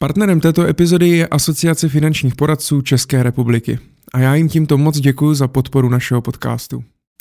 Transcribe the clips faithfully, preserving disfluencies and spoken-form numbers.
Partnerem této epizody je Asociace finančních poradců České republiky. A já jim tímto moc děkuji za podporu našeho podcastu.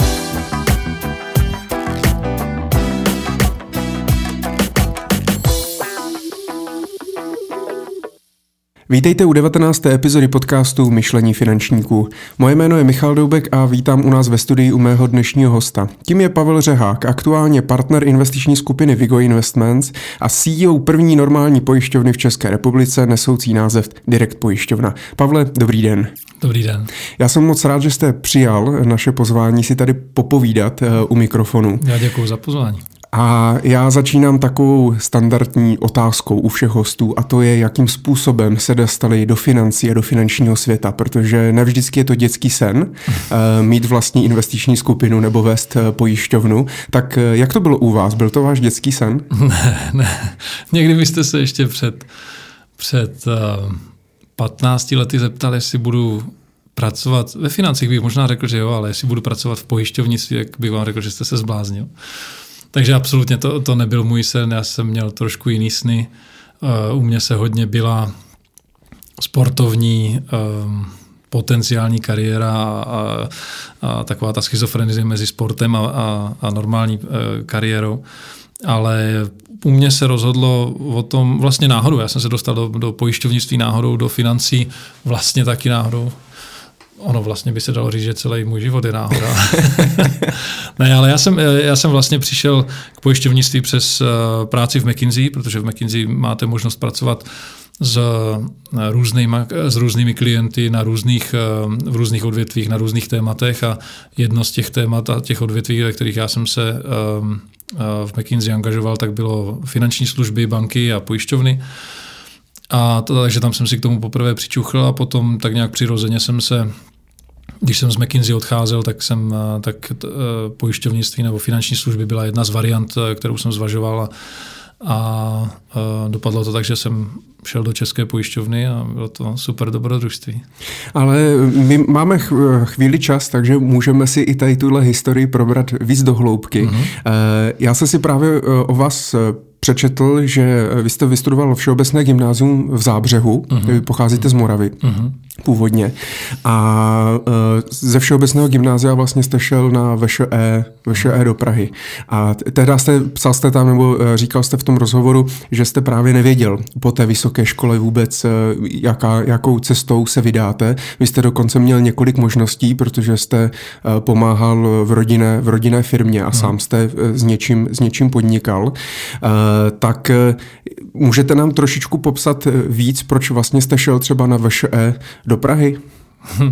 Vítejte u devatenácté epizody podcastu Myšlení finančníků. Moje jméno je Michal Doubek a vítám u nás ve studii u mého dnešního hosta. Tím je Pavel Řehák, aktuálně partner investiční skupiny Vigo Investments a C E O první normální pojišťovny v České republice nesoucí název Direct Pojišťovna. Pavle, dobrý den. Dobrý den. Já jsem moc rád, že jste přijal naše pozvání si tady popovídat u mikrofonu. Já děkuji za pozvání. A já začínám takovou standardní otázkou u všech hostů a to je, jakým způsobem se dostali do financí a do finančního světa, protože nevždycky je to dětský sen uh, mít vlastní investiční skupinu nebo vést uh, pojišťovnu. Tak uh, jak to bylo u vás? Byl to váš dětský sen? Ne, ne. Někdy byste se ještě před, před uh, patnácti lety zeptali, jestli budu pracovat, ve financích bych možná řekl, že jo, ale jestli budu pracovat v pojišťovnictví, jak bych vám řekl, že jste se zbláznil. Takže absolutně to, to nebyl můj sen, já jsem měl trošku jiný sny. Uh, u mě se hodně byla sportovní, um, potenciální kariéra a, a taková ta schizofrenie mezi sportem a, a, a normální uh, kariérou. Ale u mě se rozhodlo o tom vlastně náhodou. Já jsem se dostal do, do pojišťovnictví náhodou, do financí vlastně taky náhodou. Ono vlastně by se dalo říct, že celý můj život je náhoda. Ne, ale já jsem, já jsem vlastně přišel k pojišťovnictví přes práci v McKinsey, protože v McKinsey máte možnost pracovat s různými, s různými klienty na různých, v různých odvětvích, na různých tématech a jedno z těch témat a těch odvětví, ve kterých já jsem se v McKinsey angažoval, tak bylo finanční služby, banky a pojišťovny. A to, takže tam jsem si k tomu poprvé přičuchl a potom tak nějak přirozeně jsem se, když jsem z McKinsey odcházel, tak jsem tak pojišťovnictví nebo finanční služby byla jedna z variant, kterou jsem zvažoval a, a dopadlo to tak, že jsem šel do České pojišťovny a bylo to super dobrodružství. Ale my máme chvíli čas, takže můžeme si i tady tuhle historii probrat víc do hloubky. Mm-hmm. Já jsem si právě o vás přečetl, že vy jste vystudoval Všeobecné gymnázium v Zábřehu, uh-huh. vy pocházíte z Moravy uh-huh. původně. A ze Všeobecného gymnázia vlastně jste šel na V Š E, V Š E do Prahy. A tehdy jste, psal jste tam, nebo říkal jste v tom rozhovoru, že jste právě nevěděl po té vysoké škole vůbec, jaká, jakou cestou se vydáte. Vy jste dokonce měl několik možností, protože jste pomáhal v rodinné, v rodinné firmě a uh-huh. sám jste s něčím, s něčím podnikal. Tak můžete nám trošičku popsat víc, proč vlastně jste šel třeba na V Š E do Prahy? uh,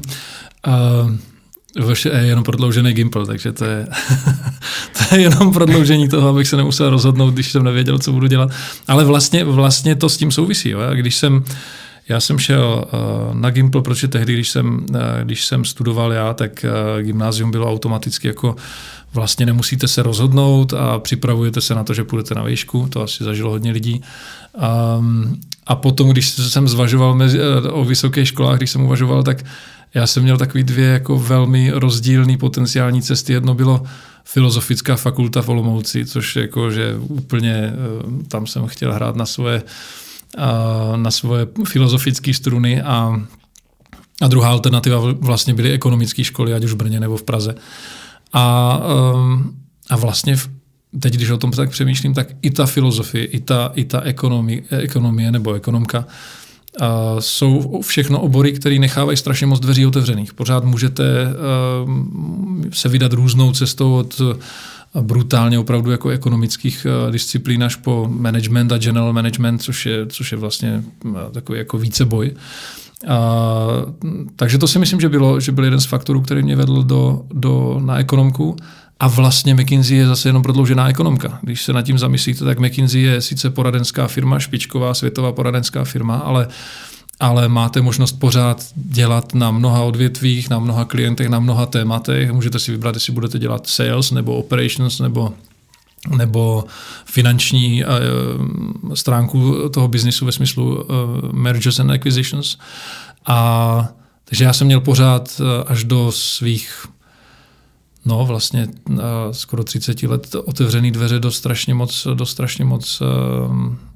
V Š E je jenom prodloužený Gimpl, takže to je, to je jenom prodloužení toho, abych se nemusel rozhodnout, když jsem nevěděl, co budu dělat. Ale vlastně, vlastně to s tím souvisí. Jo? Když jsem, já jsem šel uh, na Gimpl, protože tehdy, když jsem, uh, když jsem studoval já, tak uh, gymnázium bylo automaticky jako vlastně nemusíte se rozhodnout a připravujete se na to, že půjdete na výšku, to asi zažilo hodně lidí. Um, a potom, když jsem zvažoval mezi, o vysokých školách, když jsem uvažoval, tak já jsem měl takový dvě jako velmi rozdílné potenciální cesty. Jedno bylo Filozofická fakulta v Olomouci, což jako, že úplně tam jsem chtěl hrát na svoje, na svoje filozofické struny a, a druhá alternativa vlastně byly ekonomické školy, ať už v Brně nebo v Praze. A, a vlastně teď, když o tom tak přemýšlím, tak i ta filozofie, i ta, i ta ekonomie, ekonomie nebo ekonomka a jsou všechno obory, které nechávají strašně moc dveří otevřených. Pořád můžete se vydat různou cestou od brutálně opravdu jako ekonomických disciplín až po management a general management, což je, což je vlastně takový jako víceboj. A, takže to si myslím, že, bylo, že byl jeden z faktorů, který mě vedl do, do, na ekonomku. A vlastně McKinsey je zase jenom prodloužená ekonomka. Když se nad tím zamyslíte, tak McKinsey je sice poradenská firma, špičková světová poradenská firma, ale, ale máte možnost pořád dělat na mnoha odvětvích, na mnoha klientech, na mnoha tématech. Můžete si vybrat, jestli budete dělat sales nebo operations nebo nebo finanční uh, stránku toho biznisu ve smyslu uh, mergers and acquisitions. A takže já jsem měl pořád uh, až do svých no vlastně uh, skoro třicet let otevřený dveře do strašně moc, do strašně moc uh,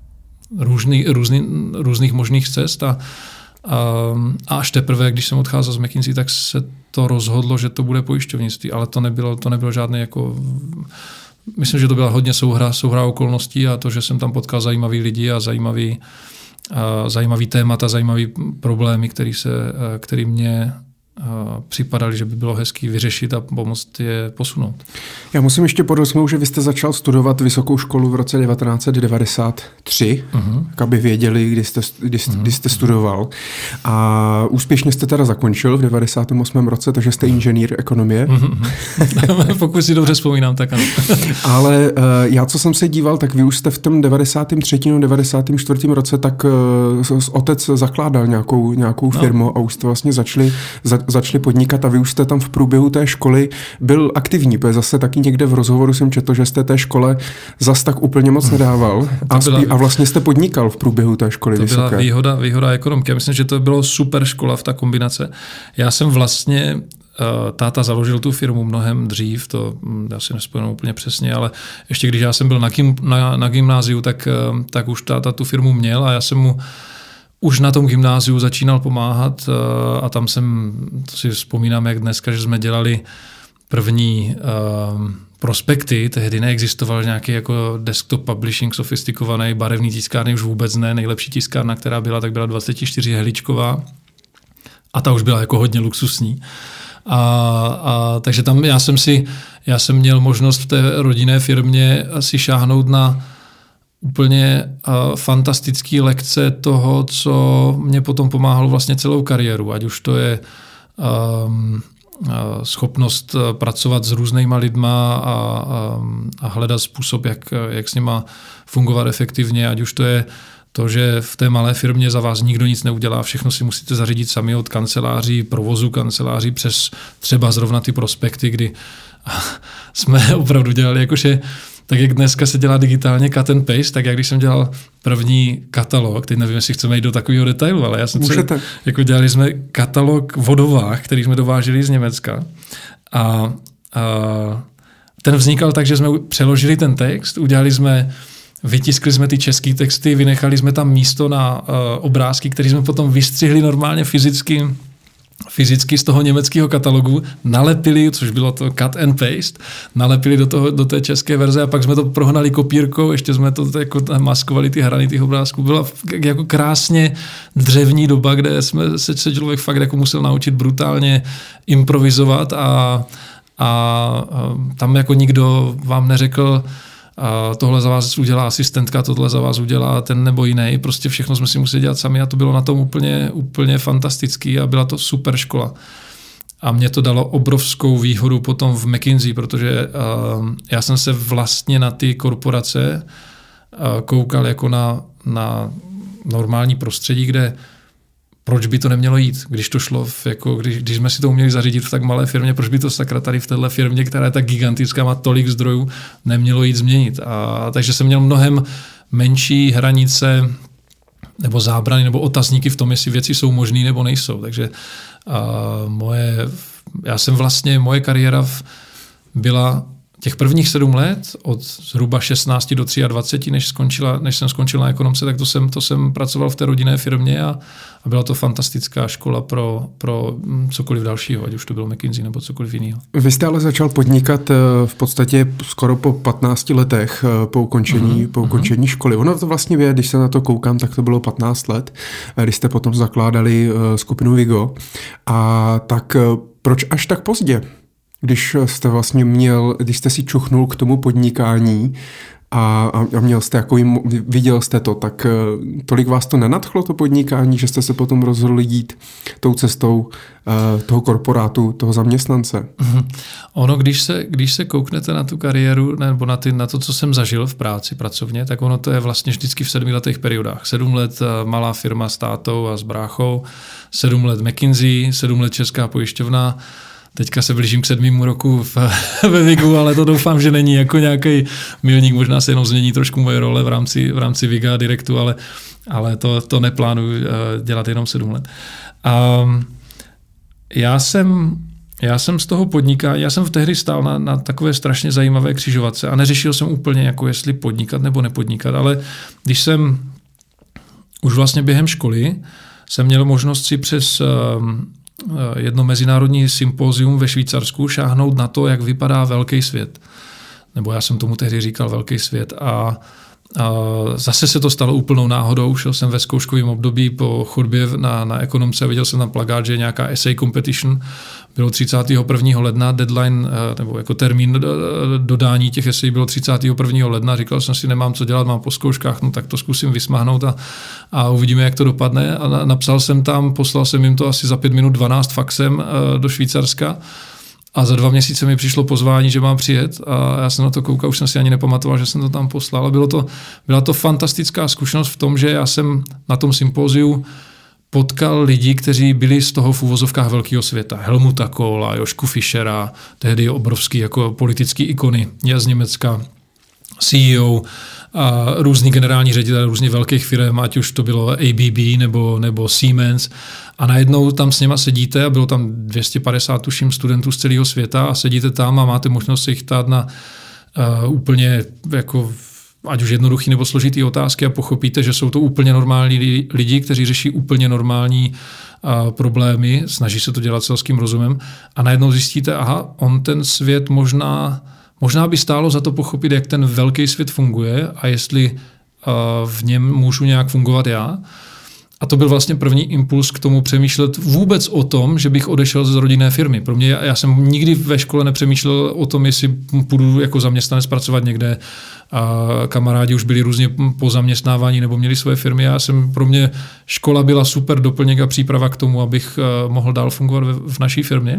různý, různý, různých možných cest a, a, a až teprve, když jsem odcházel z McKinsey, tak se to rozhodlo, že to bude pojišťovnictví, ale to nebylo, to nebylo žádné jako... Myslím, že to byla hodně souhra, souhra okolností a to, že jsem tam potkal zajímavý lidi a zajímavý, a zajímavý témata, zajímavý problémy, který, se, který mě připadali, že by bylo hezký vyřešit a pomoct je posunout. Já musím ještě podotknout, že vy jste začal studovat vysokou školu v roce devatenáct set devadesát tři, uh-huh. aby věděli, kdy jste, kdy, jste, uh-huh. kdy jste studoval. A úspěšně jste teda zakončil v devadesátém osmém roce, takže jste inženýr ekonomie. Uh-huh. Pokud si dobře vzpomínám, tak ano. Ale uh, já, co jsem se díval, tak vy už jste v tom devadesátém třetím nebo devadesátém čtvrtém roce, tak uh, otec zakládal nějakou, nějakou firmu no. a už jste vlastně začali za, začali podnikat a vy už jste tam v průběhu té školy byl aktivní, protože zase taky někde v rozhovoru jsem četl, že jste té škole zas tak úplně moc nedával a, byla, spí, a vlastně jste podnikal v průběhu té školy to vysoké. To byla výhoda, výhoda ekonomky. Já myslím, že to bylo super škola v ta kombinace. Já jsem vlastně, táta založil tu firmu mnohem dřív, to já si nespomenu úplně přesně, ale ještě když já jsem byl na, gym, na, na gymnáziu, tak, tak už táta tu firmu měl a já jsem mu už na tom gymnáziu začínal pomáhat a tam jsem, to si vzpomínám jak dneska, že jsme dělali první uh, prospekty, tehdy neexistoval nějaký jako desktop publishing sofistikovaný, barevný tiskárny už vůbec ne, nejlepší tiskárna, která byla, tak byla dvacet čtyři heličková a ta už byla jako hodně luxusní. A, a, takže tam já jsem si, já jsem měl možnost v té rodinné firmě si šáhnout na úplně uh, fantastické lekce toho, co mě potom pomáhalo vlastně celou kariéru, ať už to je um, uh, schopnost uh, pracovat s různýma lidma a, um, a hledat způsob, jak, jak s nima fungovat efektivně, ať už to je to, že v té malé firmě za vás nikdo nic neudělá, všechno si musíte zařídit sami od kanceláří, provozu kanceláří přes třeba zrovna ty prospekty, kdy jsme opravdu dělali jakože tak jak dneska se dělá digitálně cut and paste, tak jak když jsem dělal první katalog, teď nevím, jestli chceme jít do takového detailu, ale já jsem třeba, jako dělali jsme katalog vodovách, který jsme dováželi z Německa a, a ten vznikal tak, že jsme přeložili ten text, udělali jsme, vytiskli jsme ty český texty, vynechali jsme tam místo na uh, obrázky, které jsme potom vystřihli normálně fyzicky fyzicky z toho německého katalogu, nalepili, což bylo to cut and paste, nalepili do, toho, do té české verze a pak jsme to prohnali kopírkou, ještě jsme to jako maskovali ty hrany těch obrázků. Byla jako krásně dřevní doba, kde jsme se, se člověk fakt jako musel naučit brutálně improvizovat a, a, a tam jako nikdo vám neřekl, a tohle za vás udělá asistentka, tohle za vás udělá ten nebo jiný. Prostě všechno jsme si museli dělat sami a to bylo na tom úplně, úplně fantastický a byla to super škola. A mě to dalo obrovskou výhodu potom v McKinsey, protože uh, já jsem se vlastně na ty korporace uh, koukal jako na, na normální prostředí, kde proč by to nemělo jít, když to šlo, v, jako, když, když jsme si to uměli zařídit v tak malé firmě, proč by to sakra tady v téhle firmě, která je tak gigantická, má tolik zdrojů, nemělo jít změnit. A, takže jsem měl mnohem menší hranice nebo zábrany nebo otazníky v tom, jestli věci jsou možné nebo nejsou. Takže a moje, já jsem vlastně, moje kariéra v, byla těch prvních sedm let, od zhruba šestnáct do dvacet tři, než, skončila, než jsem skončil na ekonomce, tak to jsem, to jsem pracoval v té rodinné firmě a, a byla to fantastická škola pro, pro cokoliv dalšího, ať už to bylo McKinsey nebo cokoliv jiného. Vy jste ale začal podnikat v podstatě skoro po patnácti letech po ukončení, uh-huh, po ukončení uh-huh. školy. Ono to vlastně je, když se na to koukám, tak to bylo patnáct let, když jste potom zakládali skupinu Vigo. A tak proč až tak pozdě? Když jste vlastně měl, když jste si čuchnul k tomu podnikání a, a měl jste jako jim, viděl jste to, tak tolik vás to nenadchlo, to podnikání, že jste se potom rozhodli jít tou cestou uh, toho korporátu, toho zaměstnance? Mm-hmm. Ono, když se, když se kouknete na tu kariéru nebo na, ty, na to, co jsem zažil v práci pracovně, tak ono to je vlastně vždycky v sedmiletých periodách. Sedm let malá firma s tátou a s bráchou, sedm let McKinsey, sedm let Česká pojišťovna. Teďka se blížím k sedmému roku v, ve Vigu, ale to doufám, že není jako nějaký milník, možná se jenom změní trošku moje role v rámci, v rámci Viga Directu, ale, ale to, to neplánuji dělat jenom sedm let. A já jsem, já jsem z toho podnikání, já jsem v tehdy stál na, na takové strašně zajímavé křižovatce a neřešil jsem úplně, jako jestli podnikat nebo nepodnikat, ale když jsem už vlastně během školy jsem měl možnost si přes jedno mezinárodní sympózium ve Švýcarsku šáhnout na to, jak vypadá velký svět. Nebo já jsem tomu tehdy říkal velký svět. A A zase se to stalo úplnou náhodou. Šel jsem ve zkouškovém období po chodbě na, na ekonomce a viděl jsem tam plakát, že je nějaká essay competition. Bylo třicátého prvního ledna, deadline, nebo jako termín dodání těch essay bylo třicátého prvního ledna. Říkal jsem si, nemám co dělat, mám po zkouškách, no tak to zkusím vysmáhnout a, a uvidíme, jak to dopadne. A napsal jsem tam, poslal jsem jim to asi za pět minut dvanáct faxem do Švýcarska. A za dva měsíce mi přišlo pozvání, že mám přijet a já jsem na to koukal, už jsem si ani nepamatoval, že jsem to tam poslal. A bylo to, byla to fantastická zkušenost v tom, že já jsem na tom sympóziu potkal lidi, kteří byli z toho v uvozovkách velkého světa. Helmuta Kohla, Jošku Fischera, tehdy obrovský jako politický ikony z Německa, C E O, a různý generální ředitelé různých velkých firm, ať už to bylo A B B nebo, nebo Siemens. A najednou tam s něma sedíte a bylo tam dvě stě padesát tuším studentů z celého světa a sedíte tam a máte možnost se jich ptát na uh, úplně jako ať už jednoduchý nebo složitý otázky a pochopíte, že jsou to úplně normální lidi, kteří řeší úplně normální uh, problémy, snaží se to dělat selským rozumem a najednou zjistíte, aha, on ten svět možná Možná by stálo za to pochopit, jak ten velký svět funguje a jestli uh, v něm můžu nějak fungovat já. A to byl vlastně první impuls k tomu přemýšlet vůbec o tom, že bych odešel z rodinné firmy. Pro mě, já jsem nikdy ve škole nepřemýšlel o tom, jestli půjdu jako zaměstnanec pracovat někde. A kamarádi už byli různě po zaměstnávání nebo měli svoje firmy. Já jsem, pro mě škola byla super doplněk a příprava k tomu, abych uh, mohl dál fungovat v, v naší firmě.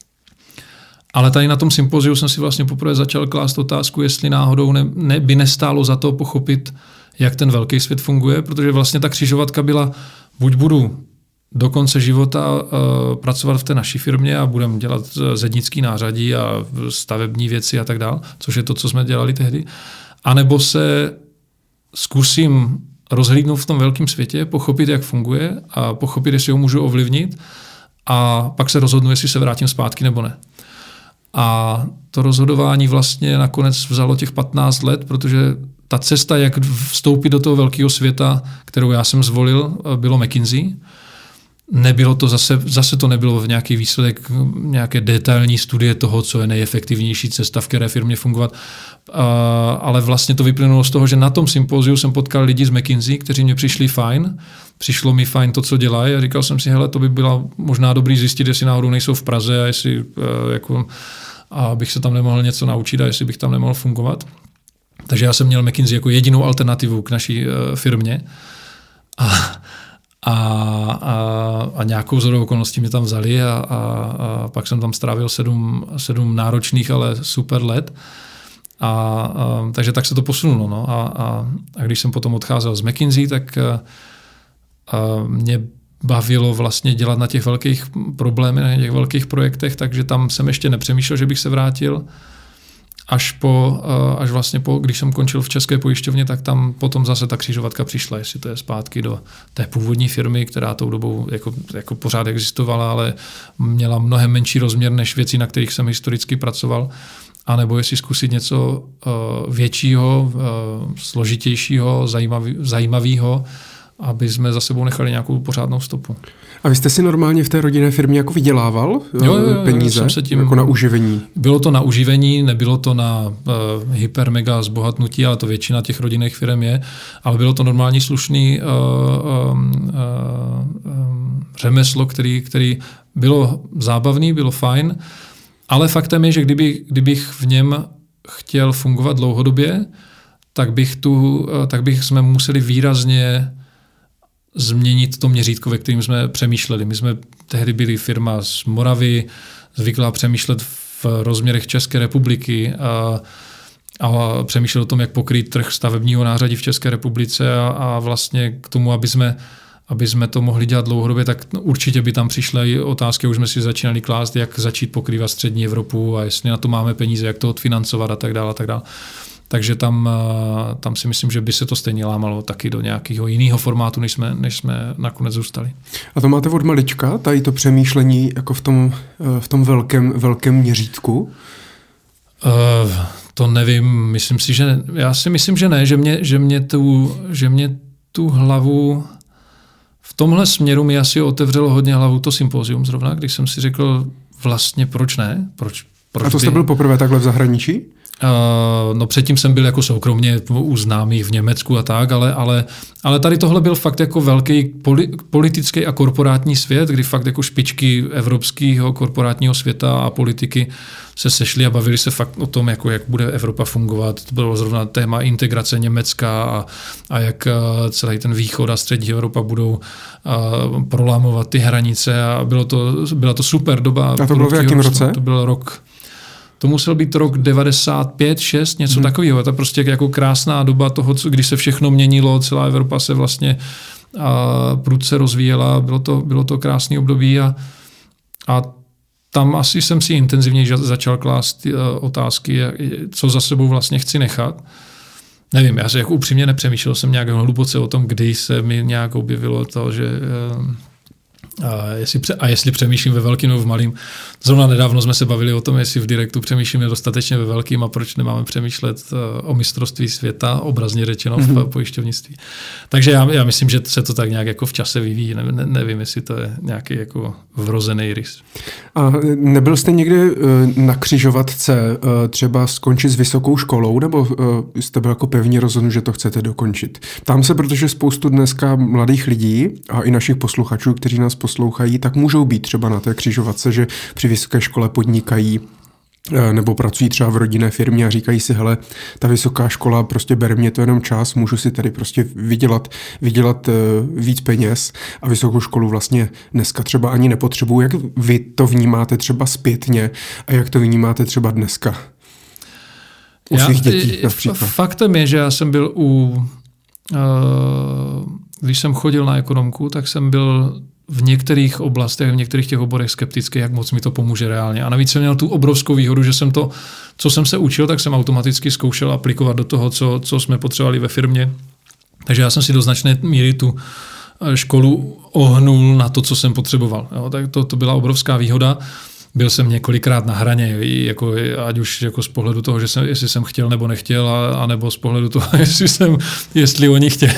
Ale tady na tom sympoziu jsem si vlastně poprvé začal klást otázku, jestli náhodou ne, ne, by nestálo za to pochopit, jak ten velký svět funguje, protože vlastně ta křižovatka byla, buď budu do konce života uh, pracovat v té naší firmě a budeme dělat zednický nářadí a stavební věci a tak dál, což je to, co jsme dělali tehdy, anebo se zkusím rozhlídnout v tom velkém světě, pochopit, jak funguje a pochopit, jestli ho můžu ovlivnit a pak se rozhodnu, jestli se vrátím zpátky nebo ne. A to rozhodování vlastně nakonec vzalo těch patnáct let, protože ta cesta, jak vstoupit do toho velkého světa, kterou já jsem zvolil, bylo McKinsey. Nebylo to zase, zase to nebylo v nějaký výsledek, nějaké detailní studie toho, co je nejefektivnější cesta, v které firmě fungovat. A, ale vlastně to vyplynulo z toho, že na tom sympóziu jsem potkal lidi z McKinsey, kteří mě přišli fajn. Přišlo mi fajn to, co dělají a říkal jsem si, hele, to by bylo možná dobrý zjistit, jestli náhodou nejsou v Praze a jestli jako, a bych se tam nemohl něco naučit a jestli bych tam nemohl fungovat. Takže já jsem měl McKinsey jako jedinou alternativu k naší uh, firmě a, a, a, a nějakou zhodou okolností mě tam vzali a, a, a pak jsem tam strávil sedm, sedm náročných, ale super let. A, a, takže tak se to posunulo. No. A, a, a když jsem potom odcházel z McKinsey, tak a, a mě bavilo vlastně dělat na těch velkých problémech, na těch velkých projektech, takže tam jsem ještě nepřemýšlel, že bych se vrátil. Až, po, až vlastně po, když jsem končil v České pojišťovně, tak tam potom zase ta křižovatka přišla, jestli to je zpátky do té původní firmy, která tou dobou jako, jako pořád existovala, ale měla mnohem menší rozměr než věci, na kterých jsem historicky pracoval, anebo jestli zkusit něco uh, většího, uh, složitějšího, zajímavý, zajímavého, aby jsme za sebou nechali nějakou pořádnou stopu. A vy jste si normálně v té rodinné firmě jako vydělával jo, jo, jo, peníze? Jsem se tím, jako na uživení? Bylo to na uživení, nebylo to na uh, hyper mega zbohatnutí, ale to většina těch rodinných firm je, ale bylo to normální slušný uh, um, uh, um, řemeslo, který, který bylo zábavný, bylo fajn, ale faktem je, že kdyby, kdybych v něm chtěl fungovat dlouhodobě, tak bych tu, uh, tak bych jsme museli výrazně změnit to měřítko, ve kterým jsme přemýšleli. My jsme tehdy byli firma z Moravy, zvyklá přemýšlet v rozměrech České republiky a, a přemýšlet o tom, jak pokrýt trh stavebního nářadí v České republice a, a vlastně k tomu, aby jsme, aby jsme to mohli dělat dlouhodobě, tak určitě by tam přišly otázky, už jsme si začínali klást, jak začít pokrývat střední Evropu a jestli na to máme peníze, jak to odfinancovat a tak dále a tak dále. Takže tam, tam si myslím, že by se to stejně lámalo taky do nějakého jiného formátu, než jsme, než jsme nakonec zůstali. A to máte od malička, tady to přemýšlení jako v tom, v tom velkém, velkém měřítku? Uh, to nevím, myslím si, že ne. Já si myslím, že ne, že mě, že mě, tu, že mě tu hlavu tomhle směru mi asi otevřelo hodně hlavu to sympózium zrovna, když jsem si řekl vlastně proč ne? Proč, proč A to by... jste byl poprvé takhle v zahraničí? Uh, no předtím jsem byl jako soukromně u známých v Německu a tak, ale, ale, ale tady tohle byl fakt jako velký poli, politický a korporátní svět, kdy fakt jako špičky evropského korporátního světa a politiky se sešli a bavili se fakt o tom, jako jak bude Evropa fungovat. To bylo zrovna téma integrace Německa a, a jak celý ten východ a střední Evropa budou uh, prolámovat ty hranice a bylo to, byla to super doba. A to bylo v jakém roce? To byl rok... To musel být rok devadesát pět, šest, něco hmm. takového. To je prostě jako krásná doba toho, co, když se všechno měnilo, celá Evropa se vlastně a, prudce rozvíjela, bylo to, bylo to krásné období a, a tam asi jsem si intenzivně začal klást uh, otázky, co za sebou vlastně chci nechat. Nevím, já si jako upřímně nepřemýšlel jsem nějak hluboce o tom, kdy se mi nějak objevilo to, že... Uh, A jestli, pře- a jestli přemýšlím ve velkým nebo v malým. Zrovna nedávno jsme se bavili o tom, jestli v direktu přemýšlíme dostatečně ve velkým a proč nemáme přemýšlet o mistrovství světa, obrazně řečeno v mm-hmm. pojišťovnictví. Takže já, já myslím, že se to tak nějak jako v čase vyvíjí. Ne, ne, nevím, jestli to je nějaký jako vrozený rys. A nebyl jste někdy na křižovatce třeba skončit s vysokou školou, nebo jste byl jako pevně rozhodnut, že to chcete dokončit? Ptám se, protože spoustu dneska mladých lidí a i našich posluchačů, kteří nás poslouchají, tak můžou být třeba na té křižovatce, že při vysoké škole podnikají nebo pracují třeba v rodinné firmě a říkají si, hele, ta vysoká škola, prostě bere mě to jenom čas, můžu si tady prostě vydělat, vydělat víc peněz a vysokou školu vlastně dneska třeba ani nepotřebuju. Jak vy to vnímáte třeba zpětně a jak to vnímáte třeba dneska u já, svých dětí například? Faktem je, že já jsem byl u... Uh, když jsem chodil na ekonomku, tak jsem byl v některých oblastech, v některých těch oborech skeptický, jak moc mi to pomůže reálně. A navíc jsem měl tu obrovskou výhodu, že jsem to, co jsem se učil, tak jsem automaticky zkoušel aplikovat do toho, co, co jsme potřebovali ve firmě. Takže já jsem si do značné míry tu školu ohnul na to, co jsem potřeboval. Jo, tak to, to byla obrovská výhoda. Byl jsem několikrát na hraně, jako, ať už jako z pohledu toho, že jsem, jestli jsem chtěl nebo nechtěl, a, a nebo z pohledu toho, jestli, jsem, jestli oni chtěli.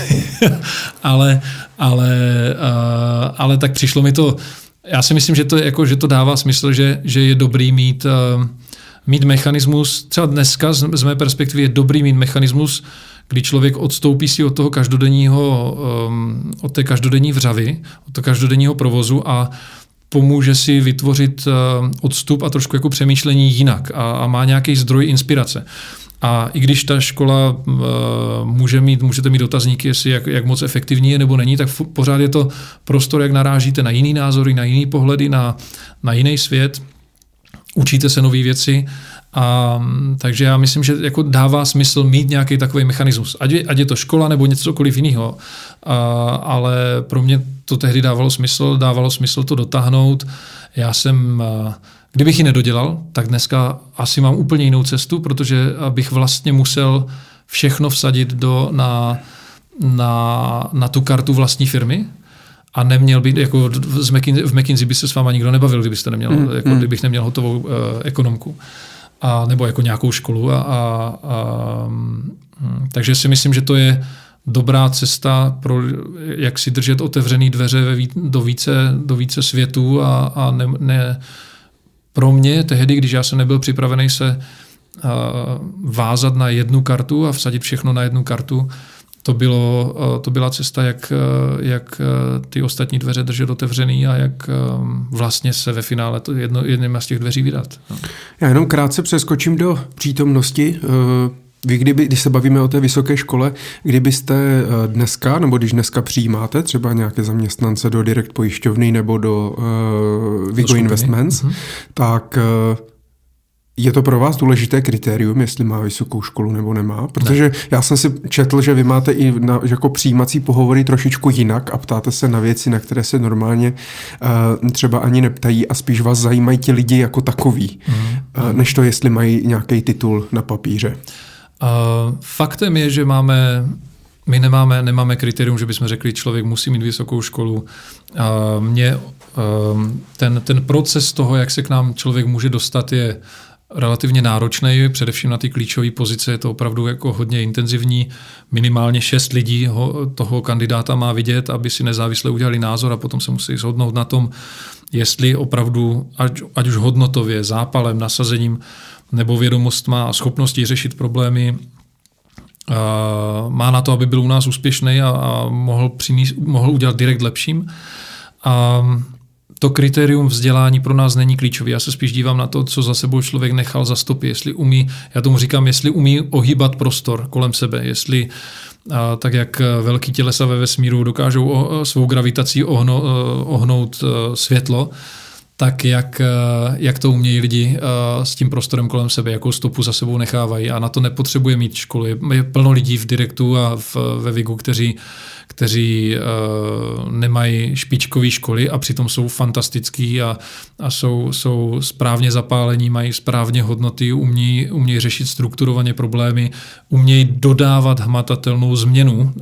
ale, ale, uh, ale tak přišlo mi to, já si myslím, že to, jako, že to dává smysl, že, že je dobrý mít, uh, mít mechanismus, třeba dneska z, z mé perspektivy je dobrý mít mechanismus, kdy člověk odstoupí si od toho každodenního, um, od té každodenní vřavy, od toho každodenního provozu a pomůže si vytvořit odstup a trošku jako přemýšlení jinak a, a má nějaký zdroj inspirace. A i když ta škola uh, může mít, můžete mít dotazníky, jestli jak, jak moc efektivní je nebo není, tak f- pořád je to prostor, jak narážíte na jiný názory, na jiný pohledy, na, na jiný svět, učíte se nové věci. A, takže já myslím, že jako dává smysl mít nějaký takový mechanismus. Ať je, ať je to škola nebo něco cokoliv jiného. A, ale pro mě to tehdy dávalo smysl, dávalo smysl to dotáhnout. Já jsem, kdybych ji nedodělal, tak dneska asi mám úplně jinou cestu, protože bych vlastně musel všechno vsadit do, na, na, na tu kartu vlastní firmy. A neměl být, jako v McKinsey, v McKinsey by se s váma nikdo nebavil, kdybyste neměl, mm, jako, mm. kdybych neměl hotovou uh, ekonomku. A, nebo jako nějakou školu. A, a, a, hm, takže si myslím, že to je dobrá cesta, pro, jak si držet otevřený dveře ve ví, do, více, do více světů a, a ne, ne, pro mě tehdy, když já jsem nebyl připravený se a, vázat na jednu kartu a vsadit všechno na jednu kartu, to, bylo, to byla cesta, jak, jak ty ostatní dveře držet otevřený a jak vlastně se ve finále to jedno, jedním z těch dveří vydat. No. Já jenom krátce přeskočím do přítomnosti. Vy, kdyby, když se bavíme o té vysoké škole, kdybyste dneska, nebo když dneska přijímáte třeba nějaké zaměstnance do Direct pojišťovny nebo do uh, Vigo Investments, uh-huh. tak uh, je to pro vás důležité kritérium, jestli má vysokou školu nebo nemá? Protože ne. Já jsem si četl, že vy máte i na, jako přijímací pohovory trošičku jinak a ptáte se na věci, na které se normálně uh, třeba ani neptají a spíš vás zajímají ti lidi jako takový, mm. uh, než to, jestli mají nějaký titul na papíře. Uh, faktem je, že máme, my nemáme, nemáme kritérium, že bychom řekli, člověk musí mít vysokou školu. Uh, mě, uh, ten, ten proces toho, jak se k nám člověk může dostat, je relativně náročný, především na ty klíčové pozice je to opravdu jako hodně intenzivní. Minimálně šest lidí ho, toho kandidáta má vidět, aby si nezávisle udělali názor a potom se musí shodnout na tom, jestli opravdu, ať, ať už hodnotově, zápalem, nasazením nebo vědomostma a schopností řešit problémy, má na to, aby byl u nás úspěšný a, a mohl, přinést, mohl udělat direkt lepším. A to kritérium vzdělání pro nás není klíčové. Já se spíš dívám na to, co za sebou člověk nechal za stopy. Jestli umí, já tomu říkám, jestli umí ohýbat prostor kolem sebe, jestli a, tak jak velký tělesa ve vesmíru dokážou o, svou gravitací ohno, ohnout světlo, tak jak, jak to umějí lidi s tím prostorem kolem sebe, jakou stopu za sebou nechávají. A na to nepotřebuje mít školu. Je plno lidí v Direktu a v, ve Vigu, kteří, kteří uh, nemají špičkové školy a přitom jsou fantastický a, a jsou, jsou správně zapálení, mají správně hodnoty, umějí, umějí řešit strukturovaně problémy, umějí dodávat hmatatelnou změnu uh,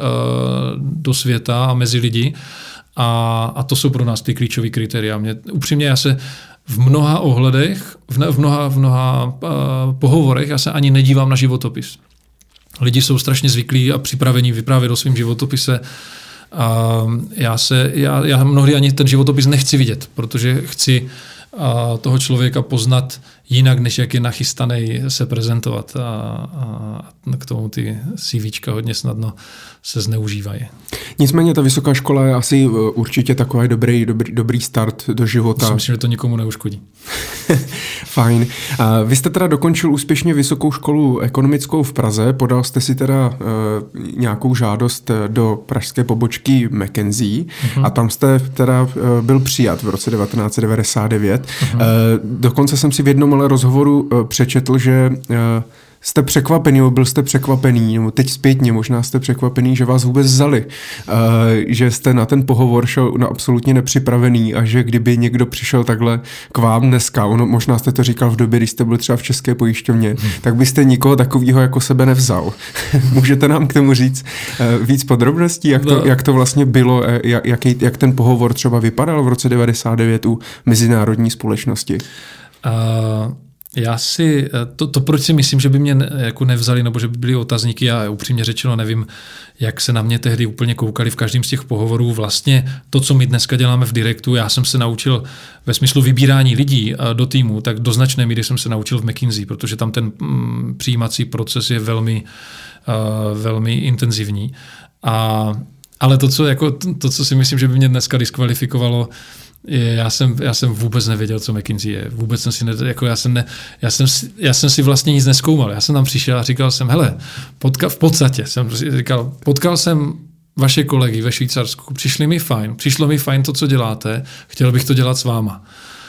do světa a mezi lidi. A, a to jsou pro nás ty klíčové kritéria. Mě, upřímně já se v mnoha ohledech, v, v mnoha, v mnoha uh, pohovorech, já se ani nedívám na životopis. Lidi jsou strašně zvyklí a připravení vyprávět o svém životopise. A já, se, já, já mnohdy ani ten životopis nechci vidět, protože chci uh, toho člověka poznat jinak, než jak je nachystaný se prezentovat. A, a k tomu ty CVčka hodně snadno se zneužívají. Nicméně ta vysoká škola je asi určitě takový dobrý, dobrý, dobrý start do života. Myslím, že to nikomu neuškodí. Fajn. A vy jste teda dokončil úspěšně vysokou školu ekonomickou v Praze, podal jste si teda uh, nějakou žádost do pražské pobočky McKinsey uh-huh. a tam jste teda uh, byl přijat v roce devatenáct set devadesát devět. Uh-huh. Uh, dokonce jsem si v jednom ale rozhovoru uh, přečetl, že uh, jste překvapený, byl jste překvapený, nebo teď zpětně možná jste překvapený, že vás vůbec vzali, uh, že jste na ten pohovor šel na absolutně nepřipravený a že kdyby někdo přišel takhle k vám dneska, ono, možná jste to říkal v době, když jste byl třeba v České pojišťovně, hmm. tak byste nikoho takového jako sebe nevzal. Můžete nám k tomu říct uh, víc podrobností, jak to, no. jak to vlastně bylo, jak, jak, jak ten pohovor třeba vypadal v roce devadesát devět u mezinárodní společnosti? Uh... Já si, to, to proč si myslím, že by mě ne, jako nevzali, nebo že by byly otazníky, já upřímně řečeno nevím, jak se na mě tehdy úplně koukali v každém z těch pohovorů. Vlastně to, co my dneska děláme v Direktu, já jsem se naučil ve smyslu vybírání lidí do týmu, tak do značné míry jsem se naučil v McKinsey, protože tam ten mm, přijímací proces je velmi, uh, velmi intenzivní. A, ale to co, jako, to, co si myslím, že by mě dneska diskvalifikovalo, Já jsem, já jsem vůbec nevěděl, co McKinsey je. Vůbec jsem si ne, jako já jsem, ne, já jsem, já jsem si vlastně nic nezkoumal. Já jsem tam přišel a říkal jsem, hele, potka, v podstatě jsem říkal, potkal jsem vaše kolegy ve Švýcarsku, přišli mi fajn, přišlo mi fajn to, co děláte, chtěl bych to dělat s váma.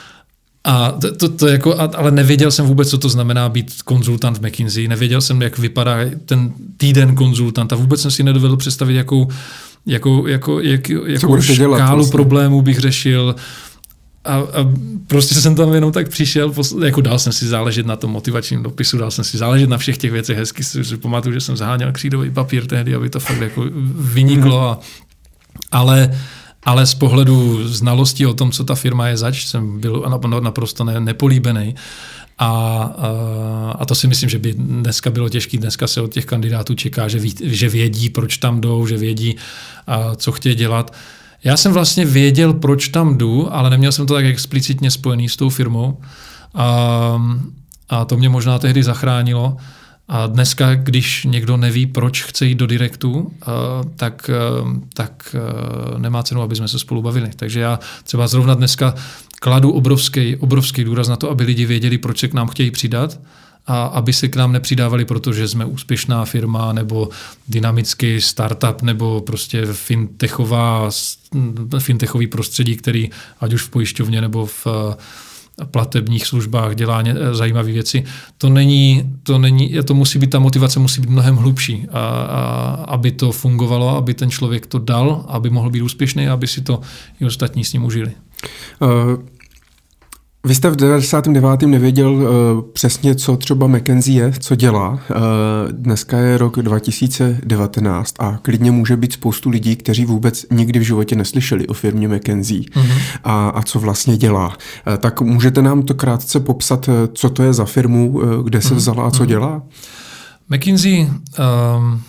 A to, to, to jako, ale nevěděl jsem vůbec, co to znamená být konzultant v McKinsey, nevěděl jsem, jak vypadá ten týden konzultanta, vůbec jsem si nedovedl představit, jakou Jako, jako, jak, jakou škálu vlastně problémů bych řešil a, a prostě jsem tam jenom tak přišel, jako dal jsem si záležet na tom motivačním dopisu, dal jsem si záležet na všech těch věcech, hezky si pamatuju, že jsem zaháněl křídový papír tehdy, aby to fakt jako vyniklo, a, ale, ale z pohledu znalostí o tom, co ta firma je zač, jsem byl naprosto ne, nepolíbený. A, a, a to si myslím, že by dneska bylo těžké. Dneska se od těch kandidátů čeká, že, ví, že vědí, proč tam jdou, že vědí, a, co chtějí dělat. Já jsem vlastně věděl, proč tam jdu, ale neměl jsem to tak explicitně spojený s tou firmou. A, a to mě možná tehdy zachránilo. A dneska, když někdo neví, proč chce jít do Direktu, tak, tak nemá cenu, aby jsme se spolu bavili. Takže já třeba zrovna dneska kladu obrovský, obrovský důraz na to, aby lidi věděli, proč se k nám chtějí přidat a aby se k nám nepřidávali, protože jsme úspěšná firma nebo dynamický startup nebo prostě fintechová, fintechový prostředí, který ať už v pojišťovně nebo v platebních službách dělá zajímavé věci. To není, to není, to musí být, ta motivace musí být mnohem hlubší, a, a, aby to fungovalo, aby ten člověk to dal, aby mohl být úspěšný a aby si to i ostatní s ním užili. Uh... Vy jste v devadesátém devátém nevěděl uh, přesně, co třeba McKinsey je, co dělá. Uh, dneska je rok dva tisíce devatenáct a klidně může být spoustu lidí, kteří vůbec nikdy v životě neslyšeli o firmě McKinsey mm-hmm. a, a co vlastně dělá. Uh, tak můžete nám to krátce popsat, uh, co to je za firmu, uh, kde se vzala a co mm-hmm. dělá? McKinsey, um,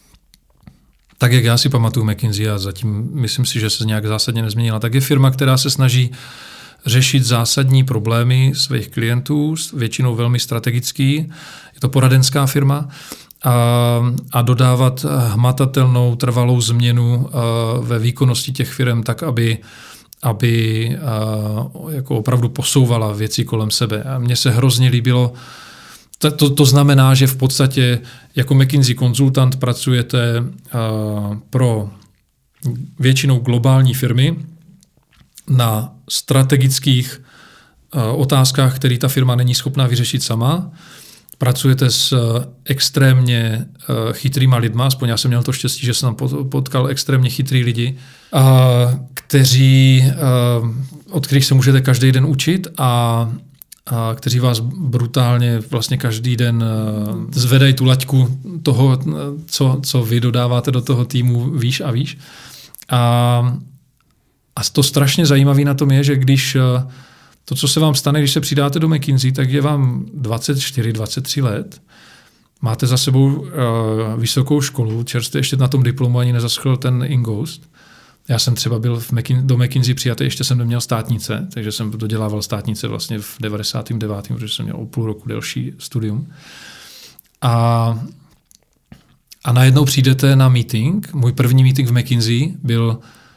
tak jak já si pamatuju McKinsey a zatím myslím si, že se nějak zásadně nezměnila, tak je firma, která se snaží řešit zásadní problémy svých klientů, většinou velmi strategický. Je to poradenská firma a, a dodávat hmatatelnou, trvalou změnu ve výkonnosti těch firm tak, aby, aby jako opravdu posouvala věci kolem sebe. A mně se hrozně líbilo, to, to, to znamená, že v podstatě jako McKinsey konzultant pracujete pro většinou globální firmy na strategických uh, otázkách, které ta firma není schopná vyřešit sama. Pracujete s uh, extrémně uh, chytrýma lidma, aspoň já jsem měl to štěstí, že jsem potkal extrémně chytrý lidi, uh, kteří, uh, od kterých se můžete každý den učit a, a kteří vás brutálně vlastně každý den uh, zvedají tu laťku toho, co, co vy dodáváte do toho týmu výš a výš. A A to strašně zajímavé na tom je, že když to, co se vám stane, když se přidáte do McKinsey, tak je vám dvacet čtyři, dvacet tři let, máte za sebou uh, vysokou školu, čerstvě ještě na tom diplomu ani nezaschl ten Ingoust. Já jsem třeba byl v McKin- do McKinsey přijatý, ještě jsem neměl státnice, takže jsem dodělával státnice vlastně v devadesátém devátém protože jsem měl o půl roku delší studium. A, a najednou přijdete na meeting. Můj první meeting v McKinsey byl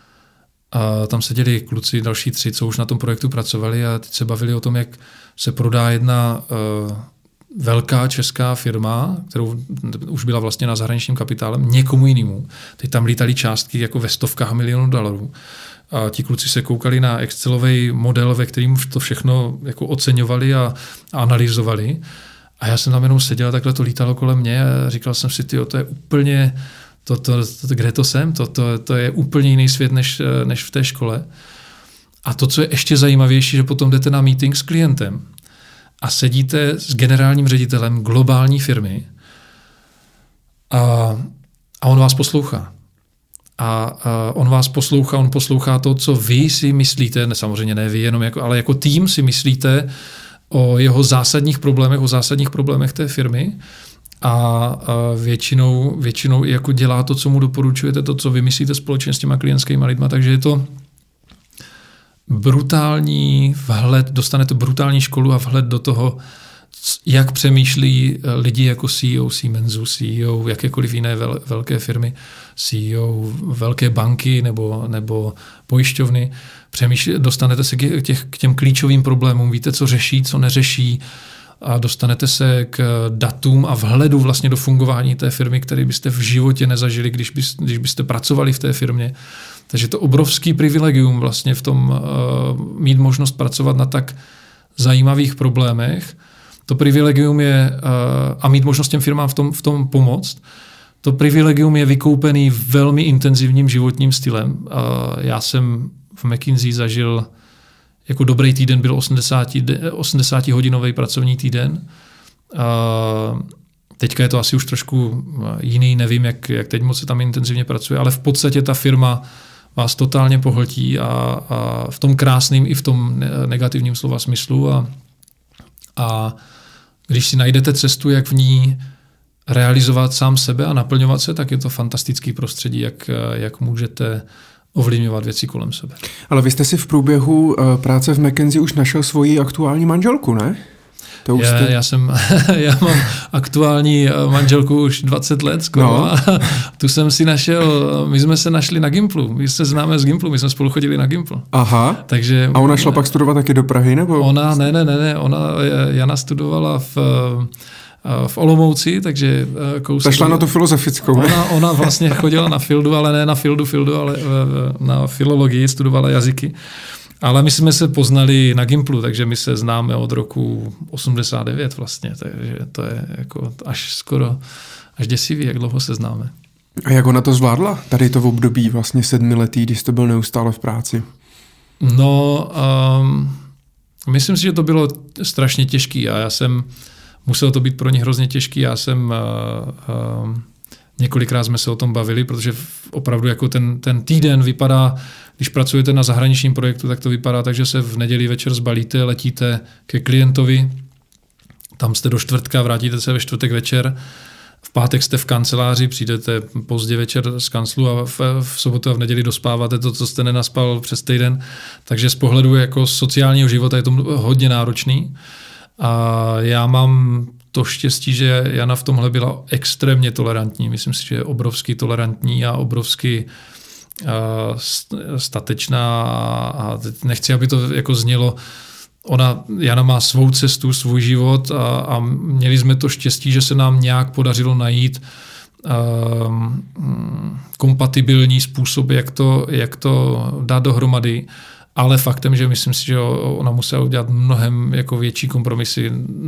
a tam seděli kluci, další tři, co už na tom projektu pracovali a teď se bavili o tom, jak se prodá jedna uh, velká česká firma, kterou už byla vlastně na zahraničním kapitálem, někomu jinému. Teď tam lítaly částky jako ve stovkách milionů dolarů. A ti kluci se koukali na Excelový model, ve kterým to všechno jako oceňovali a, a analyzovali. A já jsem tam jenom seděl a takhle to lítalo kolem mě a říkal jsem si, tyjo, to je úplně... To, to, to, kde to jsem? To, to, to je úplně jiný svět než, než v té škole. A to, co je ještě zajímavější, že potom jdete na meeting s klientem a sedíte s generálním ředitelem globální firmy a, a on vás poslouchá. A, a on vás poslouchá, on poslouchá to, co vy si myslíte, ne samozřejmě ne vy, jenom jako, ale jako tým si myslíte o jeho zásadních problémech, o zásadních problémech té firmy. A většinou, většinou jako dělá to, co mu doporučujete, to, co vymyslíte společně s těma klientskými lidma, takže je to brutální vhled, dostanete brutální školu a vhled do toho, jak přemýšlí lidi jako C E O Siemensu, C E O jakékoliv jiné vel, velké firmy, C E O velké banky nebo, nebo pojišťovny. Přemýšlí, dostanete se k, těch, k těm klíčovým problémům, víte, co řeší, co neřeší, a dostanete se k datům a vhledu vlastně do fungování té firmy, který byste v životě nezažili, když, bys, když byste pracovali v té firmě. Takže to obrovský privilegium vlastně v tom uh, mít možnost pracovat na tak zajímavých problémech. To privilegium je uh, a mít možnost těm firmám v tom, v tom pomoct. To privilegium je vykoupený velmi intenzivním životním stylem. Uh, já jsem v McKinsey zažil jako dobrý týden byl osmdesátihodinový pracovní týden. Uh, teďka je to asi už trošku jiný, nevím, jak, jak teď moc se tam intenzivně pracuje, ale v podstatě ta firma vás totálně pohltí a, a v tom krásným i v tom negativním slova smyslu. A, a když si najdete cestu, jak v ní realizovat sám sebe a naplňovat se, tak je to fantastický prostředí, jak, jak můžete ovlivňovat věci kolem sebe. Ale vy jste si v průběhu práce v McKinsey už našel svoji aktuální manželku, ne? To už já, jste... já, jsem, já mám aktuální manželku už dvacet let skoro. No. A tu jsem si našel, my jsme se našli na Gimplu, my se známe z Gimplu, my jsme spolu chodili na Gimplu. Aha, takže, a ona šla pak studovat taky do Prahy, nebo? Ona, ne, ne, ne, ne, ona, Jana studovala v v Olomouci, takže kousek... Šla na tu filozofickou. Ona, ona vlastně chodila na fildu, ale ne na fildu, fildu, ale na filologii, studovala jazyky. Ale my jsme se poznali na Gimplu, takže my se známe od roku osmdesát devět vlastně, takže to je jako až skoro, až děsivý, jak dlouho se známe. A jak ona to zvládla? Tady to v období vlastně sedmiletý, když jste byl neustále v práci. No... Um, Myslím si, že to bylo strašně těžký a já jsem, muselo to být pro ně hrozně těžký, já jsem, uh, uh, několikrát jsme se o tom bavili, protože opravdu jako ten, ten týden vypadá, když pracujete na zahraničním projektu, tak to vypadá tak, že se v neděli večer zbalíte, letíte ke klientovi, tam jste do čtvrtka, vrátíte se ve čtvrtek večer, v pátek jste v kanceláři, přijdete pozdě večer z kanclu a v, v sobotu a v neděli dospáváte to, co jste nenaspal přes týden. Takže z pohledu jako sociálního života je to hodně náročný. A já mám to štěstí, že Jana v tomhle byla extrémně tolerantní. Myslím si, že je obrovsky tolerantní a obrovsky uh, statečná a nechci, aby to jako znělo. Ona, Jana má svou cestu, svůj život a, a měli jsme to štěstí, že se nám nějak podařilo najít um, kompatibilní způsob, jak to, jak to dát dohromady. Ale faktem, že myslím si, že ona musela udělat mnohem jako větší kompromisy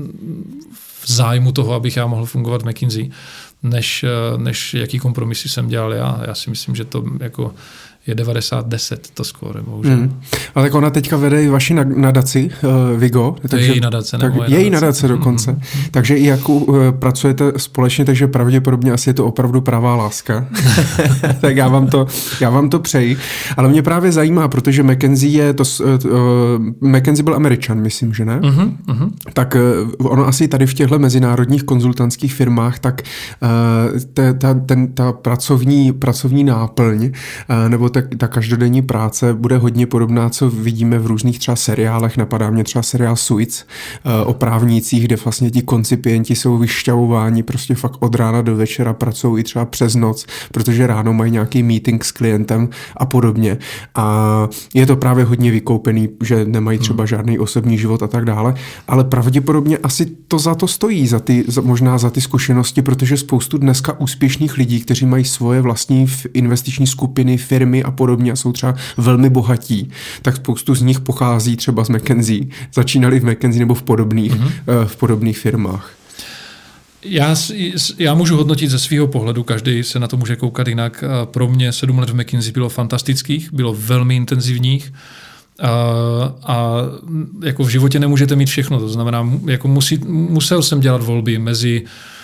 v zájmu toho, abych já mohl fungovat v McKinsey, než, než jaký kompromisy jsem dělal já. Já si myslím, že to jako je devadesát deset to skóre, bohužel. Mm. Ale tak ona teďka vede i vaši nadaci, uh, Vigo. To takže, je její nadace, tak, nebo její nadace dokonce. Mm. Takže i jak uh, pracujete společně, takže pravděpodobně asi je to opravdu pravá láska. Tak já vám, to, já vám to přeji. Ale mě právě zajímá, protože McKinsey je to, uh, McKinsey byl Američan, myslím, že ne? Mm-hmm, mm-hmm. Tak uh, ono asi tady v těchto mezinárodních konzultantských firmách, tak uh, te, ta, ten, ta pracovní, pracovní náplň, uh, nebo tak ta každodenní práce bude hodně podobná, co vidíme v různých třeba seriálech. Napadá mě třeba seriál Suits o právnících, kde vlastně ti koncipienti jsou vyšťavováni prostě fakt od rána do večera, pracují i třeba přes noc, protože ráno mají nějaký meeting s klientem a podobně. A je to právě hodně vykoupený, že nemají třeba žádný osobní život a tak dále, ale pravděpodobně asi to za to stojí, za ty, za, možná za ty zkušenosti, protože spoustu dneska úspěšných lidí, kteří mají svoje vlastní investiční skupiny, firmy a podobně a jsou třeba velmi bohatí, tak spoustu z nich pochází třeba z McKinsey. Začínali v McKinsey nebo v podobných, mm-hmm. uh, v podobných firmách. Já, já můžu hodnotit ze svého pohledu, každý se na to může koukat jinak. Pro mě sedm let v McKinsey bylo fantastických, bylo velmi intenzivních a, a jako v životě nemůžete mít všechno. To znamená, jako musí, musel jsem dělat volby mezi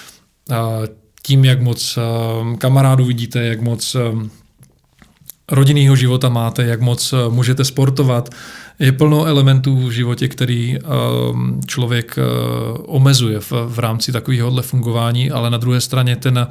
a, tím, jak moc a, kamarádů vidíte, jak moc a, rodinného života máte, jak moc můžete sportovat. Je plno elementů v životě, který um, člověk uh, omezuje v, v rámci takovéhohle fungování, ale na druhé straně ten,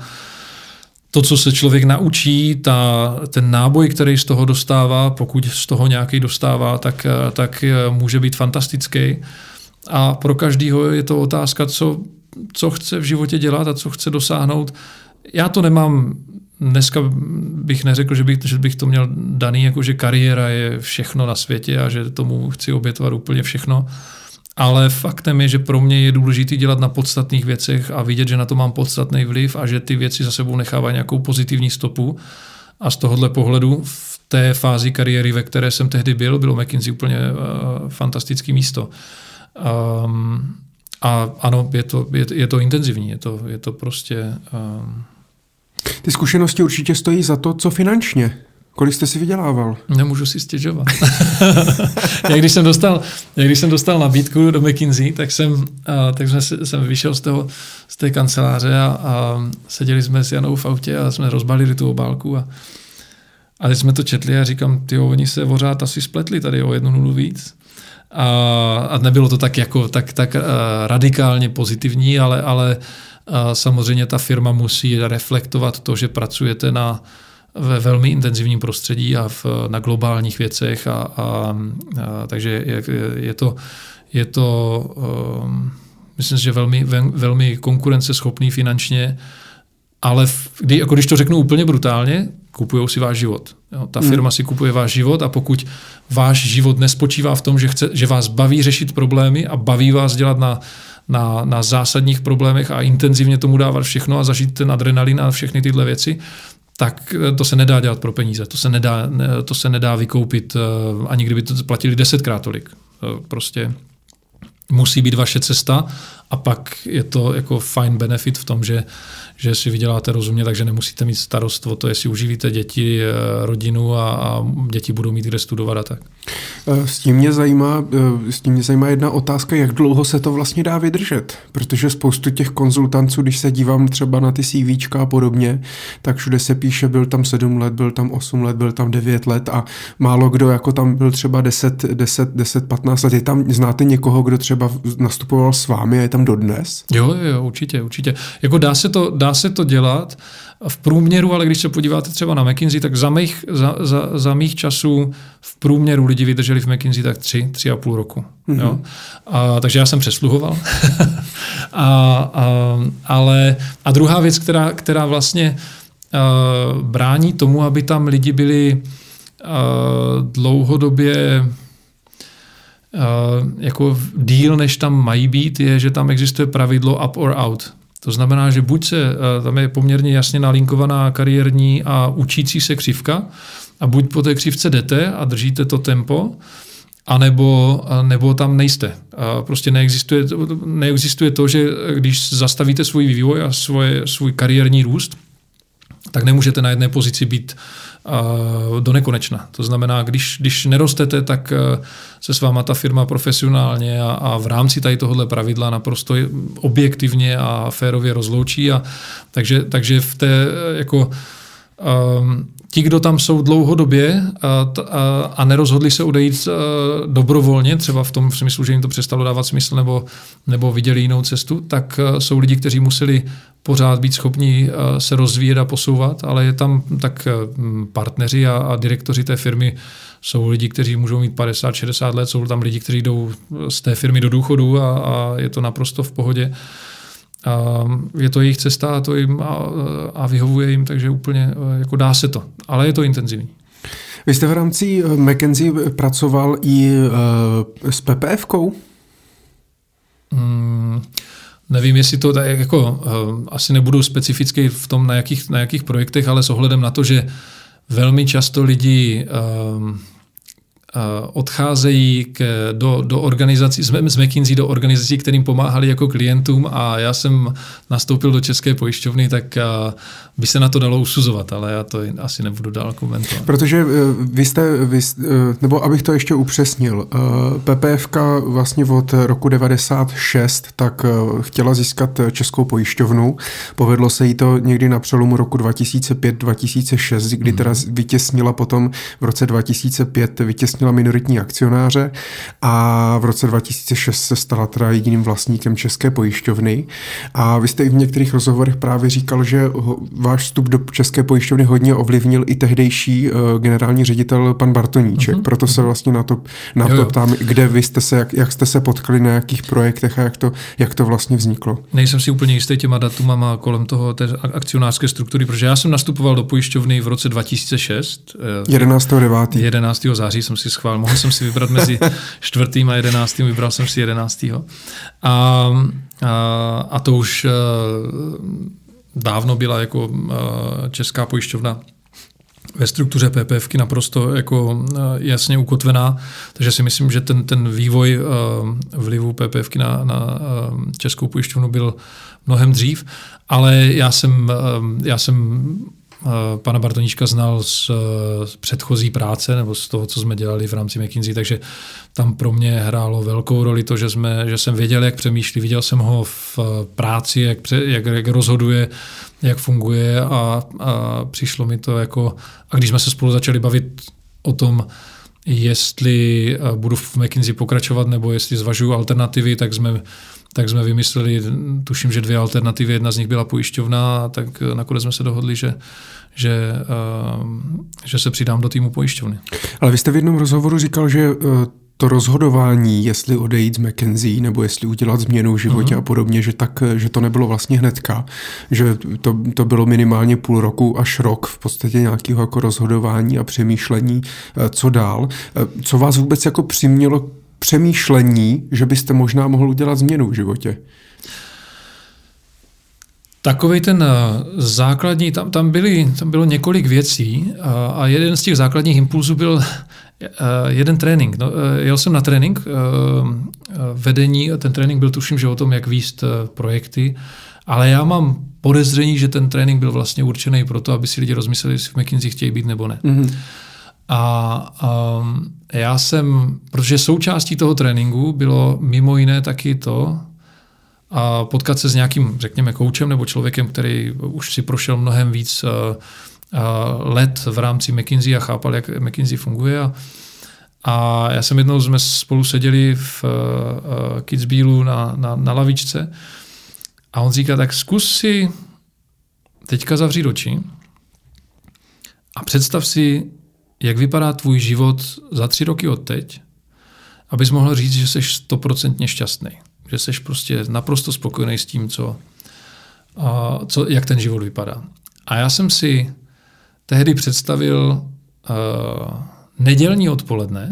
to, co se člověk naučí, ta, ten náboj, který z toho dostává, pokud z toho nějaký dostává, tak, tak může být fantastický. A pro každého je to otázka, co, co chce v životě dělat a co chce dosáhnout. Já to nemám. Dneska bych neřekl, že bych, že bych to měl daný, jako že kariéra je všechno na světě a že tomu chci obětovat úplně všechno. Ale faktem je, že pro mě je důležité dělat na podstatných věcech a vidět, že na to mám podstatný vliv a že ty věci za sebou nechávají nějakou pozitivní stopu. A z tohohle pohledu v té fázi kariéry, ve které jsem tehdy byl, bylo McKinsey úplně uh, fantastické místo. Um, a ano, je to, je, je to intenzivní, je to, je to prostě... Um, Ty zkušenosti určitě stojí za to, co finančně. Kolik jste si vydělával? Nemůžu si stěžovat. jak, když jsem dostal, jak když jsem dostal nabídku do McKinsey, tak jsem, a, tak jsme, jsem vyšel z, toho, z té kanceláře a, a seděli jsme s Janou v autě a jsme rozbalili tu obálku. A, a teď jsme to četli a říkám, tyjo, oni se pořád asi spletli tady o jednu nulu víc. A, a nebylo to tak, jako, tak, tak uh, radikálně pozitivní, ale, ale uh, samozřejmě ta firma musí reflektovat to, že pracujete na, ve velmi intenzivním prostředí a v, na globálních věcech. A, a, a, takže je, je to, je to um, myslím si, že velmi, velmi konkurenceschopný finančně, ale v, kdy, jako když to řeknu úplně brutálně, kupujou si váš život. Jo, ta firma hmm. si kupuje váš život a pokud váš život nespočívá v tom, že, chce, že vás baví řešit problémy a baví vás dělat na, na, na zásadních problémech a intenzivně tomu dávat všechno a zažít ten adrenalin a všechny tyhle věci, tak to se nedá dělat pro peníze. To se nedá, to se nedá vykoupit, ani kdyby to platili desetkrát tolik. Prostě musí být vaše cesta a pak je to jako fajn benefit v tom, že, že si vyděláte rozumně, takže nemusíte mít starost o to, jestli uživíte děti, rodinu a, a děti budou mít kde studovat a tak. S tím mě zajímá, s tím mě zajímá jedna otázka, jak dlouho se to vlastně dá vydržet, protože spoustu těch konzultantů, když se dívám třeba na ty CVčka a podobně, tak všude se píše, byl tam sedm let, byl tam osm let, byl tam devět let a málo kdo jako tam byl třeba deset, deset, deset, patnáct let. Je tam, znáte někoho, kdo třeba nastupoval s vámi a je tam dodnes? Jo, jo, určitě, určitě. Jako dá se to, dá se to dělat v průměru, ale když se podíváte třeba na McKinsey, tak za mých, za, za, za mých časů v průměru lidi vydrželi v McKinsey tak tři, tři a půl roku. Mm-hmm. Jo? A, takže já jsem přesluhoval. a, a, ale, a druhá věc, která, která vlastně uh, brání tomu, aby tam lidi byli uh, dlouhodobě uh, jako díl, než tam mají být, je, že tam existuje pravidlo up or out. To znamená, že buď se, tam je poměrně jasně nalinkovaná kariérní a učící se křivka a buď po té křivce jdete a držíte to tempo, anebo, nebo tam nejste. A prostě neexistuje, neexistuje to, že když zastavíte svůj vývoj a svoje, svůj kariérní růst, tak nemůžete na jedné pozici být uh, do nekonečna. To znamená, když, když nerostete, tak uh, se s váma ta firma profesionálně a, a v rámci tady tohohle pravidla naprosto objektivně a férově rozloučí. A, takže, takže v té jako um, ti, kdo tam jsou dlouhodobě a, a, a nerozhodli se odejít a, dobrovolně, třeba v tom smyslu, že jim to přestalo dávat smysl nebo, nebo viděli jinou cestu, tak a, jsou lidi, kteří museli pořád být schopni a, se rozvíjet a posouvat, ale je tam tak a, partneři a, a direktoři té firmy jsou lidi, kteří můžou mít padesát šedesát let, jsou tam lidi, kteří jdou z té firmy do důchodu a, a je to naprosto v pohodě. A je to jejich cesta a, to jim a, a vyhovuje jim, takže úplně jako dá se to, ale je to intenzivní. Vy jste v rámci McKinsey pracoval i uh, s PPFkou? Hmm, nevím, jestli to tak jako, uh, asi nebudu specificky v tom, na jakých, na jakých projektech, ale s ohledem na to, že velmi často lidi uh, odcházejí k, do, do organizací, z McKinsey do organizací, kterým pomáhali jako klientům a já jsem nastoupil do České pojišťovny, tak by se na to dalo usuzovat, ale já to asi nebudu dál komentovat. Protože vy jste, vy, nebo abych to ještě upřesnil, PPFka vlastně od roku devadesát šest tak chtěla získat Českou pojišťovnu. Povedlo se jí to někdy na přelomu roku dva tisíce pět dva tisíce šest, kdy teda vytěsnila potom v roce dva tisíce pět vytěsnila minoritní akcionáře a v roce dva tisíce šest se stala teda jediným vlastníkem České pojišťovny. A vy jste i v některých rozhovorech právě říkal, že váš vstup do České pojišťovny hodně ovlivnil i tehdejší uh, generální ředitel pan Bartoníček. Uh-huh. Proto se vlastně na to, na to ptám, kde vy jste se, jak, jak jste se potkali, na jakých projektech a jak to, jak to vlastně vzniklo. Nejsem si úplně jistý těma datumama kolem toho té akcionářské struktury, protože já jsem nastupoval do pojišťovny v roce dva tisíce šest. jedenáctého devátého jedenáctého září jsem si schválil. Mohl jsem si vybrat mezi čtvrtým a jedenáctým, vybral jsem si jedenáctého. A, a, a to už dávno byla jako Česká pojišťovna ve struktuře PPFky naprosto jako jasně ukotvená, takže si myslím, že ten, ten vývoj vlivu PPFky na, na Českou pojišťovnu byl mnohem dřív, ale já jsem, já jsem pana Bartoníčka znal z, z předchozí práce nebo z toho, co jsme dělali v rámci McKinsey, takže tam pro mě hrálo velkou roli to, že, jsme, že jsem věděl, jak přemýšlí, viděl jsem ho v práci, jak, pře, jak, jak rozhoduje, jak funguje a, a přišlo mi to jako, a když jsme se spolu začali bavit o tom, jestli budu v McKinsey pokračovat nebo jestli zvažuju alternativy, tak jsme tak jsme vymysleli, tuším, že dvě alternativy, jedna z nich byla pojišťovna, tak nakonec jsme se dohodli, že, že, uh, že se přidám do týmu pojišťovny. Ale vy jste v jednom rozhovoru říkal, že uh, to rozhodování, jestli odejít z McKinsey nebo jestli udělat změnu v životě uh-huh. a podobně, že, tak, že to nebylo vlastně hnedka, že to, to bylo minimálně půl roku až rok v podstatě nějakého jako rozhodování a přemýšlení, uh, co dál. Uh, co vás vůbec jako přimělo přemýšlení, že byste možná mohl udělat změnu v životě? Takovej ten základní, tam, tam, byly, tam bylo několik věcí a, a jeden z těch základních impulzů byl jeden trénink. No, jel jsem na trénink vedení, ten trénink byl tuším, že o tom, jak víst projekty, ale já mám podezření, že ten trénink byl vlastně určený pro to, aby si lidi rozmysleli, jestli v McKinsey chtějí být nebo ne. Mm-hmm. A um, já jsem, protože součástí toho tréninku bylo mimo jiné taky to, a potkat se s nějakým, řekněme, koučem nebo člověkem, který už si prošel mnohem víc uh, uh, let v rámci McKinsey a chápal, jak McKinsey funguje. A, a já jsem jednou, jsme spolu seděli v uh, Kitzbühelu na, na, na lavičce a on říká, tak zkus si teďka zavřít oči a představ si, jak vypadá tvůj život za tři roky od teď, abys mohl říct, že jsi stoprocentně šťastný. Že jsi prostě naprosto spokojený s tím, co, uh, co, jak ten život vypadá. A já jsem si tehdy představil uh, nedělní odpoledne,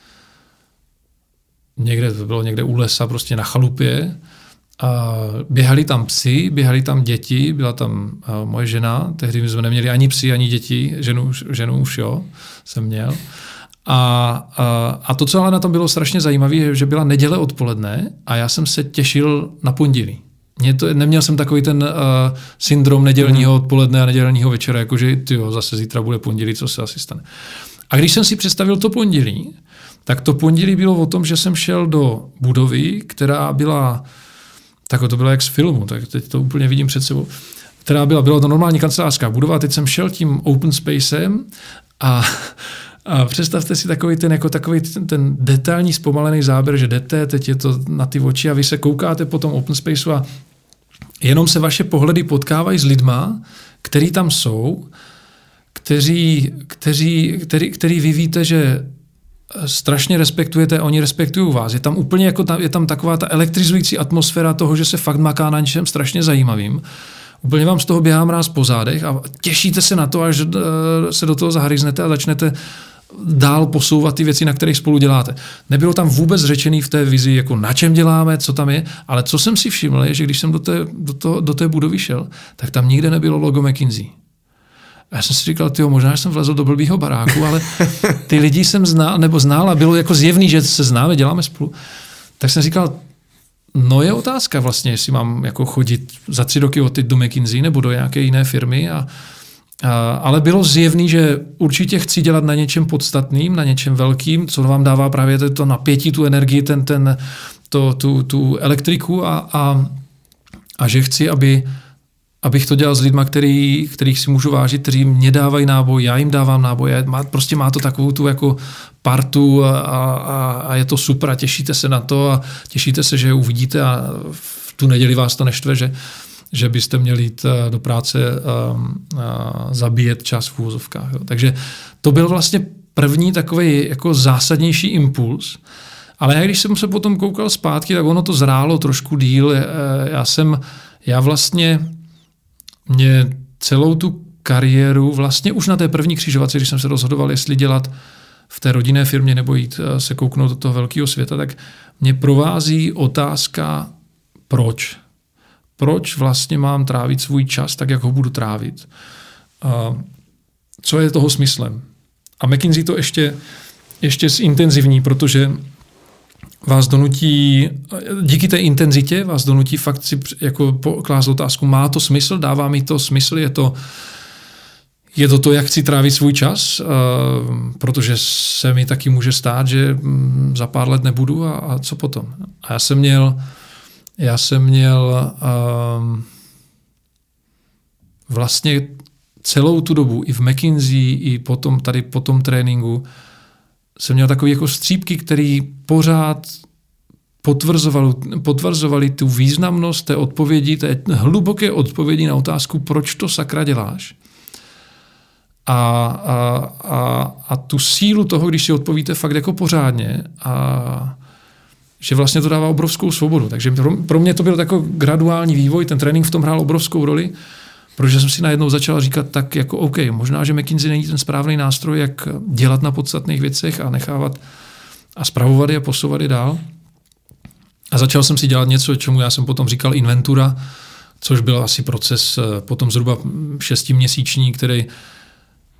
někde, to bylo někde u lesa, prostě na chalupě, a běhali tam psi, běhali tam děti, byla tam uh, moje žena, tehdy jsme neměli ani psi, ani děti, ženu, ženu už jo, jsem měl. A, a, a to, co ale na tom bylo strašně zajímavé, je, že byla neděle odpoledne a já jsem se těšil na pondělí. Mě to, neměl jsem takový ten uh, syndrom nedělního odpoledne a nedělního večera, jakože tyjo, zase zítra bude pondělí, co se asi stane. A když jsem si představil to pondělí, tak to pondělí bylo o tom, že jsem šel do budovy, která byla, tak to bylo jak z filmu, tak teď to úplně vidím před sebou, která byla, byla to normální kancelářská budova, a teď jsem šel tím open spacem a A představte si takový ten, jako takový ten, ten detailní zpomalený záběr, že jdete, teď je to na ty oči a vy se koukáte po tom open spaceu a jenom se vaše pohledy potkávají s lidma, který tam jsou, kteří, kteří, který, který vy víte, že strašně respektujete, oni respektují vás. Je tam úplně jako ta, je tam taková ta elektrizující atmosféra toho, že se fakt maká na něčem strašně zajímavým. Úplně vám z toho běhá mráz po zádech a těšíte se na to, až se do toho zahryznete a začnete dál posouvat ty věci, na kterých spolu děláte. Nebylo tam vůbec řečený v té vizi, jako na čem děláme, co tam je, ale co jsem si všiml, je, že když jsem do té, do toho, do té budovy šel, tak tam nikde nebylo logo McKinsey. A já jsem si říkal, tyjo, možná jsem vlezl do blbýho baráku, ale ty lidi jsem znal, nebo znal a bylo jako zjevný, že se známe, děláme spolu. Tak jsem říkal, no je otázka vlastně, jestli mám jako chodit za tři roky odteď do McKinsey nebo do nějaké jiné firmy. A, a, ale bylo zjevný, že určitě chci dělat na něčem podstatným, na něčem velkým, co vám dává právě to napětí, tu energii, ten, ten, to, tu, tu elektriku a, a, a že chci, aby, abych to dělal s lidma, který, kterých si můžu vážit, kteří mě dávají náboj, já jim dávám náboj. Má, prostě má to takovou tu jako partu a, a, a je to super a těšíte se na to a těšíte se, že je uvidíte a v tu neděli vás to neštve, že, že byste měli jít do práce a, a zabíjet čas v úvozovkách. Jo. Takže to byl vlastně první takový jako zásadnější impuls. Ale já, když jsem se potom koukal zpátky, tak ono to zrálo trošku díl. Já jsem, já vlastně mě celou tu kariéru, vlastně už na té první křižovatce, když jsem se rozhodoval, jestli dělat v té rodinné firmě nebo jít se kouknout do toho velkého světa, tak mě provází otázka, proč. Proč vlastně mám trávit svůj čas tak, jak ho budu trávit. Co je toho smyslem? A McKinsey to ještě, ještě zintenzivní, protože vás donutí, díky té intenzitě vás donutí fakt si jako klást otázku, má to smysl, dává mi to smysl, je to Je to to, jak chci trávit svůj čas, uh, protože se mi taky může stát, že um, za pár let nebudu a, a co potom. A já jsem měl, já jsem měl um, vlastně celou tu dobu i v McKinsey, i potom tady po tom tréninku jsem měl takový jako střípky, který pořád potvrzovali, potvrzovali tu významnost té odpovědi, té hluboké odpovědi na otázku, proč to sakra děláš. A, a, a, a tu sílu toho, když si odpovíte fakt jako pořádně a že vlastně to dává obrovskou svobodu. Takže pro, pro mě to byl takový graduální vývoj, ten trénink v tom hrál obrovskou roli, protože jsem si najednou začal říkat tak jako OK, možná, že McKinsey není ten správný nástroj, jak dělat na podstatných věcech a nechávat a spravovat je a posouvat je dál. A začal jsem si dělat něco, čemu já jsem potom říkal inventura, což byl asi proces potom zhruba šestiměsíční, který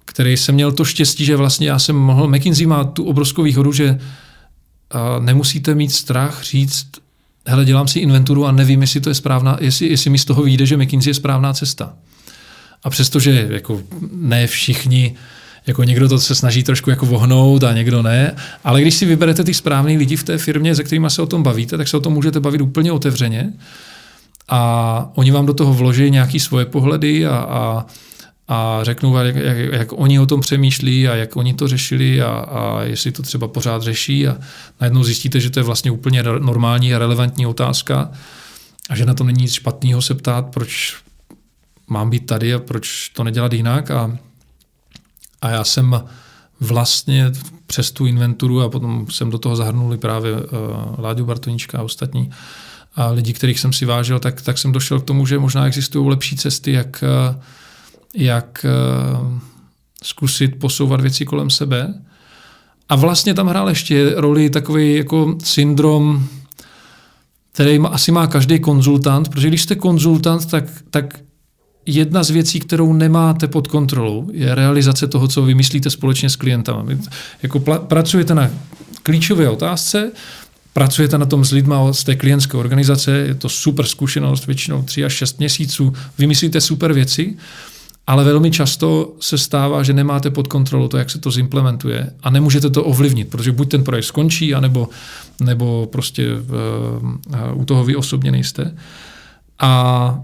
který jsem měl to štěstí, že vlastně já jsem mohl, McKinsey má tu obrovskou výhodu, že nemusíte mít strach říct, hele, dělám si inventuru a nevím, jestli to je správná, jestli, jestli mi z toho vyjde, že McKinsey je správná cesta. A přestože jako ne všichni, jako někdo to se snaží trošku jako vohnout a někdo ne, ale když si vyberete ty správný lidi v té firmě, se kterými se o tom bavíte, tak se o tom můžete bavit úplně otevřeně a oni vám do toho vloží nějaké svoje pohledy a, a, a řeknou, jak, jak, jak oni o tom přemýšlí a jak oni to řešili a, a jestli to třeba pořád řeší a najednou zjistíte, že to je vlastně úplně normální a relevantní otázka a že na to není nic špatného se ptát, proč mám být tady a proč to nedělat jinak. A, a já jsem vlastně přes tu inventuru a potom jsem do toho zahrnul právě uh, Láďu Bartoníčka a ostatní a lidi, kterých jsem si vážil, tak, tak jsem došel k tomu, že možná existují lepší cesty, jak, jak uh, zkusit posouvat věci kolem sebe. A vlastně tam hrál ještě roli takový jako syndrom, který asi má každý konzultant, protože když jste konzultant, tak, tak jedna z věcí, kterou nemáte pod kontrolou, je realizace toho, co vymyslíte společně s klientama. Vy jako pla- pracujete na klíčové otázce, pracujete na tom s lidma z té klientské organizace, je to super zkušenost, většinou tři až šest měsíců, vymyslíte super věci, ale velmi často se stává, že nemáte pod kontrolou to, jak se to zimplementuje a nemůžete to ovlivnit, protože buď ten projekt skončí, anebo, nebo prostě uh, u toho vy osobně nejste. A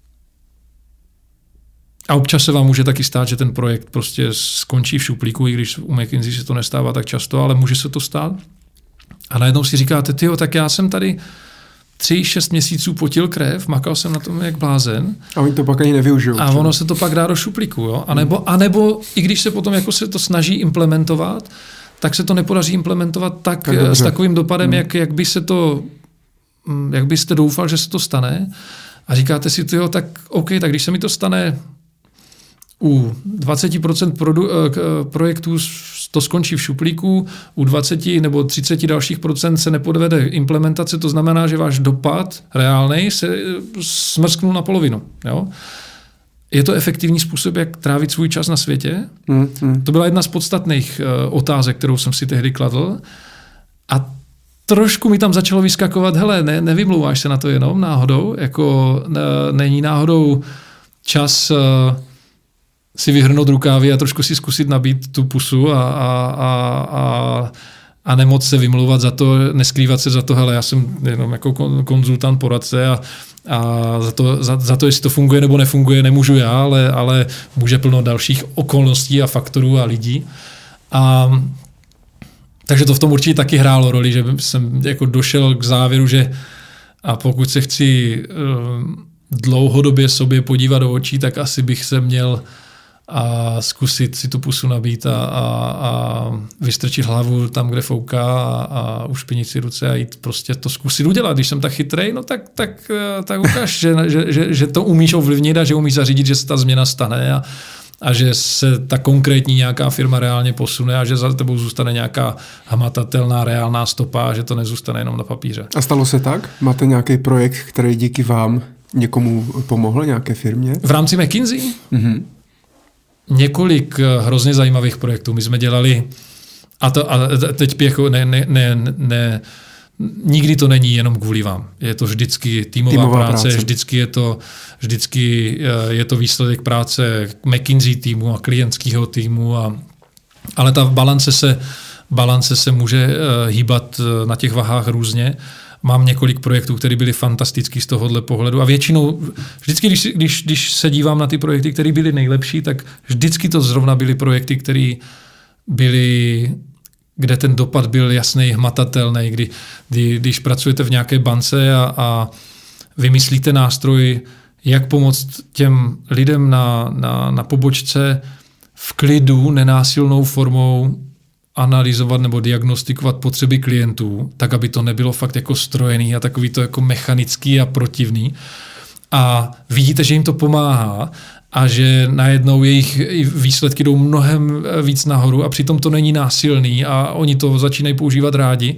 A občas se vám může taky stát, že ten projekt prostě skončí v šuplíku, i když u McKinsey se to nestává tak často, ale může se to stát. A najednou si říkáte, tyjo, tak já jsem tady tři, šest měsíců potil krev, makal jsem na tom jak blázen. A oni to pak ani nevyužijou. A ono se to pak dá do šuplíku. Jo? A, nebo, a nebo i když se potom jako se to snaží implementovat, tak se to nepodaří implementovat tak, tak s takovým dopadem, hmm. jak, jak by se to, jak byste doufal, že se to stane. A říkáte si, tyjo, tak OK, tak když se mi to stane u dvacet procent produ- projektů to skončí v šuplíku, u dvacet nebo třicet dalších procent se nepodvede implementace, to znamená, že váš dopad reálnej se smrsknul na polovinu. Jo? Je to efektivní způsob, jak trávit svůj čas na světě? Mm, mm. To byla jedna z podstatných uh, otázek, kterou jsem si tehdy kladl. A trošku mi tam začalo vyskakovat, hele, ne, nevymlouváš se na to jenom náhodou, jako ne, není náhodou čas uh, si vyhrnout rukávy a trošku si zkusit nabít tu pusu a, a, a, a, a nemoc se vymlouvat za to, neskrývat se za to, hele, já jsem jenom jako konzultant, poradce a, a za, to, za, za to, jestli to funguje nebo nefunguje, nemůžu já, ale, ale může plno dalších okolností a faktorů a lidí. A takže to v tom určitě taky hrálo roli, že jsem jako došel k závěru, že a pokud se chci um, dlouhodobě sobě podívat do očí, tak asi bych se měl a zkusit si tu pusu nabít a, a, a vystrčit hlavu tam, kde fouká a, a ušpinit si ruce a jít prostě to zkusit udělat. Když jsem tak chytrej, no tak, tak, tak ukáž, že, že, že, že to umíš ovlivnit a že umíš zařídit, že se ta změna stane a, a že se ta konkrétní nějaká firma reálně posune a že za tebou zůstane nějaká hmatatelná, reálná stopa a že to nezůstane jenom na papíře. A stalo se tak? Máte nějaký projekt, který díky vám někomu pomohl, nějaké firmě? V rámci McKinsey? Mhm. Několik hrozně zajímavých projektů. My jsme dělali, a, to, a teď pěcho, ne, ne, ne, ne, nikdy to není jenom kvůli vám. Je to vždycky týmová, týmová práce, práce, vždycky je to, vždycky je to výsledek práce McKinsey týmu a klientského týmu. A, ale ta balance se, balance se může hýbat na těch vahách různě. Mám několik projektů, které byly fantastický z tohohle pohledu a většinou, vždycky, když, když, když se dívám na ty projekty, které byly nejlepší, tak vždycky to zrovna byly projekty, které byly, kde ten dopad byl jasný, hmatatelný, kdy, kdy, když pracujete v nějaké bance a, a vymyslíte nástroj, jak pomoct těm lidem na, na, na pobočce v klidu, nenásilnou formou analyzovat nebo diagnostikovat potřeby klientů, tak aby to nebylo fakt jako strojený a takový to jako mechanický a protivný. A vidíte, že jim to pomáhá a že najednou jejich výsledky jdou mnohem víc nahoru a přitom to není násilný a oni to začínají používat rádi.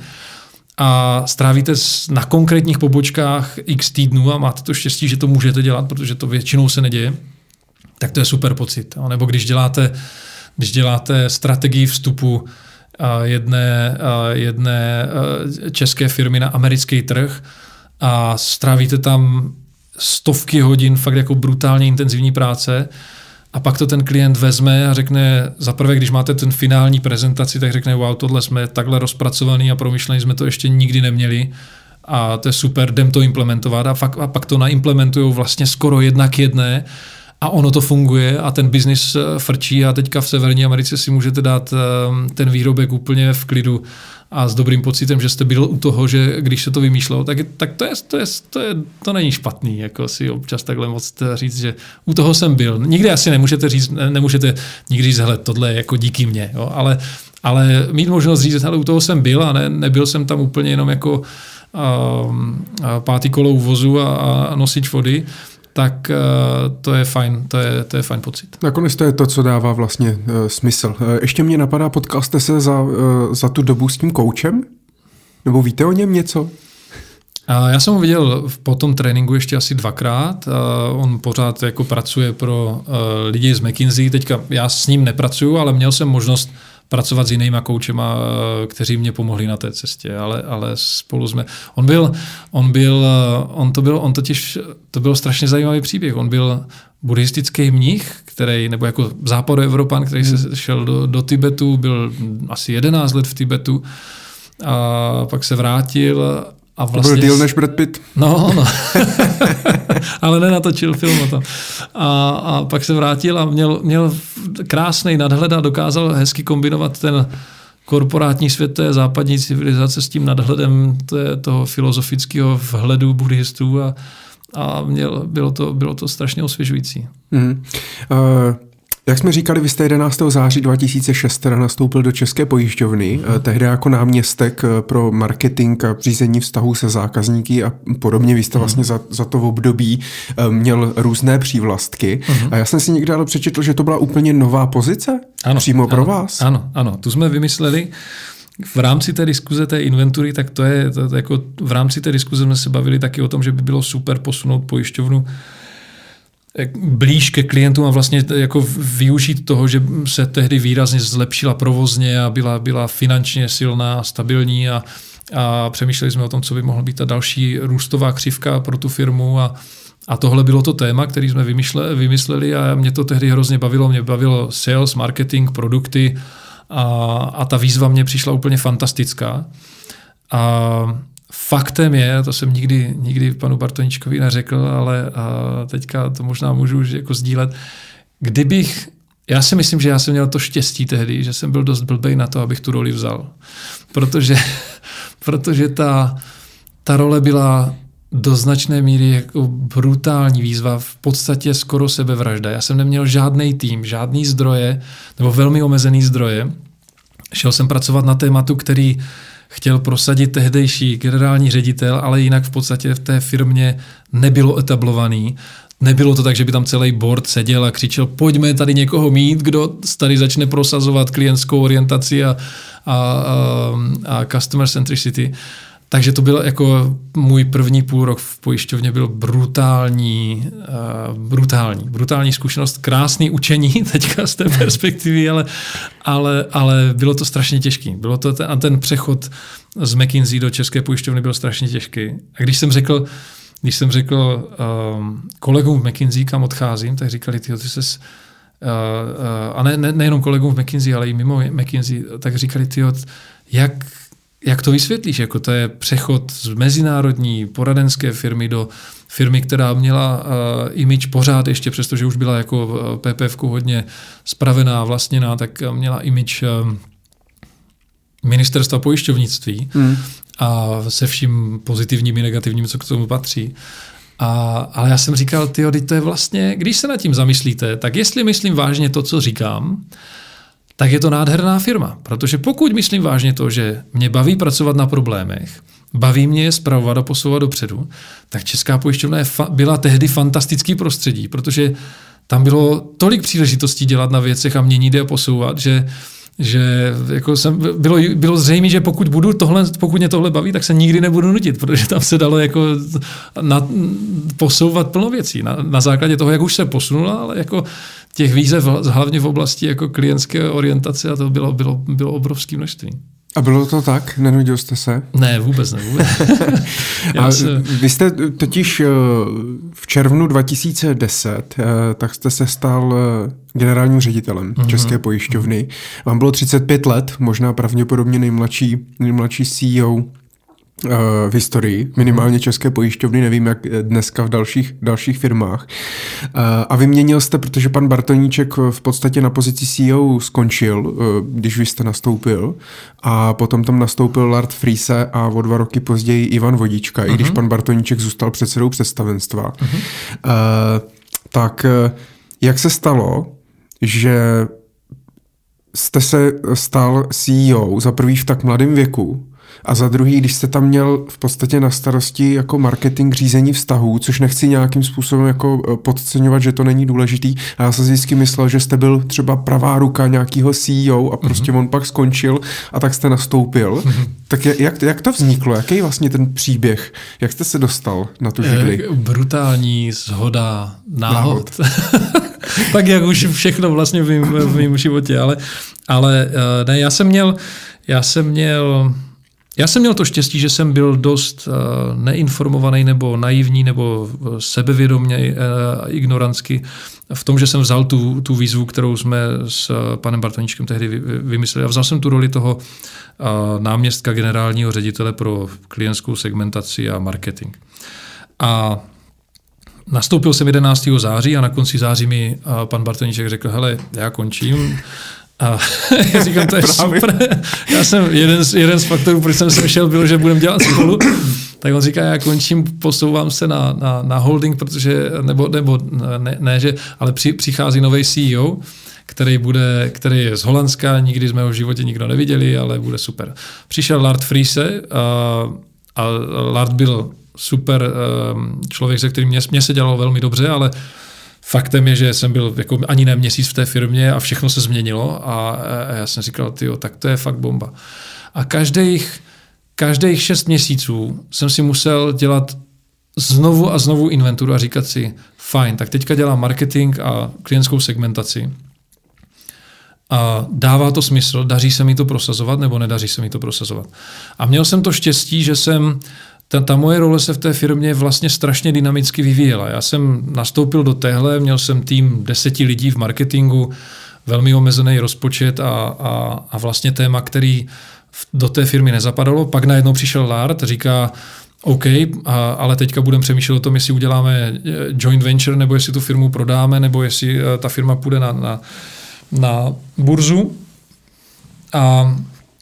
A strávíte na konkrétních pobočkách x týdnů a máte to štěstí, že to můžete dělat, protože to většinou se neděje, tak to je super pocit. Nebo když děláte když děláte strategii vstupu jedné, jedné české firmy na americký trh a strávíte tam stovky hodin fakt jako brutálně intenzivní práce a pak to ten klient vezme a řekne, zaprvé, když máte ten finální prezentaci, tak řekne, wow, tohle jsme takhle rozpracovaný a promyšlený jsme to ještě nikdy neměli a to je super, jdem to implementovat a, fakt, a pak to naimplementujou vlastně skoro jednak jedné a ono to funguje a ten biznis frčí a teďka v Severní Americe si můžete dát ten výrobek úplně v klidu a s dobrým pocitem, že jste byl u toho, že když se to vymýšlelo, tak, tak to, je, to, je, to, je, to není špatný, jako si občas takhle moc říct, že u toho jsem byl. Nikdy asi nemůžete říct, nemůžete nikdy říct, hele, tohle je jako díky mně, jo? Ale, ale mít možnost říct, hele, u toho jsem byl a ne, nebyl jsem tam úplně jenom jako um, pátý kolo u vozu a, a nosič vody, tak uh, to je fajn, to je, to je fajn pocit. Nakonec to je to, co dává vlastně uh, smysl. Uh, ještě mě napadá, potkal jste se za, uh, za tu dobu s tím koučem? Nebo víte o něm něco? A já jsem ho viděl po tom tréninku ještě asi dvakrát. Uh, on pořád jako pracuje pro uh, lidi z McKinsey. Teďka já s ním nepracuju, ale měl jsem možnost pracovat s jinýma koučema, kteří mě pomohli na té cestě, ale, ale spolu jsme. On byl, on byl, on to byl, on totiž, to byl strašně zajímavý příběh. On byl buddhistický mnich, který, nebo jako západoevropan, který hmm. se šel do, do Tibetu, byl asi jedenáct let v Tibetu a pak se vrátil a vlastně... To byl díl než Brad Pitt. No, no. Ale nenatočil film o tom. A, a pak se vrátil a měl, měl krásný nadhled a dokázal hezky kombinovat ten korporátní svět té západní civilizace s tím nadhledem té, toho filozofického vhledu buddhistů a, a měl, bylo, to, bylo to strašně osvěžující. Mm. Uh... Jak jsme říkali, vy jste jedenáctého září dva tisíce šest teda nastoupil do České pojišťovny, mm. tehdy jako náměstek pro marketing a řízení vztahů se zákazníky a podobně. Vy jste mm. vlastně za, za to v období měl různé přívlastky. Mm. A já jsem si někde ale přečetl, že to byla úplně nová pozice ano, přímo pro ano, vás. Ano, ano, tu jsme vymysleli. V rámci té diskuze té inventury, tak to je, to, to jako v rámci té diskuze jsme se bavili taky o tom, že by bylo super posunout pojišťovnu blíž ke klientům a vlastně jako využít toho, že se tehdy výrazně zlepšila provozně a byla, byla finančně silná, stabilní a, a přemýšleli jsme o tom, co by mohla být ta další růstová křivka pro tu firmu a, a tohle bylo to téma, který jsme vymysleli, vymysleli a mě to tehdy hrozně bavilo. Mě bavilo sales, marketing, produkty a, a ta výzva mě přišla úplně fantastická. A faktem je, to jsem nikdy, nikdy panu Bartoničkovi neřekl, ale a teďka to možná můžu už jako sdílet. Kdybych, já si myslím, že já jsem měl to štěstí tehdy, že jsem byl dost blbej na to, abych tu roli vzal. Protože, protože ta, ta role byla do značné míry jako brutální výzva, v podstatě skoro sebevražda. Já jsem neměl žádný tým, žádný zdroje, nebo velmi omezený zdroje. Šel jsem pracovat na tématu, který chtěl prosadit tehdejší generální ředitel, ale jinak v podstatě v té firmě nebylo etablovaný. Nebylo to tak, že by tam celý board seděl a křičel, pojďme tady někoho mít, kdo tady začne prosazovat klientskou orientaci a, a, a, a customer centricity. Takže to byl jako můj první půl rok v pojišťovně byl brutální, uh, brutální, brutální zkušenost, krásný učení teďka z té perspektivy, ale, ale, ale bylo to strašně těžký. Bylo to ten, a ten přechod z McKinsey do České pojišťovny byl strašně těžký. A když jsem řekl, když jsem řekl um, kolegům v McKinsey, kam odcházím, tak říkali, tyjo, ty ses, uh, uh, a ne, ne, nejenom kolegům v McKinsey, ale i mimo McKinsey, tak říkali, tyjo, jak Jak to vysvětlíš? Jako to je přechod z mezinárodní poradenské firmy do firmy, která měla uh, image pořád ještě, přestože už byla jako uh, P P F-ku hodně spravená, vlastněná, tak měla image uh, ministerstva pojišťovnictví hmm. a se vším pozitivním i negativním, co k tomu patří. A, ale já jsem říkal, tyjo, to je vlastně, když se nad tím zamyslíte, tak jestli myslím vážně to, co říkám, tak je to nádherná firma. Protože pokud myslím vážně to, že mě baví pracovat na problémech, baví mě je spravovat a posouvat dopředu, tak Česká pojišťovna je fa- byla tehdy fantastický prostředí, protože tam bylo tolik příležitostí dělat na věcech a měnit je a posouvat, že, že jako jsem, bylo, bylo zřejmé, že pokud, budu tohle, pokud mě tohle baví, tak se nikdy nebudu nutit, protože tam se dalo jako na, posouvat plno věcí. Na, na základě toho, jak už se posunula, ale jako těch výzev, hlavně v oblasti jako klientské orientace, a to bylo, bylo, bylo obrovské množství. A bylo to tak? Nenudil jste se? Ne, vůbec ne. Vůbec. A se... Vy jste totiž v červnu dva tisíce deset, tak jste se stal generálním ředitelem mm-hmm. České pojišťovny. Vám bylo třicet pět let, možná pravděpodobně nejmladší, nejmladší C E O v historii, minimálně České pojišťovny, nevím jak dneska v dalších, dalších firmách. A vyměnil jste, protože pan Bartoníček v podstatě na pozici C E O skončil, když vy jste nastoupil, a potom tam nastoupil Lard Friese a o dva roky později Ivan Vodička, uh-huh. i když pan Bartoníček zůstal předsedou představenstva. Uh-huh. Tak jak se stalo, že jste se stal C E O za prvý v tak mladém věku, a za druhý, když jste tam měl v podstatě na starosti jako marketing, řízení vztahů, což nechci nějakým způsobem jako podceňovat, že to není důležitý. A já jsem si vždycky myslel, že jste byl třeba pravá ruka nějakého C E O a prostě mm-hmm. on pak skončil a tak jste nastoupil. Mm-hmm. Tak jak, jak to vzniklo? Jaký je vlastně ten příběh? Jak jste se dostal na tu židli? Brutální shoda náhod. Tak jak už všechno vlastně v mým, v mým životě. Ale, ale ne, já jsem měl... Já jsem měl... Já jsem měl to štěstí, že jsem byl dost uh, neinformovaný nebo naivní nebo sebevědomě uh, ignorantsky v tom, že jsem vzal tu, tu výzvu, kterou jsme s uh, panem Bartoníčkem tehdy vy, vymysleli. A vzal jsem tu roli toho uh, náměstka generálního ředitele pro klientskou segmentaci a marketing. A nastoupil jsem jedenáctého září a na konci září mi uh, pan Bartoníček řekl, hele, já končím. A já říkám, to je super. Já jsem, jeden z, jeden z faktorů, proč jsem sem šel, byl, že budeme dělat spolu. Tak on říká, já končím, posouvám se na, na, na holding, protože, nebo, nebo ne, ne že, ale při, přichází nový C E O, který, bude, který je z Holandska, nikdy jsme ho v životě nikdo neviděli, ale bude super. Přišel Lard Friese a, a Lard byl super člověk, se kterým mě, mě se dělalo velmi dobře, ale faktem je, že jsem byl jako ani ne měsíc v té firmě a všechno se změnilo a, a já jsem říkal, tyjo, tak to je fakt bomba. A každých, každých šest měsíců jsem si musel dělat znovu a znovu inventuru a říkat si, fajn, tak teďka dělám marketing a klientskou segmentaci. A dává to smysl, daří se mi to prosazovat nebo nedaří se mi to prosazovat. A měl jsem to štěstí, že jsem Ta, ta moje role se v té firmě vlastně strašně dynamicky vyvíjela. Já jsem nastoupil do téhle, měl jsem tým deseti lidí v marketingu, velmi omezený rozpočet a, a, a vlastně téma, který do té firmy nezapadalo. Pak najednou přišel Lard, říká, OK, a, ale teďka budeme přemýšlet o tom, jestli uděláme joint venture, nebo jestli tu firmu prodáme, nebo jestli ta firma půjde na, na, na burzu. A, a,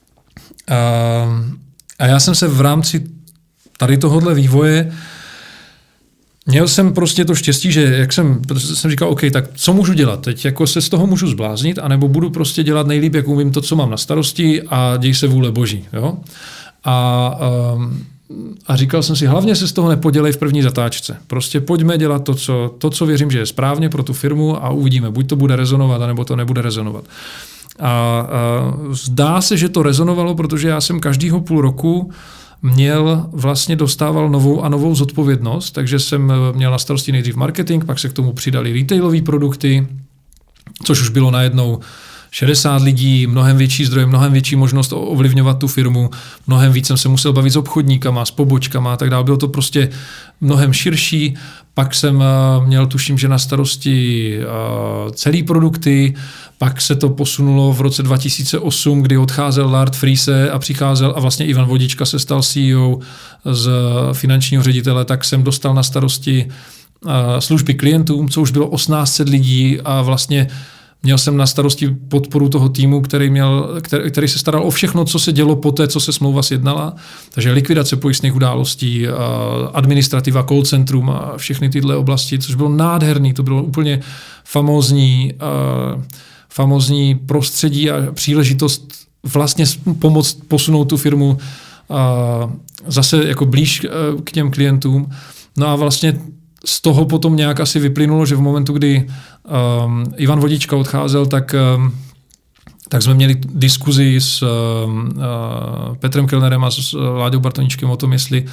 a já jsem se v rámci tady tohohle vývoje měl jsem prostě to štěstí, že jak jsem, protože jsem říkal, OK, tak co můžu dělat? Teď jako se z toho můžu zbláznit, anebo budu prostě dělat nejlíp, jak umím to, co mám na starosti a děj se vůle boží. Jo? A, um, a říkal jsem si, hlavně se z toho nepodělej v první zatáčce. Prostě pojďme dělat to, co, to, co věřím, že je správně pro tu firmu a uvidíme, buď to bude rezonovat, anebo to nebude rezonovat. A, a zdá se, že to rezonovalo, protože já jsem každýho půl roku měl, vlastně dostával novou a novou zodpovědnost, takže jsem měl na starosti nejdřív marketing, pak se k tomu přidali retailové produkty, což už bylo najednou šedesát lidí, mnohem větší zdroje, mnohem větší možnost ovlivňovat tu firmu, mnohem víc jsem se musel bavit s obchodníkama, s pobočkama a tak dále. Bylo to prostě mnohem širší. Pak jsem měl, tuším, že na starosti celý produkty, pak se to posunulo v roce dva tisíce osm, kdy odcházel Lard Friese a přicházel a vlastně Ivan Vodička se stal C E O z finančního ředitele, tak jsem dostal na starosti služby klientům, co už bylo osmnáct set lidí a vlastně měl jsem na starosti podporu toho týmu, který, měl, který, který se staral o všechno, co se dělo poté, co se smlouva sjednala. Takže likvidace pojistných událostí, administrativa, call centrum a všechny tyhle oblasti, což bylo nádherný, to bylo úplně famózní, famózní prostředí a příležitost vlastně pomoct posunout tu firmu zase jako blíž k těm klientům. No a vlastně z toho potom nějak asi vyplynulo, že v momentu, kdy um, Ivan Vodička odcházel, tak, um, tak jsme měli diskuzi s um, uh, Petrem Kellnerem a s Láďou Bartoníčkem o tom, jestli,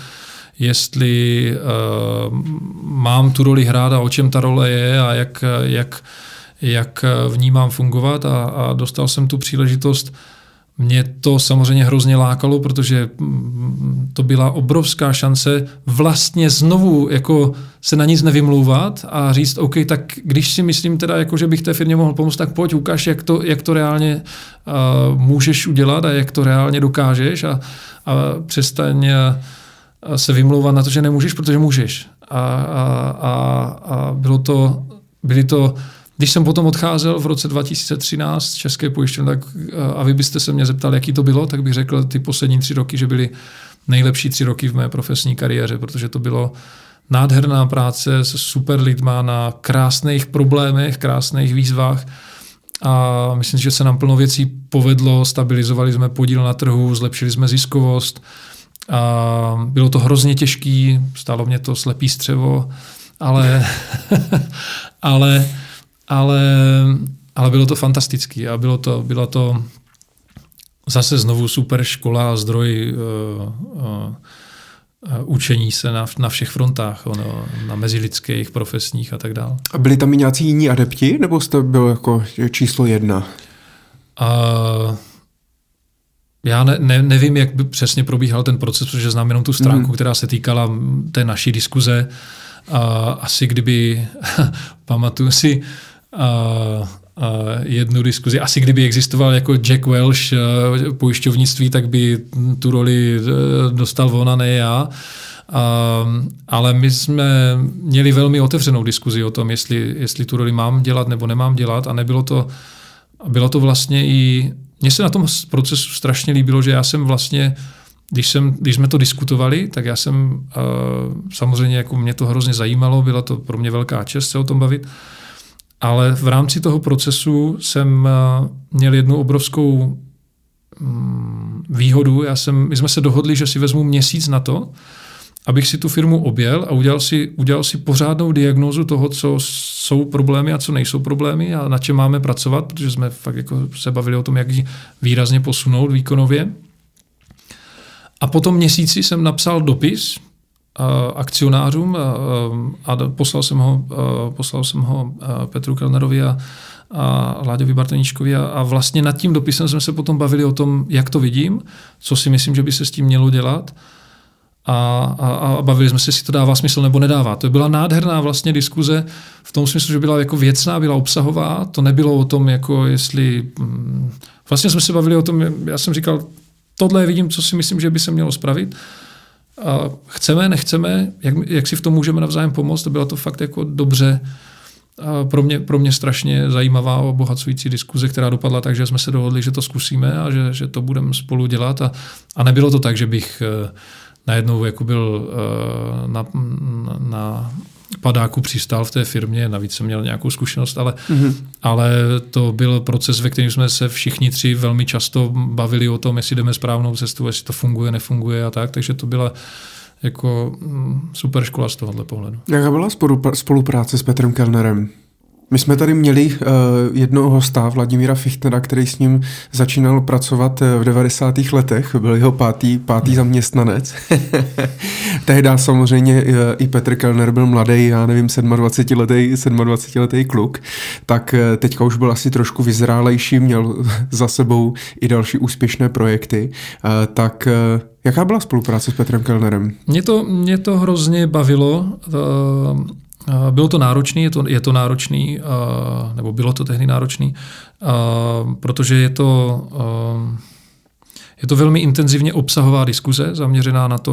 jestli uh, mám tu roli hrát a o čem ta role je a jak, jak, jak vnímám fungovat a, a dostal jsem tu příležitost. Mě to samozřejmě hrozně lákalo, protože to byla obrovská šance vlastně znovu jako se na nic nevymlouvat a říct, OK, tak když si myslím teda, jako, že bych té firmě mohl pomoct, tak pojď, ukáž, jak to, jak to reálně uh, můžeš udělat a jak to reálně dokážeš a, a přestaň uh, se vymlouvat na to, že nemůžeš, protože můžeš. A, a, a, a bylo to, byly to Když jsem potom odcházel v roce dva tisíce třináct z České pojišťovny, tak a vy byste se mě zeptali, jaký to bylo, tak bych řekl ty poslední tři roky, že byly nejlepší tři roky v mé profesní kariéře, protože to bylo nádherná práce s super lidma na krásných problémech, krásných výzvách a myslím, že se nám plno věcí povedlo, stabilizovali jsme podíl na trhu, zlepšili jsme ziskovost a bylo to hrozně těžký, stálo mě to slepý střevo, ale ale Ale, ale bylo to fantastické a bylo to, byla to zase znovu super škola a zdroj uh, uh, uh, učení se na, na všech frontách, ono, na mezilidských, profesních a tak dále. A byli tam i nějací jiní adepti, nebo jste byl jako číslo jedna? Uh, já ne, ne, nevím, jak by přesně probíhal ten proces, protože znám jenom tu stránku, mm. která se týkala té naší diskuze. Uh, asi kdyby, pamatuju si, Uh, uh, jednu diskuzi. Asi kdyby existoval jako Jack Welch uh, pojišťovnictví, tak by tu roli uh, dostal on a ne já. Uh, ale my jsme měli velmi otevřenou diskuzi o tom, jestli, jestli tu roli mám dělat nebo nemám dělat a nebylo to, bylo to vlastně i, mně se na tom procesu strašně líbilo, že já jsem vlastně, když, jsem, když jsme to diskutovali, tak já jsem uh, samozřejmě, jako mě to hrozně zajímalo, byla to pro mě velká čest se o tom bavit. Ale v rámci toho procesu jsem měl jednu obrovskou výhodu. Já jsem, my jsme se dohodli, že si vezmu měsíc na to, abych si tu firmu objel a udělal si, udělal si pořádnou diagnózu toho, co jsou problémy a co nejsou problémy a na čem máme pracovat, protože jsme fakt jako se bavili o tom, jak ji výrazně posunout výkonově. A po tom měsíci jsem napsal dopis akcionářům a poslal jsem ho, poslal jsem ho Petru Kellnerovi a, a Láďovi Bartoníčkovi a, a vlastně nad tím dopisem jsme se potom bavili o tom, jak to vidím, co si myslím, že by se s tím mělo dělat a, a, a bavili jsme se, jestli to dává smysl nebo nedává. To byla nádherná vlastně diskuze v tom smyslu, že byla jako věcná, byla obsahová, to nebylo o tom, jako jestli... Vlastně jsme se bavili o tom, já jsem říkal, tohle vidím, co si myslím, že by se mělo spravit. A chceme, nechceme, jak, jak si v tom můžeme navzájem pomoct, to byla to fakt jako dobře, a pro mě, pro mě strašně zajímavá a obohacující diskuze, která dopadla tak, že jsme se dohodli, že to zkusíme a že, že to budeme spolu dělat a, a nebylo to tak, že bych najednou jako byl na, na padáku přistál v té firmě, navíc jsem měl nějakou zkušenost, ale, mm-hmm. ale to byl proces, ve kterém jsme se všichni tři velmi často bavili o tom, jestli jdeme správnou cestou, jestli to funguje, nefunguje a tak, takže to byla jako super škola z tohohle pohledu. Jaká byla spolupráce s Petrem Kellnerem? My jsme tady měli uh, jednoho hosta, Vladimíra Fichtnera, který s ním začínal pracovat v devadesátých letech, byl jeho pátý, pátý zaměstnanec. Tehdy samozřejmě uh, i Petr Kellner byl mladý, já nevím, sedmadvacetiletý, sedmadvacetiletý kluk, tak uh, teďka už byl asi trošku vyzrálejší, měl za sebou i další úspěšné projekty. Uh, tak uh, jaká byla spolupráce s Petrem Kellnerem? Mě to, mě to hrozně bavilo. Uh... Bylo to náročný, je to, je to náročný, nebo bylo to tehdy náročný, protože je to, je to velmi intenzivně obsahová diskuze, zaměřená na to,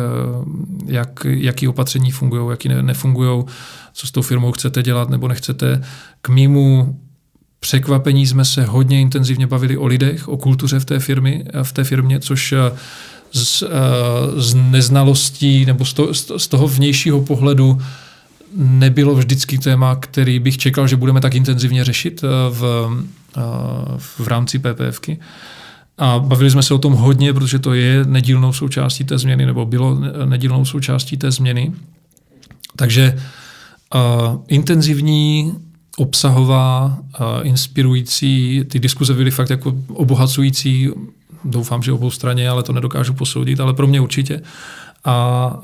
jak, jaký opatření fungují, jaký nefungují, co s tou firmou chcete dělat nebo nechcete. K mému překvapení jsme se hodně intenzivně bavili o lidech, o kultuře v té, firmě, v té firmě, což z, z neznalostí nebo z, to, z toho vnějšího pohledu nebylo vždycky téma, který bych čekal, že budeme tak intenzivně řešit v, v rámci PPFky. A bavili jsme se o tom hodně, protože to je nedílnou součástí té změny, nebo bylo nedílnou součástí té změny. Takže uh, intenzivní obsahová, inspirující, ty diskuze byly fakt jako obohacující, doufám, že obou straně, ale to nedokážu posoudit, ale pro mě určitě. A,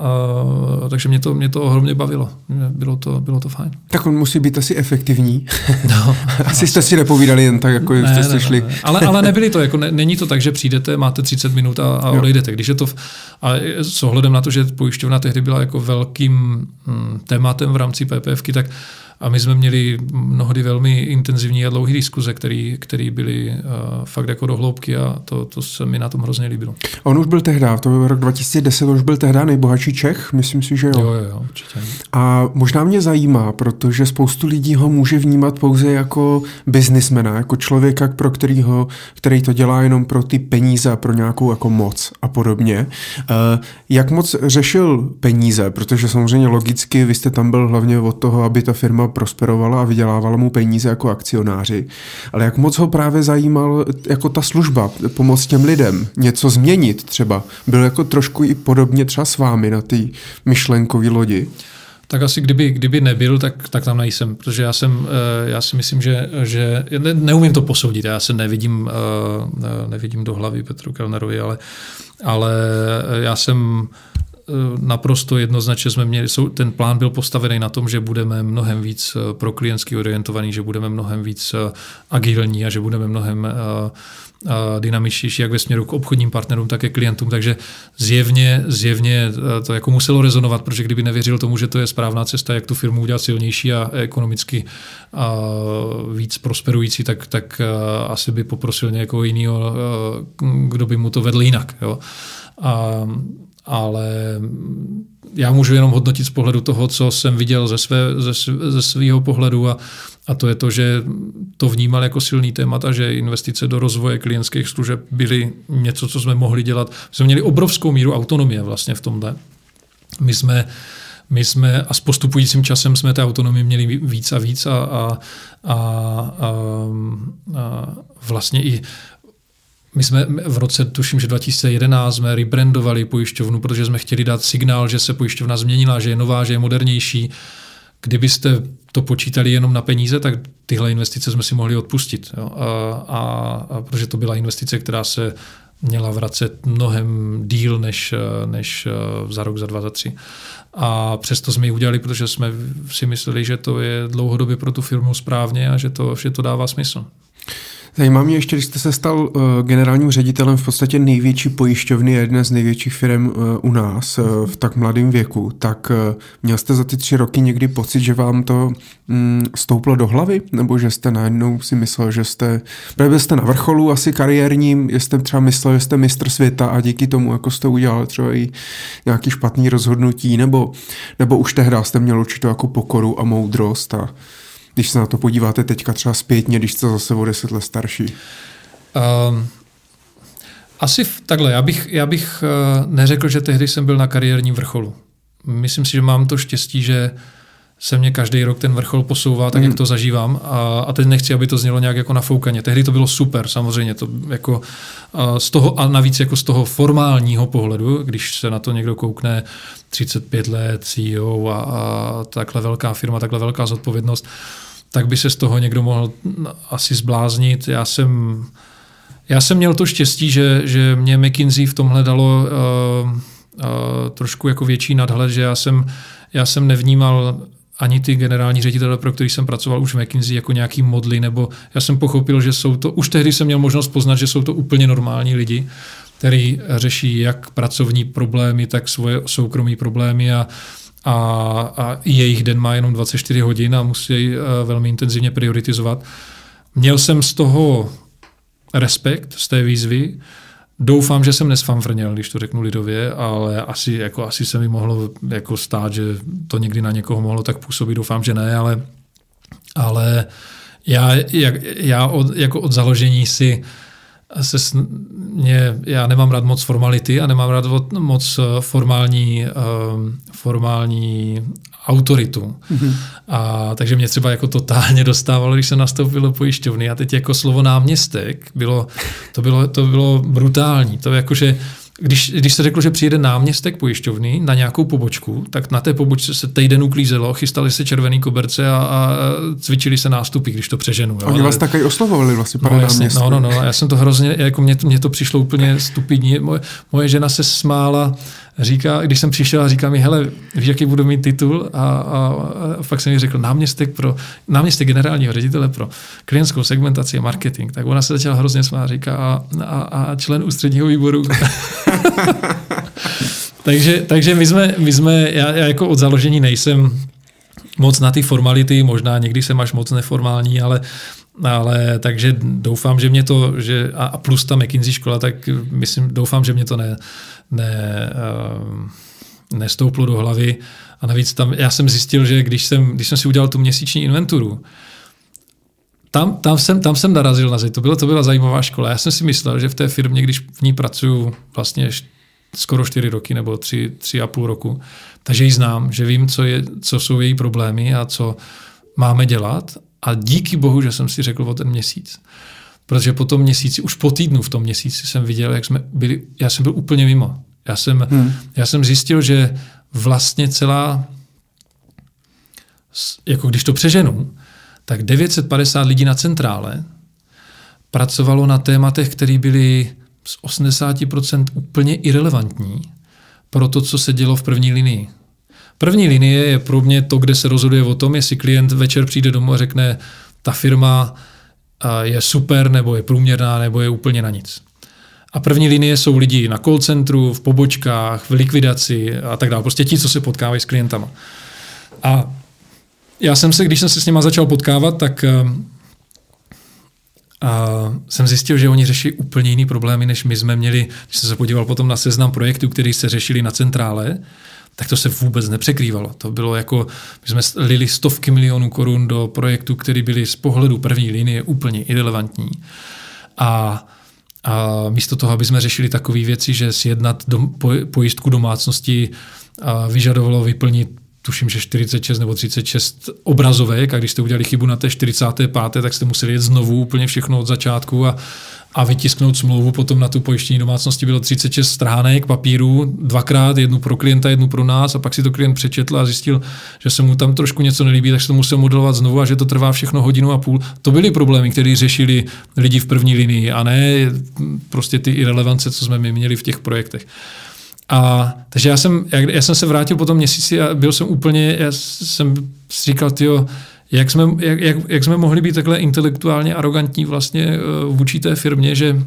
a takže mě to, mě to ohromně bavilo. Bylo to, bylo to fajn. Tak on musí být asi efektivní. No, asi jste si nepovídali jen tak, jako ne, jste ne, šli. Ne, ne. Ale, ale nebyli to, jako ne, není to tak, že přijdete, máte třicet minut a, a odejdete. Když je to, v, a s ohledem na to, že pojišťovna tehdy byla jako velkým hm, tématem v rámci PPFky, tak a my jsme měli mnohdy velmi intenzivní a dlouhé diskuze, které byly uh, fakt jako do hloubky a to, to se mi na tom hrozně líbilo. On už byl tehdy, to byl rok dva tisíce deset, on už byl tehdy nejbohatší Čech, myslím si, že jo. Jo, jo, jo, určitě. A možná mě zajímá, protože spoustu lidí ho může vnímat pouze jako biznismena, jako člověka, pro kterýho, který to dělá jenom pro ty peníze, pro nějakou jako moc a podobně. Uh, jak moc řešil peníze? Protože samozřejmě logicky vy jste tam byl hlavně od toho, aby ta firma prosperovala a vydělávala mu peníze jako akcionáři. Ale jak moc ho právě zajímal jako ta služba, pomoct těm lidem, něco změnit třeba. Byl jako trošku i podobně třeba s vámi na té myšlenkové lodi. Tak asi kdyby, kdyby nebyl, tak, tak tam nejsem, protože já jsem, já si myslím, že, že ne, neumím to posoudit, já se nevidím, nevidím do hlavy Petru Kellnerovi, ale, ale já jsem naprosto jednoznačně jsme měli, ten plán byl postavený na tom, že budeme mnohem víc pro klientsky orientovaný, že budeme mnohem víc agilní a že budeme mnohem dynamičtější jak ve směru k obchodním partnerům, tak i klientům, takže zjevně, zjevně to jako muselo rezonovat, protože kdyby nevěřil tomu, že to je správná cesta, jak tu firmu udělat silnější a ekonomicky a víc prosperující, tak, tak asi by poprosil někoho jiného, kdo by mu to vedl jinak. Jo. A ale já můžu jenom hodnotit z pohledu toho, co jsem viděl ze, své, ze, ze svého pohledu a, a to je to, že to vnímal jako silný témat a že investice do rozvoje klientských služeb byly něco, co jsme mohli dělat. My jsme měli obrovskou míru autonomie vlastně v tomhle. My jsme, my jsme a s postupujícím časem jsme té autonomie měli víc a víc a, a, a, a, a vlastně i my jsme v roce, tuším, že dva tisíce jedenáct jsme rebrandovali pojišťovnu, protože jsme chtěli dát signál, že se pojišťovna změnila, že je nová, že je modernější. Kdybyste to počítali jenom na peníze, tak tyhle investice jsme si mohli odpustit. Jo? A, a, a protože to byla investice, která se měla vracet mnohem díl než, než za rok, za dva, za tři. A přesto jsme ji udělali, protože jsme si mysleli, že to je dlouhodobě pro tu firmu správně a že to, že to dává smysl. Zajímá mě ještě, když jste se stal uh, generálním ředitelem v podstatě největší pojišťovny, jedné z největších firm uh, u nás uh, v tak mladém věku, tak uh, měl jste za ty tři roky někdy pocit, že vám to um, stouplo do hlavy? Nebo že jste najednou si myslel, že jste, byl jste na vrcholu asi kariérním, jste třeba myslel, že jste mistr světa a díky tomu, jako jste udělal třeba i nějaký špatný rozhodnutí, nebo, nebo už tehdy jste měl určitou jako pokoru a moudrost a když se na to podíváte teďka třeba zpětně, když jste zase o deset let starší? Um, asi v, takhle, já bych, já bych uh, neřekl, že tehdy jsem byl na kariérním vrcholu. Myslím si, že mám to štěstí, že se mě každý rok ten vrchol posouvá, tak mm. jak to zažívám. A, a teď nechci, aby to znělo nějak jako nafoukaně. Tehdy to bylo super, samozřejmě. To jako, uh, z toho, a navíc jako z toho formálního pohledu, když se na to někdo koukne, třicet pět let, C E O a, a takhle velká firma, takhle velká zodpovědnost, tak by se z toho někdo mohl asi zbláznit. Já jsem, já jsem měl to štěstí, že, že mě McKinsey v tomhle dalo uh, uh, trošku jako větší nadhled, že já jsem, já jsem nevnímal ani ty generální ředitele, pro který jsem pracoval už v McKinsey, jako nějaký modly, nebo já jsem pochopil, že jsou to, už tehdy jsem měl možnost poznat, že jsou to úplně normální lidi, který řeší jak pracovní problémy, tak svoje soukromí problémy a A, a jejich den má jenom dvacet čtyři hodin a musí velmi intenzivně prioritizovat. Měl jsem z toho respekt, z té výzvy. Doufám, že jsem nesfanfrněl, když to řeknu lidově, ale asi, jako, asi se mi mohlo jako stát, že to někdy na někoho mohlo tak působit. Doufám, že ne, ale, ale já, jak, já od, jako od založení si Se, mě, já nemám rád moc formality a nemám rád moc formální, um, formální autoritu. Mm-hmm. A, takže mě třeba jako totálně dostávalo, když jsem nastoupil do pojišťovny a teď jako slovo náměstek bylo, to bylo, to bylo brutální. To jakože Když, když se řeklo, že přijede náměstek pojišťovny na nějakou pobočku, tak na té pobočce se týden uklízelo, chystali se červený koberce a, a cvičili se nástupy, když to přeženu. Jo. Oni vás taky oslovovali vlastně, pane no, jasně, náměstku. No, no, no, já jsem to hrozně, jako mě, mě to přišlo úplně stupidní. Moje, moje žena se smála, říká, když jsem přišel a říká mi, hele, víš, jaký budu mít titul? A, a, a fakt jsem mi řekl, náměstek pro, náměstek generálního ředitele pro klientskou segmentaci a marketing. Tak ona se začala hrozně smát, říká, a, a, a člen ústředního výboru. takže, takže my jsme, my jsme já, já jako od založení nejsem moc na ty formality, možná někdy jsem až moc neformální, ale, ale takže doufám, že mě to, že, a plus ta McKinsey škola, tak myslím, doufám, že mě to ne, ne, uh, nestouplo do hlavy. A navíc tam, já jsem zjistil, že když jsem, když jsem si udělal tu měsíční inventuru, tam, tam, jsem, tam jsem narazil na zeď. To, bylo, to byla zajímavá škola. Já jsem si myslel, že v té firmě, když v ní pracuju vlastně skoro čtyři roky nebo tři, tři a půl roku, takže ji znám, že vím, co, je, co jsou její problémy a co máme dělat. A díky bohu, že jsem si řekl o ten měsíc. Protože po tom měsíci, už po týdnu v tom měsíci jsem viděl, jak jsme byli, já jsem byl úplně mimo. Já jsem, hmm. já jsem zjistil, že vlastně celá, jako když to přeženu, tak devět set padesát lidí na centrále pracovalo na tématech, které byly z osmdesát procent úplně irelevantní pro to, co se dělo v první linii. První linie je pro mě to, kde se rozhoduje o tom, jestli klient večer přijde domů a řekne, ta firma je super, nebo je průměrná, nebo je úplně na nic. A první linie jsou lidi na call centru, v pobočkách, v likvidaci a tak dále. Prostě ti, co se potkávají s klientama. A já jsem se, když jsem se s nima začal potkávat, tak a jsem zjistil, že oni řeší úplně jiný problémy, než my jsme měli. Když jsem se podíval potom na seznam projektů, který se řešili na centrále, tak to se vůbec nepřekrývalo. To bylo jako, my jsme lili stovky milionů korun do projektů, které byly z pohledu první linie úplně irelevantní. A, a místo toho, aby jsme řešili takové věci, že sjednat dom, pojistku domácnosti a vyžadovalo vyplnit tuším, že čtyřicet šest nebo třicet šest obrazovek a když jste udělali chybu na té čtyřicáté páté tak jste museli jet znovu úplně všechno od začátku a, a vytisknout smlouvu potom na tu pojištění domácnosti bylo třicet šest stránek papíru, dvakrát, jednu pro klienta, jednu pro nás a pak si to klient přečetl a zjistil, že se mu tam trošku něco nelíbí, tak se to musel modelovat znovu a že to trvá všechno hodinu a půl. To byly problémy, které řešili lidi v první linii a ne prostě ty irelevance, co jsme my měli v těch projektech. A takže já jsem, já, já jsem se vrátil po tom měsíci a byl jsem úplně, já jsem si říkal, tyjo, jak jsme, jak, jak, jak jsme mohli být takhle intelektuálně arrogantní vlastně vůči té firmě, že,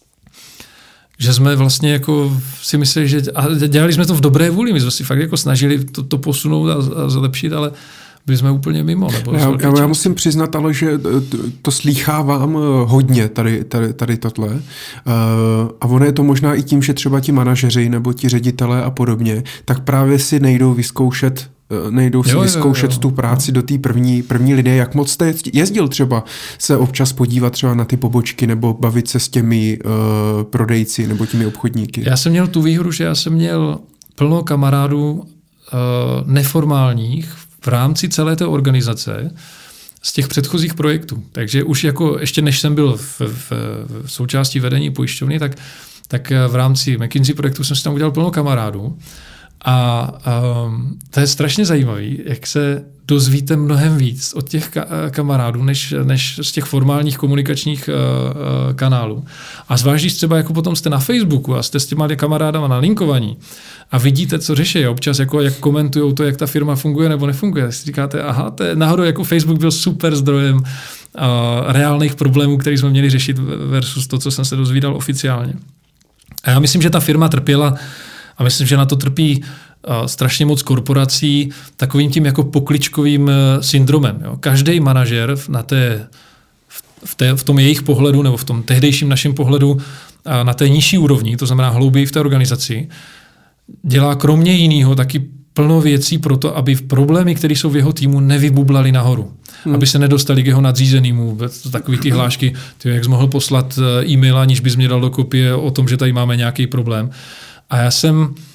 že jsme vlastně jako si mysleli, že a dělali jsme to v dobré vůli, my jsme si fakt jako snažili to, to posunout a, a zlepšit, ale byli jsme úplně mimo. Nebo já, já, já musím přiznat, ale že to, to slýchávám hodně tady, tady, tady tohle. Uh, a ono je to možná i tím, že třeba ti manažeři nebo ti ředitelé a podobně, tak právě si nejdou vyzkoušet nejdou si jo, vyzkoušet jo, jo. tu práci do té první, první linie. Jak moc jste jezdil třeba se občas podívat třeba na ty pobočky nebo bavit se s těmi uh, prodejci nebo těmi obchodníky? Já jsem měl tu výhodu, že já jsem měl plno kamarádů uh, neformálních v rámci celé té organizace z těch předchozích projektů. Takže už jako ještě než jsem byl v, v, v součástí vedení pojišťovny, tak, tak v rámci McKinsey projektu jsem si tam udělal plno kamarádů. A um, to je strašně zajímavý, jak se dozvíte mnohem víc od těch ka- kamarádů, než, než z těch formálních komunikačních uh, uh, kanálů. A zvlášť, když třeba jako potom jste na Facebooku a jste s těma kamarádama na linkovaní a vidíte, co řeší, občas jako jak komentujou to, jak ta firma funguje nebo nefunguje, tak si říkáte, aha, to je, náhodou jako Facebook byl super zdrojem uh, reálných problémů, které jsme měli řešit versus to, co jsem se dozvídal oficiálně. A já myslím, že ta firma trpěla a myslím, že na to trpí uh, strašně moc korporací takovým tím jako pokličkovým uh, syndromem. Jo. Každý manažer na té, v, té, v tom jejich pohledu nebo v tom tehdejším našem pohledu uh, na té nižší úrovni, to znamená hlouběji v té organizaci, dělá kromě jiného taky plno věcí pro to, aby v problémy, které jsou v jeho týmu, nevybublali nahoru. Hmm. Aby se nedostali k jeho nadřízenému. Takový ty hlášky, ty, jak jsi mohl poslat e-mail, aniž bys mě dal do kopie o tom, že tady máme nějaký problém. A já jsem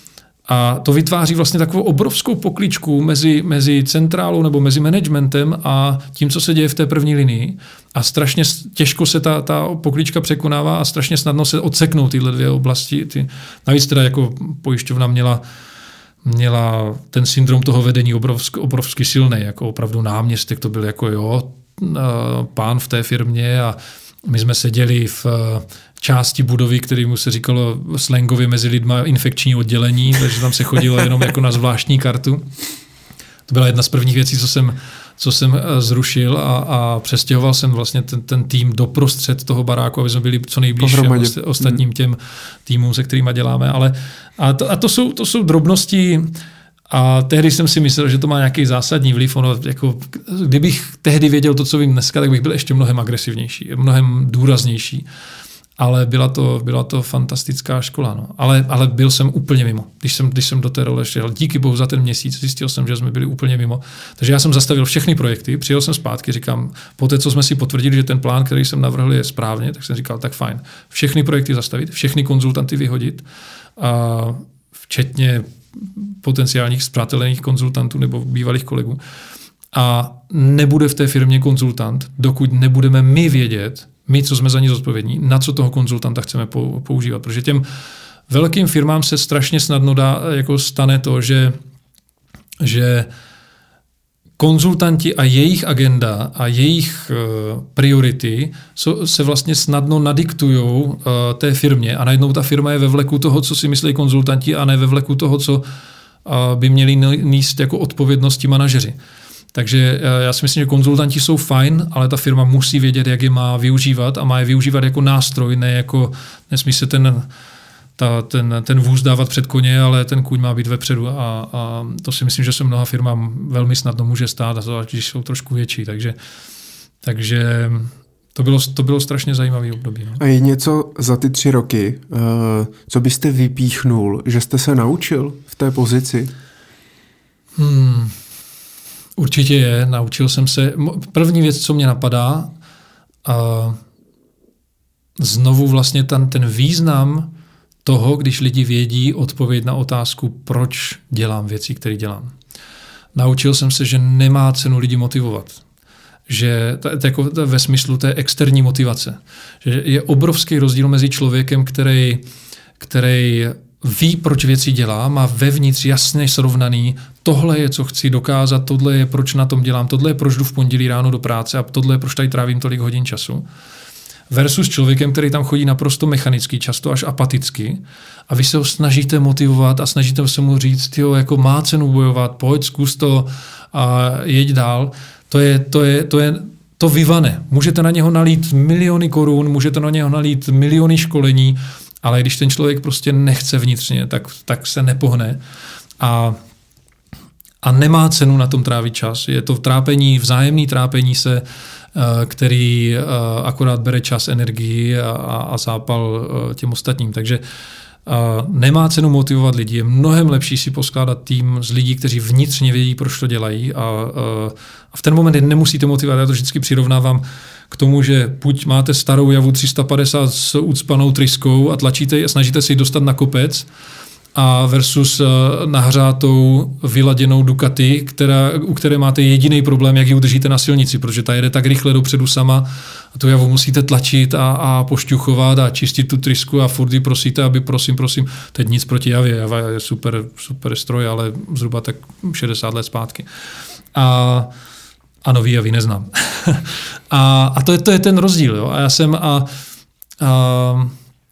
A to vytváří vlastně takovou obrovskou pokličku mezi, mezi centrálou nebo mezi managementem a tím, co se děje v té první linii. A strašně těžko se ta, ta poklička překonává a strašně snadno se odseknou tyhle dvě oblasti. Ty, navíc teda jako pojišťovna měla, měla ten syndrom toho vedení obrovsky, obrovsky silný, jako opravdu náměstek, to byl jako jo, pán v té firmě a my jsme seděli v části budovy, kterému se říkalo slangově mezi lidma infekční oddělení, takže tam se chodilo jenom jako na zvláštní kartu. To byla jedna z prvních věcí, co jsem, co jsem zrušil a, a přestěhoval jsem vlastně ten, ten tým doprostřed toho baráku, aby jsme byli co nejblíž ostatním těm týmům, se kterými děláme. Ale, a to, a to, jsou, to jsou drobnosti. A tehdy jsem si myslel, že to má nějaký zásadní vliv. Ono, jako, kdybych tehdy věděl to, co vím dneska, tak bych byl ještě mnohem agresivnější, mnohem důraznější. Ale byla to, byla to fantastická škola. No. Ale, ale byl jsem úplně mimo. Když jsem, když jsem do té role šel, díky bohu za ten měsíc, zjistil jsem, že jsme byli úplně mimo. Takže já jsem zastavil všechny projekty, přijel jsem zpátky, říkám, po té, co jsme si potvrdili, že ten plán, který jsem navrhl, je správně, tak jsem říkal, tak fajn. Všechny projekty zastavit, všechny konzultanty vyhodit, a včetně potenciálních spřátelených konzultantů nebo bývalých kolegů. A nebude v té firmě konzultant, dokud nebudeme my vědět, my, co jsme za ní zodpovědní, na co toho konzultanta chceme používat. Protože těm velkým firmám se strašně snadno dá, jako stane to, že, že konzultanti a jejich agenda a jejich uh, priority so, se vlastně snadno nadiktujou uh, té firmě a najednou ta firma je ve vleku toho, co si myslí konzultanti a ne ve vleku toho, co uh, by měli nést jako odpovědnosti manažeři. Takže uh, já si myslím, že konzultanti jsou fajn, ale ta firma musí vědět, jak je má využívat a má je využívat jako nástroj, ne jako nesmí se ten Ta, ten, ten vůz dávat před koně, ale ten kůň má být vepředu a, a to si myslím, že se mnoha firmám velmi snadno může stát, a to, když jsou trošku větší. Takže, takže to, bylo, to bylo strašně zajímavý období. No. A je něco za ty tři roky, uh, co byste vypíchnul, že jste se naučil v té pozici? Hmm, určitě je. Naučil jsem se. První věc, co mě napadá, uh, znovu vlastně ten, ten význam toho, když lidi vědí odpověď na otázku, proč dělám věci, které dělám. Naučil jsem se, že nemá cenu lidi motivovat. Že to, to jako ve smyslu té externí motivace. Že je obrovský rozdíl mezi člověkem, který, který ví, proč věci dělá, má vevnitř jasně srovnaný, tohle je, co chci dokázat, tohle je, proč na tom dělám, tohle je, proč jdu v pondělí ráno do práce a tohle je, proč tady trávím tolik hodin času. Versus člověkem, který tam chodí naprosto mechanicky, často až apaticky a vy se ho snažíte motivovat a snažíte se mu říct, jo, jako má cenu bojovat, pojď, zkus to a jeď dál. To je, to je, to je, to vyvane. Můžete na něho nalít miliony korun, můžete na něho nalít miliony školení, ale když ten člověk prostě nechce vnitřně, tak, tak se nepohne a a nemá cenu na tom trávit čas. Je to trápení, vzájemný trápení se, který akorát bere čas, energii a, a zápal těm ostatním. Takže nemá cenu motivovat lidi. Je mnohem lepší si poskládat tým z lidí, kteří vnitřně vědí, proč to dělají. A, a v ten moment je nemusíte motivovat. Já to vždycky přirovnávám k tomu, že buď máte starou Javu tři sta padesát s ucpanou tryskou a tlačíte ji a snažíte si ji dostat na kopec, a versus nahřátou, vyladěnou Ducati, která, u které máte jediný problém, jak ji udržíte na silnici, protože ta jede tak rychle dopředu sama a tu Javu musíte tlačit a, a pošťuchovat a čistit tu trysku a furt ji prosíte, aby prosím, prosím, teď nic proti Javě, Java je super, super stroj, ale zhruba tak šedesát let zpátky. A, a nový Javy neznám. a a to, je, to je ten rozdíl. Jo? A já jsem... A, a,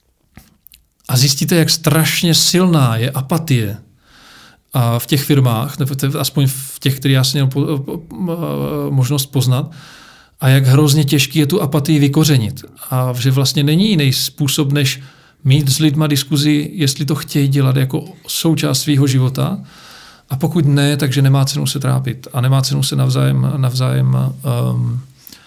A zjistíte, jak strašně silná je apatie v těch firmách, nebo aspoň v těch, které já jsem měl po, po, možnost poznat, a jak hrozně těžký je tu apatii vykořenit. A že vlastně není jiný způsob, než mít s lidma diskuzi, jestli to chtějí dělat jako součást svého života. A pokud ne, takže nemá cenu se trápit. A nemá cenu se navzájem, navzájem um,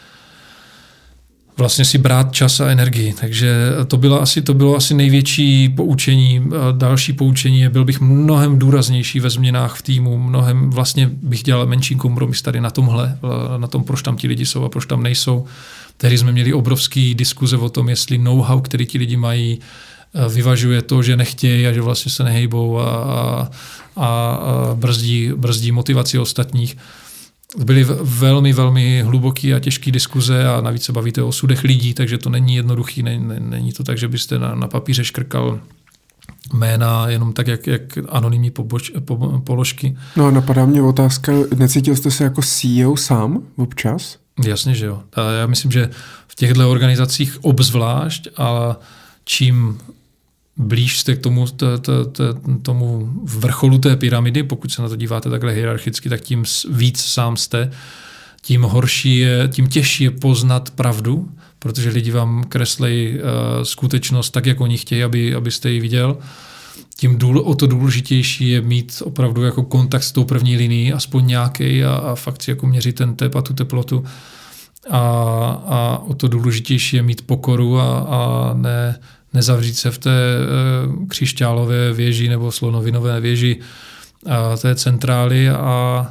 vlastně si brát čas a energii. Takže to bylo asi, to bylo asi největší poučení. Další poučení je, byl bych mnohem důraznější ve změnách v týmu, mnohem vlastně bych dělal menší kompromis tady na tomhle, na tom, proč tam ti lidi jsou a proč tam nejsou. Tehdy jsme měli obrovský diskuze o tom, jestli know-how, který ti lidi mají, vyvažuje to, že nechtějí a že vlastně se nehejbou a, a, a brzdí, brzdí motivaci ostatních. Byly velmi, velmi hluboký a těžký diskuze a navíc se bavíte o osudech lidí, takže to není jednoduchý, není, není to tak, že byste na, na papíře škrkal jména jenom tak, jak, jak anonymní poboč, po, položky. No a napadá mě otázka, necítil jste se jako C E O sám občas? Jasně, že jo. A já myslím, že v těchto organizacích obzvlášť, a čím blíž jste k tomu, t, t, t, tomu vrcholu té pyramidy, pokud se na to díváte takhle hierarchicky, tak tím víc sám jste, tím horší je, tím těžší je poznat pravdu, protože lidi vám kreslejí uh, skutečnost tak, jak oni chtějí, aby, abyste ji viděl. Tím důl, o to důležitější je mít opravdu jako kontakt s tou první linií, aspoň nějaký a, a fakt si jako měřit ten tep a tu teplotu. A, a o to důležitější je mít pokoru a, a ne, nezavřít se v té uh, křišťálové věži nebo slonovinové věži a té centrály a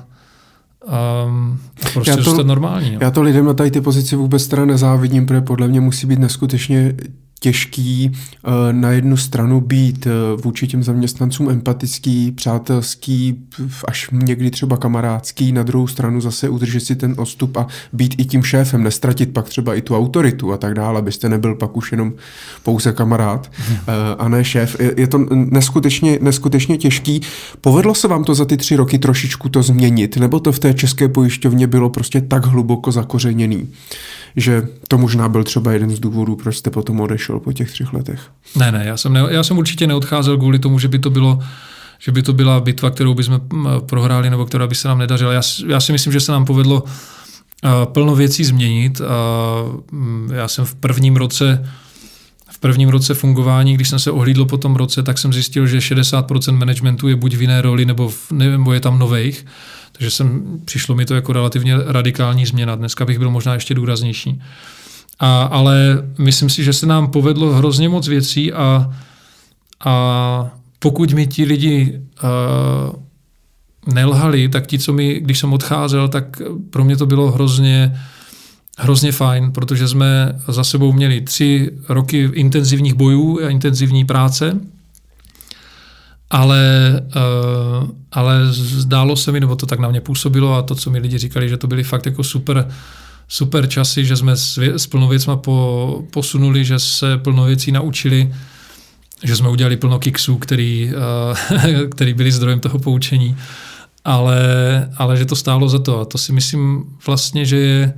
Um, prostě to je normální. No. Já to lidem na tady ty pozici vůbec teda nezávidím, protože podle mě musí být neskutečně těžký uh, na jednu stranu být uh, vůči těm zaměstnancům empatický, přátelský, až někdy třeba kamarádský, na druhou stranu zase udržet si ten odstup a být i tím šéfem, nestratit pak třeba i tu autoritu a tak dále, abyste nebyl pak už jenom pouze kamarád hmm. uh, a ne šéf. Je, je to neskutečně, neskutečně těžký. Povedlo se vám to za ty tři roky trošičku to změnit, nebo to v té české pojišťovně bylo prostě tak hluboko zakořeněný, že to možná byl třeba jeden z důvodů, proč jste potom odešel po těch třech letech? Ne, ne, já jsem, ne, já jsem určitě neodcházel kvůli tomu, že by to bylo, že by to byla bitva, kterou bychom prohráli nebo která by se nám nedařila. Já, já si myslím, že se nám povedlo uh, plno věcí změnit. Uh, já jsem v prvním roce v prvním roce fungování, když jsem se ohlídl po tom roce, tak jsem zjistil, že šedesát procent managementu je buď v jiné roli, nebo, v, nebo je tam novejch. Takže jsem, přišlo mi to jako relativně radikální změna. Dneska bych byl možná ještě důraznější. A, ale myslím si, že se nám povedlo hrozně moc věcí a, a pokud mi ti lidi uh, nelhali, tak ti, co mi, když jsem odcházel, tak pro mě to bylo hrozně, hrozně fajn, protože jsme za sebou měli tři roky intenzivních bojů a intenzivní práce, ale, uh, ale zdálo se mi, nebo to tak na mě působilo a to, co mi lidi říkali, že to byly fakt jako super super časy, že jsme s plno věcma po, posunuli, že se plno věcí naučili, že jsme udělali plno kiksů, který, uh, který byli zdrojem toho poučení, ale, ale že to stálo za to. A to si myslím vlastně, že je,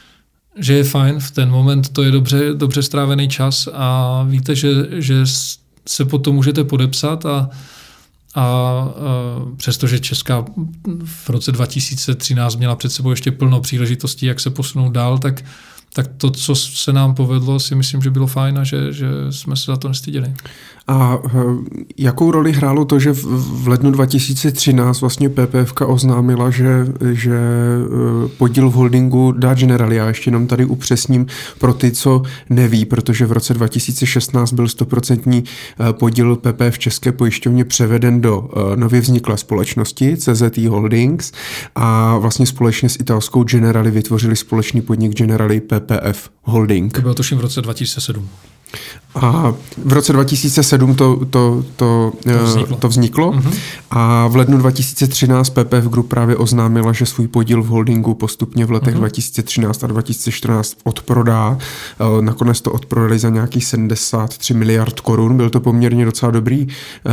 že je fajn. V ten moment to je dobře, dobře strávený čas a víte, že, že se potom můžete podepsat a A, a přestože Česká v roce dva tisíce třináct měla před sebou ještě plno příležitostí, jak se posunout dál, tak, tak to, co se nám povedlo, si myslím, že bylo fajn a že, že jsme se za to nestyděli. A jakou roli hrálo to, že v lednu dva tisíce třináct vlastně PPFka oznámila, že, že podíl v holdingu dá Generali? Já ještě jenom tady upřesním pro ty, co neví, protože v roce dva tisíce šestnáct byl stoprocentní podíl P P F v České pojišťovně převeden do nově vzniklé společnosti C Z T Holdings a vlastně společně s italskou Generali vytvořili společný podnik Generali P P F Holding. To bylo tuším v roce dva tisíce sedm. A v roce dva tisíce sedm to, to, to, to vzniklo, to vzniklo. Mm-hmm. A v lednu dva tisíce třináct P P F Group právě oznámila, že svůj podíl v holdingu postupně v letech mm-hmm. dva tisíce třináct a dva tisíce čtrnáct odprodá. Nakonec to odprodali za nějakých sedmdesát tři miliard korun. Byl to poměrně docela dobrý,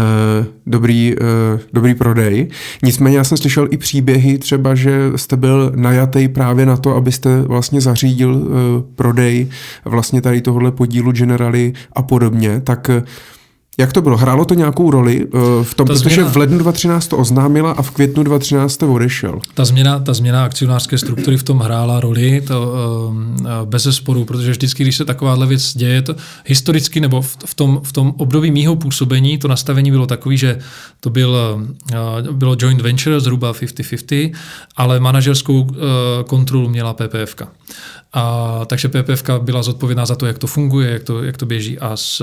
dobrý, dobrý prodej. Nicméně já jsem slyšel i příběhy třeba, že jste byl najatý právě na to, abyste vlastně zařídil prodej vlastně tady tohohle podílu Generali a podobně, tak jak to bylo? Hrálo to nějakou roli v tom, ta protože změna, v lednu dva tisíce třináct to oznámila a v květnu dva tisíce třináct to odešel? Ta změna, ta změna akcionářské struktury v tom hrála roli, to bez zesporu, protože vždycky, když se takováhle věc děje, to historicky nebo v, v, tom, v tom období mýho působení to nastavení bylo takový, že to byl, bylo joint venture zhruba padesát padesát, ale manažerskou kontrolu měla PPFka. A, takže PPFka byla zodpovědná za to, jak to funguje, jak to, jak to běží a s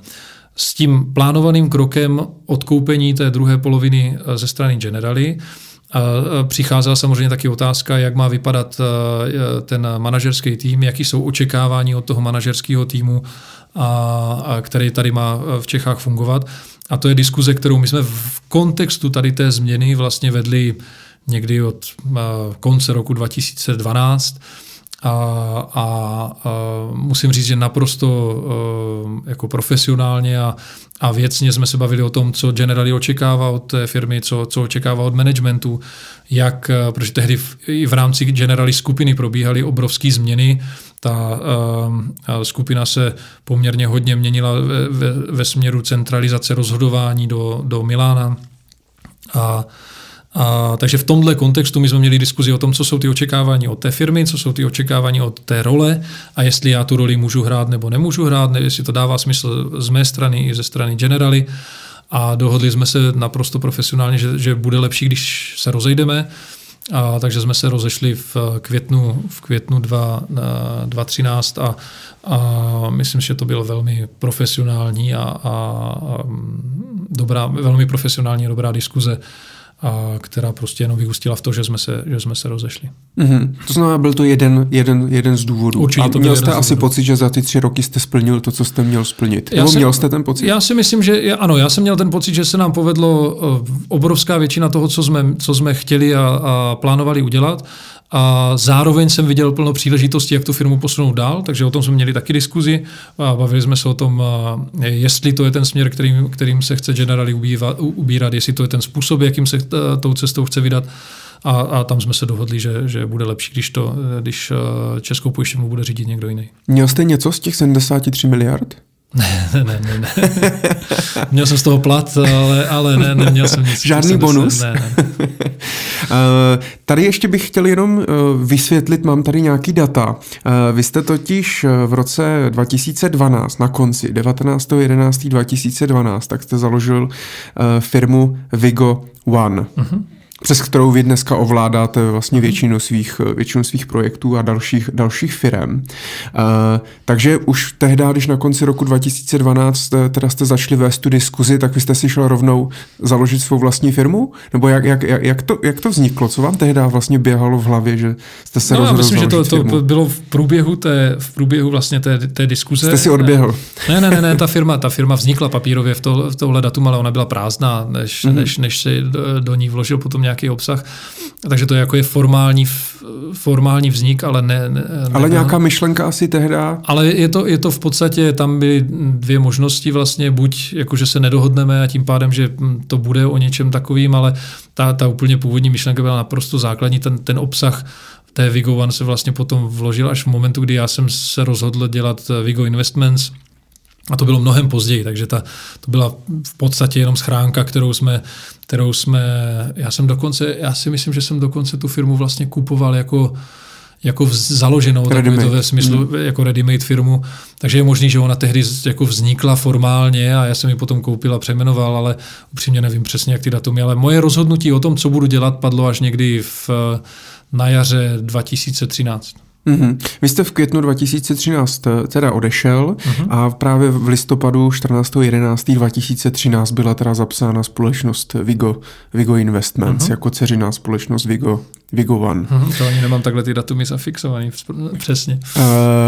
S tím plánovaným krokem odkoupení té druhé poloviny ze strany Generali přicházela samozřejmě taky otázka, jak má vypadat ten manažerský tým, jaký jsou očekávání od toho manažerského týmu a, a který tady má v Čechách fungovat. A to je diskuze, kterou my jsme v kontextu tady té změny vlastně vedli někdy od konce roku dva tisíce dvanáct a, a, a musím říct, že naprosto jako profesionálně a, a věcně jsme se bavili o tom, co Generali očekává od té firmy, co, co očekává od managementu, jak, protože tehdy v, i v rámci Generali skupiny probíhaly obrovské změny. Ta uh, skupina se poměrně hodně měnila ve, ve, ve směru centralizace rozhodování do, do Milána. A, a, takže v tomhle kontextu my jsme měli diskuzi o tom, co jsou ty očekávání od té firmy, co jsou ty očekávání od té role a jestli já tu roli můžu hrát nebo nemůžu hrát, jestli to dává smysl z mé strany i ze strany Generali. A dohodli jsme se naprosto profesionálně, že, že bude lepší, když se rozejdeme. A takže jsme se rozešli v květnu, v květnu dva tisíce třináct a, a myslím, že to bylo velmi profesionální a, a, a dobrá, velmi profesionální a dobrá diskuze, a která prostě jenom vyústila v to, že jsme se, že jsme se rozešli. Mm-hmm. To znamená, byl to jeden, jeden, jeden z důvodů. Určitě a to měl jste asi pocit, že za ty tři roky jste splnil to, co jste měl splnit? Já Nebo jsem, měl jste ten pocit? Já si myslím, že já, ano, já jsem měl ten pocit, že se nám povedlo obrovská většina toho, co jsme, co jsme chtěli a, a plánovali udělat. A zároveň jsem viděl plno příležitostí, jak tu firmu posunout dál, takže o tom jsme měli taky diskuzi a bavili jsme se o tom, jestli to je ten směr, kterým, kterým se chce Generali ubírat, jestli to je ten způsob, jakým se tou cestou chce vydat. A, a tam jsme se dohodli, že, že bude lepší, když, to, když Českou pojišťovnu bude řídit někdo jiný. Měl jste něco z těch sedmdesát tři miliard? Ne, ne, ne, ne. Měl jsem z toho plat, ale, ale ne, neměl jsem nic. Žádný bonus? Ne, ne. Tady ještě bych chtěl jenom vysvětlit, mám tady nějaký data. Vy jste totiž v roce dva tisíce dvanáct, na konci devatenáctého jedenáctého dva tisíce dvanáct, tak jste založil firmu Vigo One. Uh-huh. Přes kterou vy dneska ovládáte vlastně většinu svých, většinu svých projektů a dalších, dalších firem. Uh, takže už tehdy, když na konci roku dva tisíce dvanáct teda jste začali vést tu diskuzi, tak vy jste si šel rovnou založit svou vlastní firmu? Nebo jak, jak, jak, to, jak to vzniklo? Co vám tehdy vlastně běhalo v hlavě, že jste se no, rozhodl myslím, že to, firmu? to bylo v průběhu té, v průběhu vlastně té, té diskuze. Jste si odběhl? Ne, ne, ne, ne ta, firma, ta firma vznikla papírově v, to, v tohle datum, ale ona byla prázdná, než, mm-hmm. než, než se do, do ní vložil potom nějaký obsah. Takže to je jako je formální, formální vznik, ale ne... ne ale ne, nějaká myšlenka asi tehda? Ale je to, je to v podstatě, tam byly dvě možnosti vlastně, buď jako, že se nedohodneme a tím pádem, že to bude o něčem takovým, ale ta, ta úplně původní myšlenka byla naprosto základní, ten, ten obsah té Vigo One se vlastně potom vložil až v momentu, kdy já jsem se rozhodl dělat Vigo Investments. A to bylo mnohem později, takže ta, to byla v podstatě jenom schránka, kterou jsme, kterou jsme, já jsem dokonce, já si myslím, že jsem dokonce tu firmu vlastně kupoval jako, jako založenou, takový to ve smyslu mm. jako ready-made firmu, takže je možný, že ona tehdy jako vznikla formálně a já jsem ji potom koupil a přejmenoval, ale upřímně nevím přesně, jak ty datumy, ale moje rozhodnutí o tom, co budu dělat, padlo až někdy v, na jaře dva tisíce třináct. Mm-hmm. Vy jste v květnu dva tisíce třináct teda odešel mm-hmm. a právě v listopadu čtrnáctého jedenáctého dva tisíce třináct byla teda zapsána společnost Vigo, Vigo Investments mm-hmm. jako dceřiná společnost Vigo, Vigo One. Mm-hmm. To ani nemám takhle ty datumy zafixovaný přesně. Uh,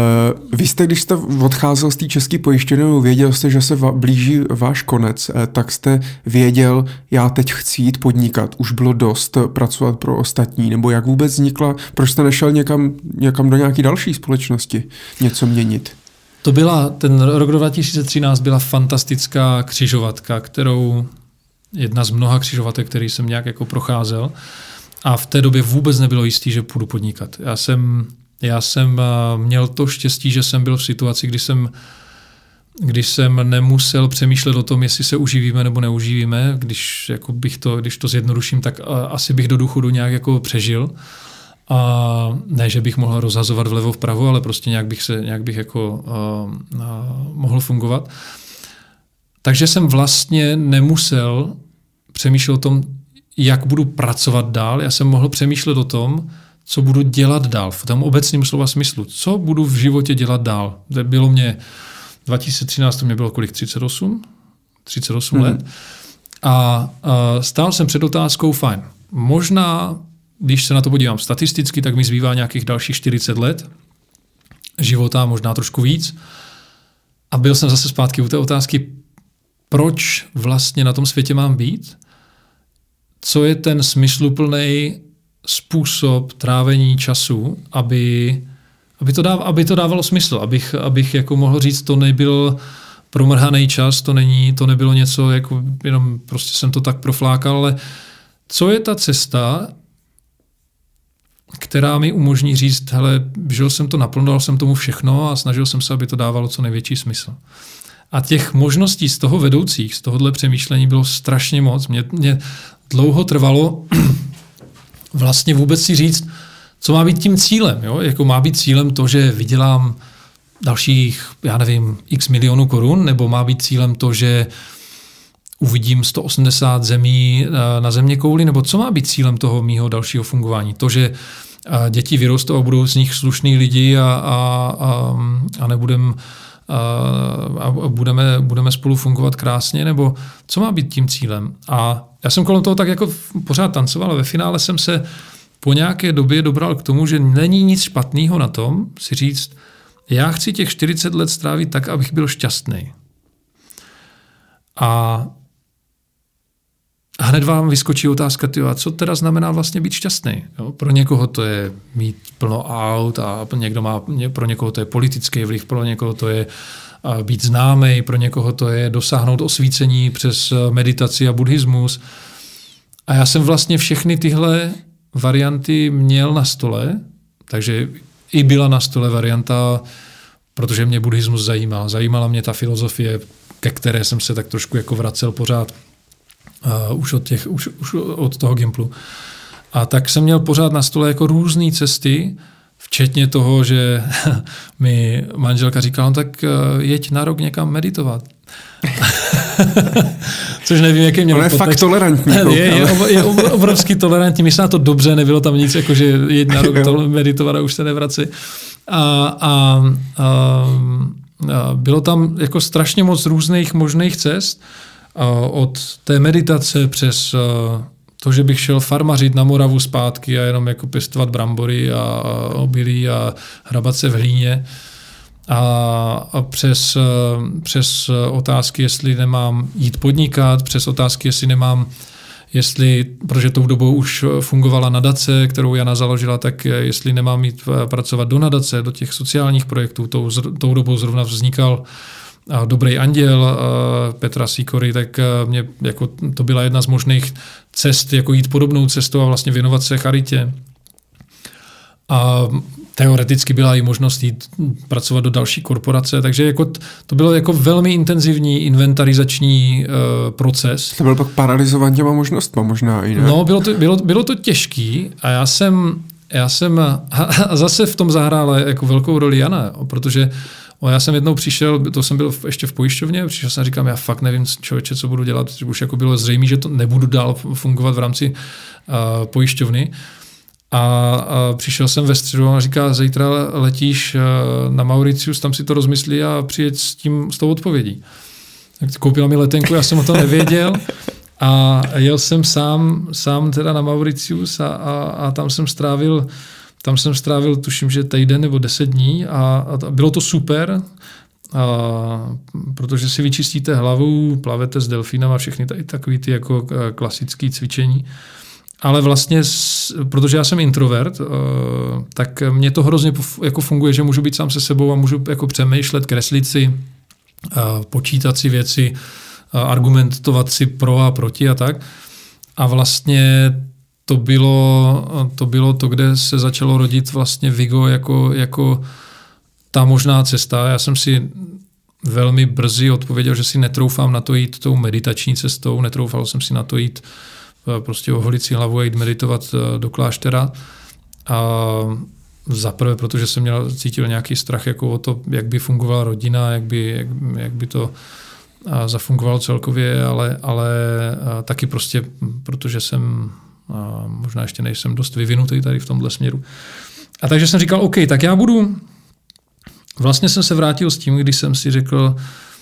vy jste, když jste odcházel z té české pojišťovny, věděl jste, že se va, blíží váš konec, tak jste věděl, já teď chci jít podnikat, už bylo dost pracovat pro ostatní, nebo jak vůbec vznikla, proč jste nešel někam, někam do nějaké další společnosti něco měnit? To byla, ten rok dva tisíce třináct byla fantastická křižovatka, kterou, jedna z mnoha křižovatek, který jsem nějak jako procházel a v té době vůbec nebylo jistý, že půjdu podnikat. Já jsem, já jsem měl to štěstí, že jsem byl v situaci, kdy jsem, kdy jsem nemusel přemýšlet o tom, jestli se uživíme nebo neuživíme. Když, jako bych to, když to zjednoduším, tak asi bych do důchodu nějak jako přežil. A ne, že bych mohl rozhazovat vlevo vpravo, ale prostě nějak bych se, nějak bych jako uh, uh, mohl fungovat. Takže jsem vlastně nemusel přemýšlet o tom, jak budu pracovat dál. Já jsem mohl přemýšlet o tom, co budu dělat dál. V tom obecném slova smyslu. Co budu v životě dělat dál. Bylo mě dva tisíce třináct, to mě bylo kolik? třicet osm? třicet osm mm. let. A uh, stál jsem před otázkou, fajn. Možná když se na to podívám statisticky, tak mi zbývá nějakých dalších čtyřicet let života, možná trošku víc. a byl jsem zase zpátky u té otázky, proč vlastně na tom světě mám být? Co je ten smysluplný způsob trávení času, aby, aby, to, dáv, aby to dávalo smysl, abych, abych jako mohl říct, to nebyl promrhaný čas, to, není, to nebylo něco, jako jenom prostě jsem to tak proflákal, ale co je ta cesta, která mi umožní říct, hele, žil jsem to naplno, dal jsem tomu všechno a snažil jsem se, aby to dávalo co největší smysl. A těch možností z toho vedoucích, z tohohle přemýšlení bylo strašně moc. Mě, mě dlouho trvalo vlastně vůbec si říct, co má být tím cílem. Jo? Jako má být cílem to, že vydělám dalších, já nevím, x milionů korun, nebo má být cílem to, že uvidím sto osmdesát zemí na zeměkouli, nebo co má být cílem toho mýho dalšího fungování? To, že děti vyrostou a budou z nich slušný lidi a, a, a, a nebudem a, a budeme, budeme spolu fungovat krásně, nebo co má být tím cílem? A já jsem kolem toho tak jako pořád tancoval a ve finále jsem se po nějaké době dobral k tomu, že není nic špatného na tom si říct, já chci těch čtyřicet let strávit tak, abych byl šťastný. A A hned vám vyskočí otázka, tyjo, a co teda znamená vlastně být šťastný? Jo? Pro někoho to je mít plno aut a někdo má, pro někoho to je politický vliv, pro někoho to je být známý, pro někoho to je dosáhnout osvícení přes meditaci a buddhismus. A já jsem vlastně všechny tyhle varianty měl na stole, takže i byla na stole varianta, protože mě buddhismus zajímal. Zajímala mě ta filozofie, ke které jsem se tak trošku jako vracel pořád Uh, už, od těch, už, už od toho Gimplu. A tak jsem měl pořád na stole jako různé cesty, včetně toho, že mi manželka říkala, no tak uh, jeď na rok někam meditovat. Což nevím, jaký měl. On je podtext. Fakt tolerantní. je, je, je obrovský tolerantní. Myslím na to dobře, nebylo tam nic, jako že jeď na rok to meditovat a už se nevrací. A, a, a, a bylo tam jako strašně moc různých možných cest, od té meditace přes to, že bych šel farmařit na Moravu zpátky a jenom jako pěstovat brambory a obilí a hrabat se v hlíně a, a přes, přes otázky, jestli nemám jít podnikat, přes otázky, jestli nemám, jestli, protože tou dobou už fungovala nadace, kterou Jana založila, tak jestli nemám jít pracovat do nadace, do těch sociálních projektů, tou, tou dobou zrovna vznikal Dobrý anděl Petra Sikory, tak mě, jako, to byla jedna z možných cest, jako jít podobnou cestou a vlastně věnovat se charitě. A teoreticky byla i možnost jít pracovat do další korporace, takže jako to bylo jako velmi intenzivní inventarizační uh, proces. To byl pak paralyzován těma možnostma možná i ne? No, bylo to, bylo, bylo to těžký a já jsem, já jsem a zase v tom zahrála jako velkou roli Jana, protože O, já jsem jednou přišel, to jsem byl ještě v pojišťovně, přišel jsem a říkám, já fakt nevím, člověče, co budu dělat, protože už jako bylo zřejmé, že to nebudu dál fungovat v rámci uh, pojišťovny. A, a přišel jsem ve středu a říká, zítra letíš uh, na Mauritius, tam si to rozmyslí a přijeď s tím, s tou odpovědí. Tak koupila mi letenku, já jsem o tom nevěděl a jel jsem sám, sám teda na Mauritius a, a, a tam jsem strávil Tam jsem strávil, tuším, že týden nebo deset dní a, a bylo to super, a, protože si vyčistíte hlavu, plavete s delfínama, všechny tady takový ty jako klasické cvičení. Ale vlastně, protože já jsem introvert, tak mě to hrozně jako funguje, že můžu být sám se sebou a můžu jako přemýšlet, kreslit si, počítat si věci, argumentovat si pro a proti a tak. A vlastně To bylo, to bylo to, kde se začalo rodit vlastně Vigo jako, jako ta možná cesta. Já jsem si velmi brzy odpověděl, že si netroufám na to jít tou meditační cestou, netroufal jsem si na to jít prostě oholit si hlavu a jít meditovat do kláštera. A zaprvé, protože jsem měl, cítil nějaký strach jako o to, jak by fungovala rodina, jak by, jak, jak by to zafungovalo celkově, ale, ale taky prostě, protože jsem a možná ještě nejsem dost vyvinutý tady v tomhle směru. A takže jsem říkal, OK, tak já budu... Vlastně jsem se vrátil s tím, když jsem si řekl,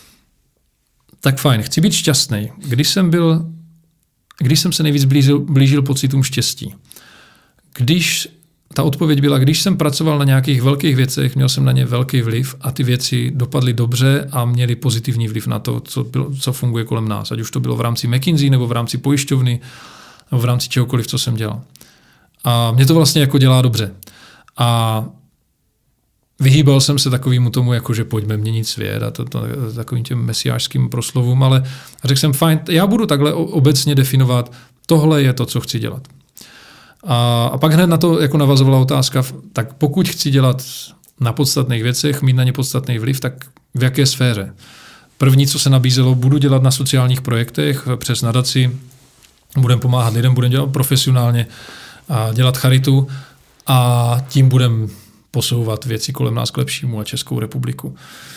tak fajn, chci být šťastný. Když jsem byl, když jsem se nejvíc blížil, blížil pocitům štěstí. Když ta odpověď byla, když jsem pracoval na nějakých velkých věcech, měl jsem na ně velký vliv a ty věci dopadly dobře a měly pozitivní vliv na to, co, bylo, co funguje kolem nás. Ať už to bylo v rámci McKinsey nebo v rámci pojišťovny nebo v rámci čehokoliv, co jsem dělal. A mě to vlastně jako dělá dobře. A vyhýbal jsem se takovému tomu, jako že pojďme měnit svět a to, to, to, takovým těm mesiářským proslovům, ale řekl jsem, fajn, já budu takhle obecně definovat, tohle je to, co chci dělat. A, a pak hned na to jako navazovala otázka, tak pokud chci dělat na podstatných věcech, mít na ně podstatný vliv, tak v jaké sféře? První, co se nabízelo, budu dělat na sociálních projektech přes nadaci, budem pomáhat lidem, budem dělat profesionálně a dělat charitu a tím budem posouvat věci kolem nás k lepšímu a Českou republiku.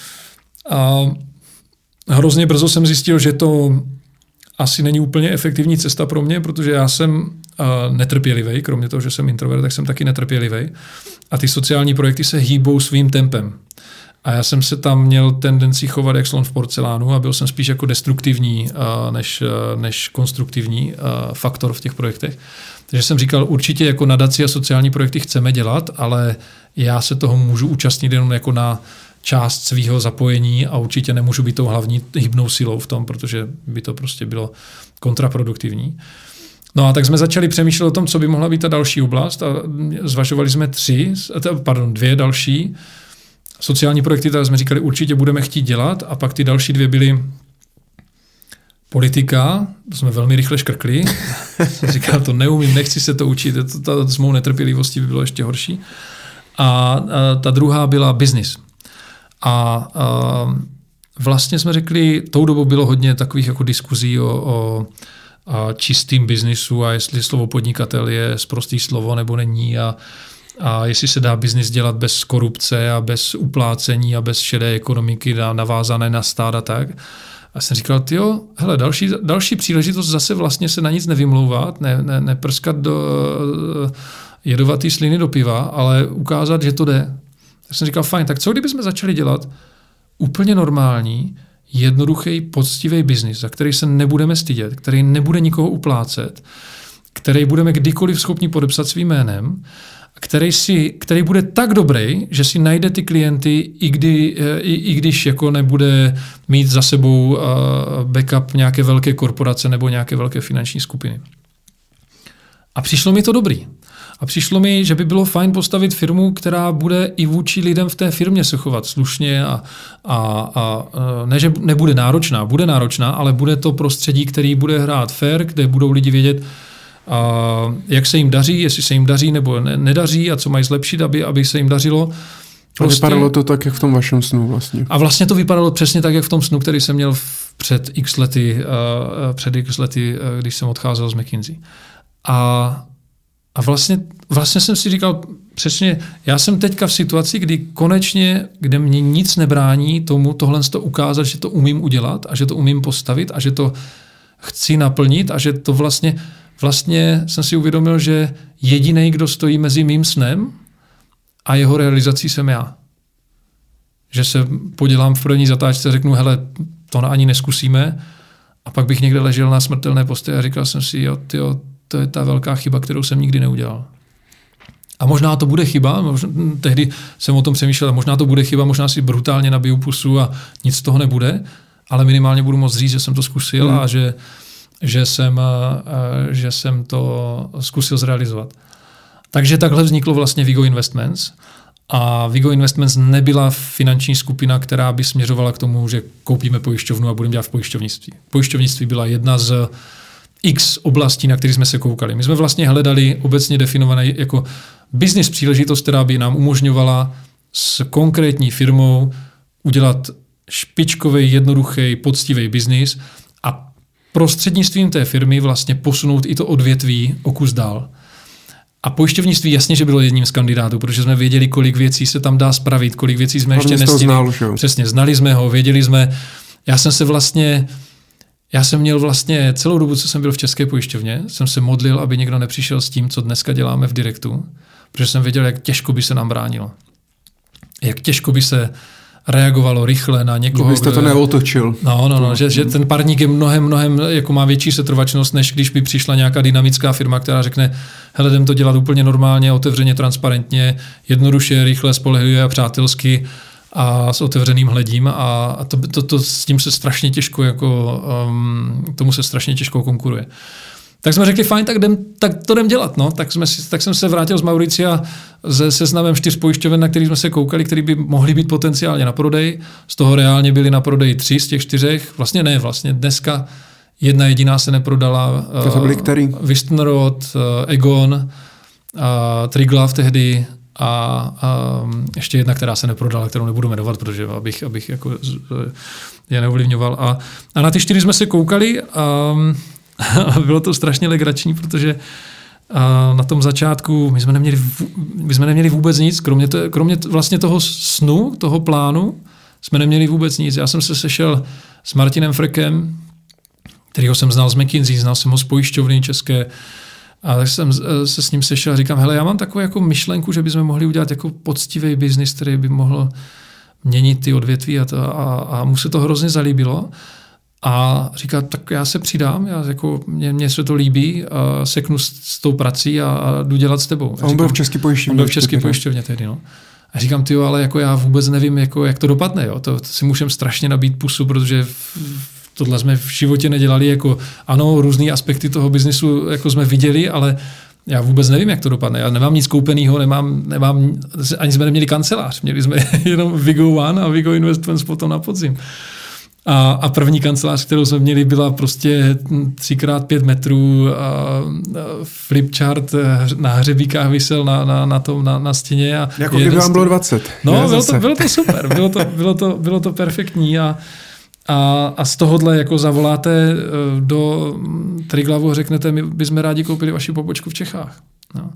A hrozně brzo jsem zjistil, že to asi není úplně efektivní cesta pro mě, protože já jsem uh, netrpělivý, kromě toho, že jsem introvert, tak jsem taky netrpělivý. A ty sociální projekty se hýbou svým tempem. A já jsem se tam měl tendenci chovat jak slon v porcelánu a byl jsem spíš jako destruktivní uh, než, uh, než konstruktivní uh, faktor v těch projektech. Takže jsem říkal, určitě jako nadaci a sociální projekty chceme dělat, ale já se toho můžu účastnit jenom jako na část svého zapojení a určitě nemůžu být tou hlavní hybnou silou v tom, protože by to prostě bylo kontraproduktivní. No a tak jsme začali přemýšlet o tom, co by mohla být ta další oblast a zvažovali jsme tři, pardon, dvě další. Sociální projekty, tak jsme říkali, určitě budeme chtít dělat a pak ty další dvě byly politika, to jsme velmi rychle škrkli. Jsem říkal, to neumím, nechci se to učit, to, to, s mou netrpělivostí by bylo ještě horší. A, a ta druhá byla business. A, a vlastně jsme řekli, tou dobou bylo hodně takových jako diskuzí o, o a čistým biznisu a jestli slovo podnikatel je sprostý slovo nebo není a, a jestli se dá biznis dělat bez korupce a bez uplácení a bez šedé ekonomiky navázané na stát a tak. A jsem říkal, tyjo, hele, další, další příležitost zase vlastně se na nic nevymlouvat, ne, ne, neprskat do uh, jedovatý sliny do piva, ale ukázat, že to jde. Tak jsem říkal, fajn, tak co kdybychom začali dělat úplně normální, jednoduchý, poctivý biznis, za který se nebudeme stydět, který nebude nikoho uplácet, který budeme kdykoliv schopni podepsat svým jménem, který, si, který bude tak dobrý, že si najde ty klienty, i, kdy, i, i když jako nebude mít za sebou uh, backup nějaké velké korporace nebo nějaké velké finanční skupiny. A přišlo mi to dobrý. A přišlo mi, že by bylo fajn postavit firmu, která bude i vůči lidem v té firmě se chovat slušně a, a, a ne, že nebude náročná, bude náročná, ale bude to prostředí, který bude hrát fair, kde budou lidi vědět, a jak se jim daří, jestli se jim daří nebo ne, nedaří a co mají zlepšit, aby, aby se jim dařilo. Prostě. A vypadalo to tak, jak v tom vašem snu vlastně. A vlastně to vypadalo přesně tak, jak v tom snu, který jsem měl před x lety, uh, před x lety, uh, když jsem odcházel z McKinsey. A, a vlastně, vlastně jsem si říkal přesně, já jsem teďka v situaci, kdy konečně, kde mě nic nebrání tomu tohle to ukázat, že to umím udělat a že to umím postavit a že to chci naplnit a že to vlastně Vlastně jsem si uvědomil, že jediný, kdo stojí mezi mým snem a jeho realizací jsem já. Že se podělám v první zatáčce a řeknu, hele, to ani neskusíme a pak bych někde ležel na smrtelné posteli a říkal jsem si, jo, tyjo, to je ta velká chyba, kterou jsem nikdy neudělal. A možná to bude chyba, možná, tehdy jsem o tom přemýšlel, možná to bude chyba, možná si brutálně nabiju pusu a nic z toho nebude, ale minimálně budu moct říct, že jsem to zkusil hmm. a že Že jsem, že jsem to zkusil zrealizovat. Takže takhle vzniklo vlastně Vigo Investments. A Vigo Investments nebyla finanční skupina, která by směřovala k tomu, že koupíme pojišťovnu a budeme dělat v pojišťovnictví. Pojišťovnictví byla jedna z x oblastí, na které jsme se koukali. My jsme vlastně hledali obecně definované jako business příležitost, která by nám umožňovala s konkrétní firmou udělat špičkový, jednoduchý, poctivý biznis a prostřednictvím té firmy vlastně posunout i to odvětví o kus dál. A pojišťovnictví jasně, že bylo jedním z kandidátů, protože jsme věděli, kolik věcí se tam dá spravit, kolik věcí jsme ještě nestihli. Přesně, znali jsme ho, věděli jsme. Já jsem se vlastně, já jsem měl vlastně celou dobu, co jsem byl v České pojišťovně, jsem se modlil, aby někdo nepřišel s tím, co dneska děláme v Direktu, protože jsem věděl, jak těžko by se nám bránilo. Jak těžko by se reagovalo rychle na někoho. Kdybyste to neotočil. No, no, no, že, že ten parník je mnohem, mnohem, jako má větší setrvačnost, než když by přišla nějaká dynamická firma, která řekne, hele, jdem to dělat úplně normálně, otevřeně, transparentně, jednoduše, rychle, spolehlivě a přátelsky a s otevřeným hledím a to, to, to s tím se strašně těžko, jako, um, tomu se strašně těžko konkuruje. Tak jsme řekli, fajn, tak, jdem, tak to jdem dělat. No. Tak, jsme si, tak jsem se vrátil z Mauricia se seznamem čtyř pojišťoven, na který jsme se koukali, který by mohly být potenciálně na prodej. Z toho reálně byly na prodej tři z těch čtyřech. Vlastně ne, vlastně dneska jedna jediná se neprodala. To byly který? Wüstenrot, Egon, Triglav tehdy a, a ještě jedna, která se neprodala, kterou nebudu jmenovat, protože abych, abych jako je neovlivňoval. A, a na ty čtyři jsme se koukali a a bylo to strašně legrační, protože na tom začátku my jsme neměli, my jsme neměli vůbec nic, kromě, to, kromě vlastně toho snu, toho plánu, jsme neměli vůbec nic. Já jsem se sešel s Martinem Frekem, kterýho jsem znal z McKinsey, znal jsem ho z pojišťovny české, a tak jsem se s ním sešel a říkám, hele, já mám takovou jako myšlenku, že bychom mohli udělat jako poctivý biznis, který by mohl měnit ty odvětví a, to, a, a mu se to hrozně zalíbilo. A říká, tak já se přidám, já jako, mě, mě se to líbí, a seknu s, s tou prací a, a jdu dělat s tebou. A on byl v České pojišťovně. On byl v České pojišťovně tehdy, no. A říkám, tyjo, ale jako já vůbec nevím, jako, jak to dopadne, jo. To, to si můžem strašně nabít pusu, protože v, tohle jsme v životě nedělali, jako ano, různý aspekty toho biznisu jako jsme viděli, ale já vůbec nevím, jak to dopadne. Já nemám nic koupenýho, nemám, nemám, ani jsme neměli kancelář, měli jsme jenom Vigo One a Vigo Investments potom na podzim. A, a první kancelář, kterou jsme měli, byla prostě tři krát pět metrů a, a flipchart na hřebíkách visel na, na, na, tom, na, na stěně. A jako kdyby vám bylo dvacet. No, bylo to, bylo to super, bylo to, bylo to, bylo to perfektní a, a, a z tohohle jako zavoláte do Triglavu a řeknete, my bychom rádi koupili vaši pobočku v Čechách. No.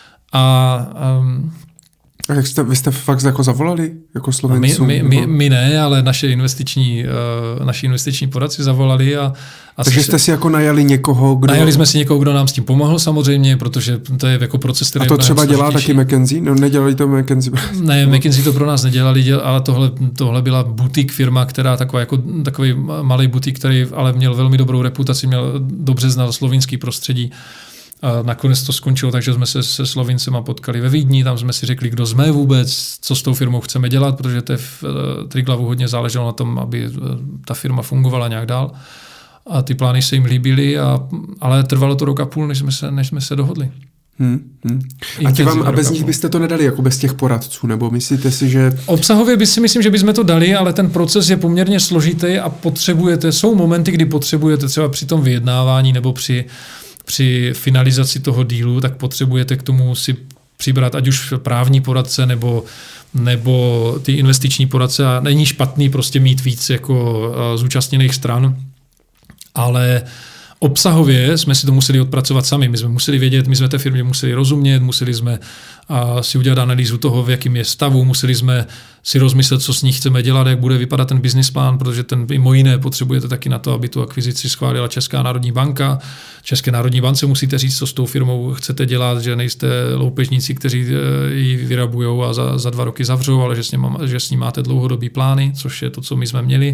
A... Um, A jak jste, vy jste fakt jako zavolali? Jako Slovencům? My, my, my, my ne, ale naše investiční, uh, naši investiční poradci zavolali. A, a Takže jste si jako najali někoho, kdo... Najali jsme si někoho, kdo nám s tím pomohl samozřejmě, protože to je jako proces, který... A to třeba dělá taky McKinsey? No nedělali to McKinsey? Ne, McKinsey to pro nás nedělali, děl, ale tohle, tohle byla boutique firma, která taková jako takový malý boutique, který ale měl velmi dobrou reputaci, měl dobře znal slovinský prostředí. A nakonec to skončilo, takže jsme se se Slovincema potkali ve Vídni, tam jsme si řekli, kdo jsme vůbec, co s tou firmou chceme dělat, protože to v Triglavu hodně záleželo na tom, aby ta firma fungovala nějak dál. A ty plány se jim líbily, a, ale trvalo to rok a půl, než jsme se, než jsme se dohodli. Hmm, hmm. A, tě vám, a bez nich byste to nedali, jako bez těch poradců, nebo myslíte si, že... Obsahově by si myslím, že bychom to dali, ale ten proces je poměrně složitý a potřebujete, jsou momenty, kdy potřebujete třeba při tom vyjednávání nebo při při finalizaci toho dílu, tak potřebujete k tomu si přibrat ať už právní poradce nebo, nebo ty investiční poradce, a není špatný prostě mít víc jako zúčastněných stran, ale obsahově jsme si to museli odpracovat sami. My jsme museli vědět, my jsme té firmě museli rozumět, museli jsme a, si udělat analýzu toho, v jakém je stavu, museli jsme si rozmyslet, co s ní chceme dělat, jak bude vypadat ten business plán, protože ten mimo jiné potřebujete taky na to, aby tu akvizici schválila Česká národní banka. České národní bance musíte říct, co s tou firmou chcete dělat, že nejste loupežníci, kteří ji vyrabujou a za, za dva roky zavřou, ale že s, ním, že s ní máte dlouhodobý plány, což je to, co my jsme měli.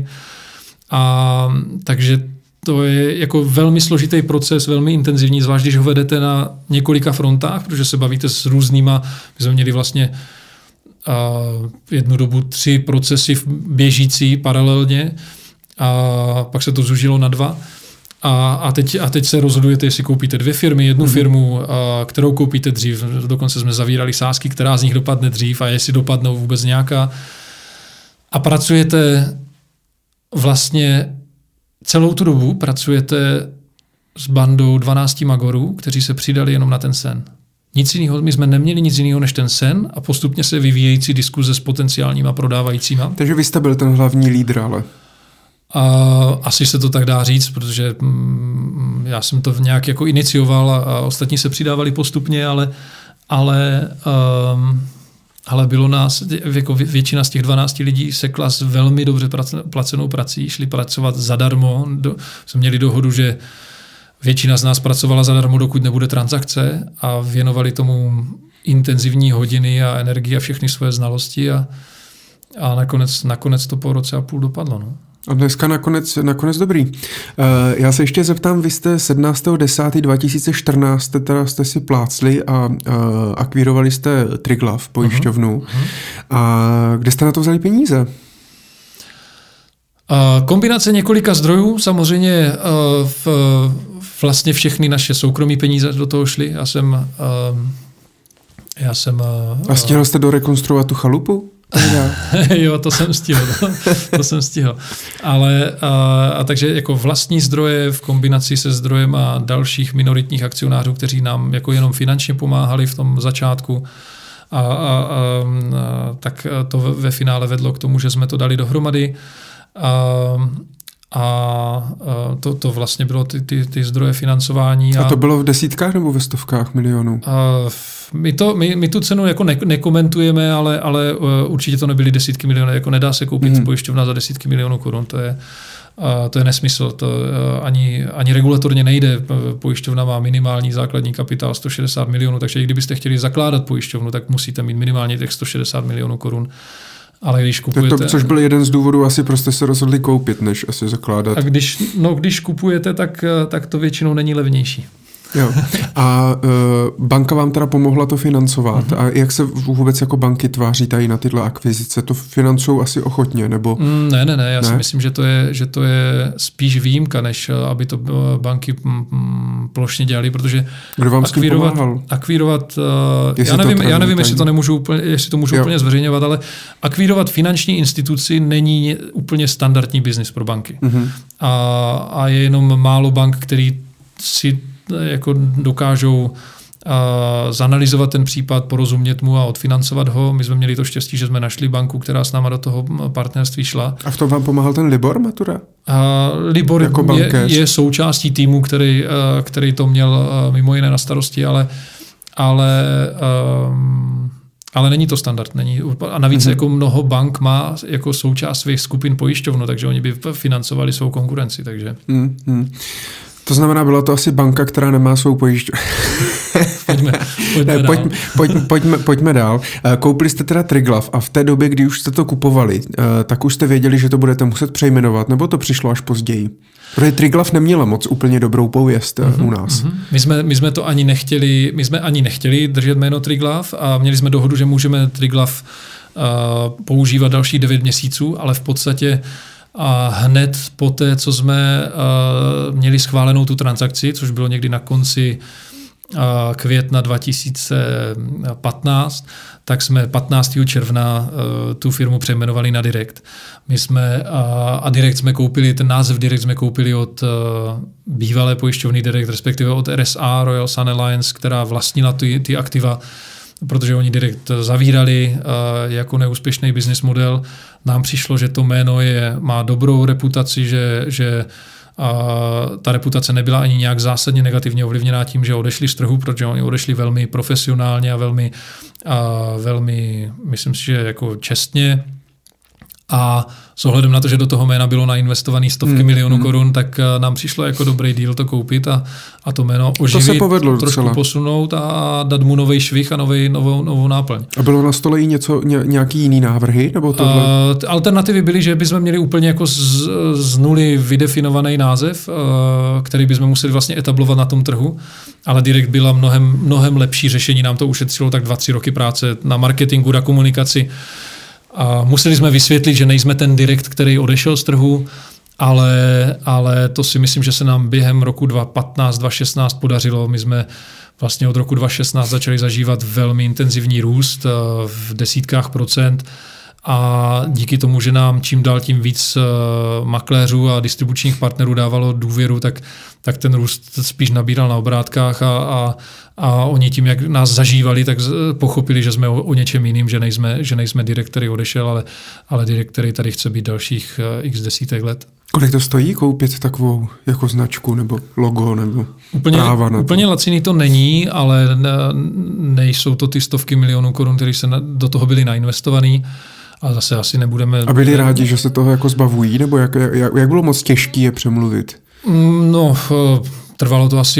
A takže to je jako velmi složitý proces, velmi intenzivní, zvlášť když ho vedete na několika frontách, protože se bavíte s různýma. My jsme měli vlastně a, jednu dobu tři procesy běžící paralelně a pak se to zužilo na dva. A, a, teď, a teď se rozhodujete, jestli koupíte dvě firmy, jednu mm-hmm. firmu, a, kterou koupíte dřív. Dokonce jsme zavírali sázky, která z nich dopadne dřív a jestli dopadnou vůbec nějaká. A pracujete vlastně celou tu dobu pracujete s bandou dvanácti magorů, kteří se přidali jenom na ten sen. Nic jiného, my jsme neměli nic jiného než ten sen a postupně se vyvíjející diskuze s potenciálníma prodávajícíma. Takže vy jste byl ten hlavní lídr, ale... A asi se to tak dá říct, protože mm, já jsem to nějak jako inicioval a, a ostatní se přidávali postupně, ale, ale, um, ale bylo nás, jako většina z těch dvanácti lidí sekla s velmi dobře placenou prací, šli pracovat zadarmo, do, jsme měli dohodu, že většina z nás pracovala zadarmo, dokud nebude transakce, a věnovali tomu intenzivní hodiny a energii a všechny svoje znalosti a a nakonec, nakonec to po roce a půl dopadlo. No. A dneska nakonec, nakonec dobrý. Uh, já se ještě zeptám, vy jste sedmnáctého desátého dva tisíce čtrnáct teda jste si plácli a uh, akvírovali jste Triglav, pojišťovnu. Uh-huh. A kde jste na to vzali peníze? Uh, kombinace několika zdrojů, samozřejmě uh, v, vlastně všechny naše soukromí peníze do toho šly. Já jsem... Uh, já jsem uh, a stihl jste dorekonstruovat tu chalupu? Jo, to jsem stihl, to, to jsem stihl. Ale a, a takže jako vlastní zdroje v kombinaci se zdrojem a dalších minoritních akcionářů, kteří nám jako jenom finančně pomáhali v tom začátku, a, a, a, a, tak to ve finále vedlo k tomu, že jsme to dali dohromady. A, a to, to vlastně bylo ty, ty, ty zdroje financování. A, a to bylo v desítkách nebo ve stovkách milionů? A my, to, my, my tu cenu jako ne, nekomentujeme, ale, ale určitě to nebyly desítky milionů. Jako nedá se koupit mm. pojišťovna za desítky milionů korun. To je, to je nesmysl. To ani, ani regulatorně nejde. Pojišťovna má minimální základní kapitál sto šedesát milionů, takže i kdybyste chtěli zakládat pojišťovnu, tak musíte mít minimálně těch sto šedesát milionů korun. Ale když kupujete... To, což byl jeden z důvodů, asi prostě se rozhodli koupit, než asi zakládat. A když, no, když kupujete, tak, tak to většinou není levnější. Jo. A uh, banka vám teda pomohla to financovat. Mm-hmm. A jak se vůbec jako banky tváří tady na tyhle akvizice? To financují asi ochotně, nebo? Mm, ne, ne, ne. Já ne? si myslím, že to, je, že to je spíš výjimka, než aby to banky mm, plošně dělali, protože kdo vám akvírovat, akvírovat uh, já nevím, já nevím jestli to nemůžu úplně, jestli to můžu jo. úplně zveřejňovat, ale akvírovat finanční instituci není úplně standardní biznis pro banky. Mm-hmm. A, a je jenom málo bank, který si jako dokážou uh, zanalyzovat ten případ, porozumět mu a odfinancovat ho. My jsme měli to štěstí, že jsme našli banku, která s náma do toho partnerství šla. A v tom vám pomáhal ten Libor Matura? Uh, Libor jako je, je součástí týmu, který, uh, který to měl uh, mimo jiné na starosti, ale, ale, um, ale není to standard. Není, a navíc mm-hmm. jako mnoho bank má jako součást svých skupin pojišťovnu, takže oni by financovali svou konkurenci. Takže... Mm-hmm. To znamená, byla to asi banka, která nemá svou pojišťovnu. pojďme, pojďme, ne, dál. Pojďme, pojďme, pojďme, pojďme dál. Koupili jste teda Triglav a v té době, kdy už jste to kupovali, tak už jste věděli, že to budete muset přejmenovat, nebo to přišlo až později? Protože Triglav neměla moc úplně dobrou pověst mm-hmm, u nás. Mm-hmm. My jsme, my jsme to ani nechtěli, my jsme ani nechtěli držet jméno Triglav a měli jsme dohodu, že můžeme Triglav uh, používat další devět měsíců, ale v podstatě a hned poté, co jsme uh, měli schválenou tu transakci, což bylo někdy na konci uh, května dva tisíce patnáct, tak jsme patnáctého června uh, tu firmu přejmenovali na Direct. My jsme uh, a Direct jsme koupili, ten název Direct jsme koupili od uh, bývalé pojišťovny Direct, respektive od R S A, Royal Sun Alliance, která vlastnila ty, ty aktiva, protože oni Direct zavírali uh, jako neúspěšný business model. Nám přišlo, že to jméno je, má dobrou reputaci, že, že uh, ta reputace nebyla ani nějak zásadně negativně ovlivněná tím, že odešli z trhu, protože oni odešli velmi profesionálně a velmi, uh, velmi myslím si, že jako čestně. A s ohledem na to, že do toho jména bylo nainvestovaný stovky mm, milionů mm. korun, tak nám přišlo jako dobrý deal to koupit a, a to jméno oživit, to se povedlo trošku docela. Posunout a dát mu novej švih a novej, novou, novou náplň. A bylo na stole i něco, ně, nějaký jiný návrhy? Nebo tohle? Uh, alternativy byly, že bychom měli úplně jako z, z nuly vydefinovaný název, uh, který bychom museli vlastně etablovat na tom trhu, ale Direct byla mnohem, mnohem lepší řešení, nám to ušetřilo tak dva, tři roky práce na marketingu, na komunikaci. A museli jsme vysvětlit, že nejsme ten Direct, který odešel z trhu, ale, ale to si myslím, že se nám během roku dva tisíce patnáct, dva tisíce šestnáct podařilo. My jsme vlastně od roku dva tisíce šestnáct začali zažívat velmi intenzivní růst v desítkách procent a díky tomu, že nám čím dál tím víc makléřů a distribučních partnerů dávalo důvěru, tak, tak ten růst spíš nabíral na obrátkách a, a, a oni tím, jak nás zažívali, tak pochopili, že jsme o, o něčem jiným, že nejsme, že nejsme Direct, který odešel, ale, ale Direct, který tady chce být dalších x desítek let. Kolik to stojí koupit takovou jako značku nebo logo nebo úplně, práva na to? Úplně laciný to není, ale ne, nejsou to ty stovky milionů korun, které se na, do toho byly nainvestovaný. A zase asi nebudeme... A byli rádi, že se toho jako zbavují? Nebo jak, jak, jak bylo moc těžké je přemluvit? No, trvalo to asi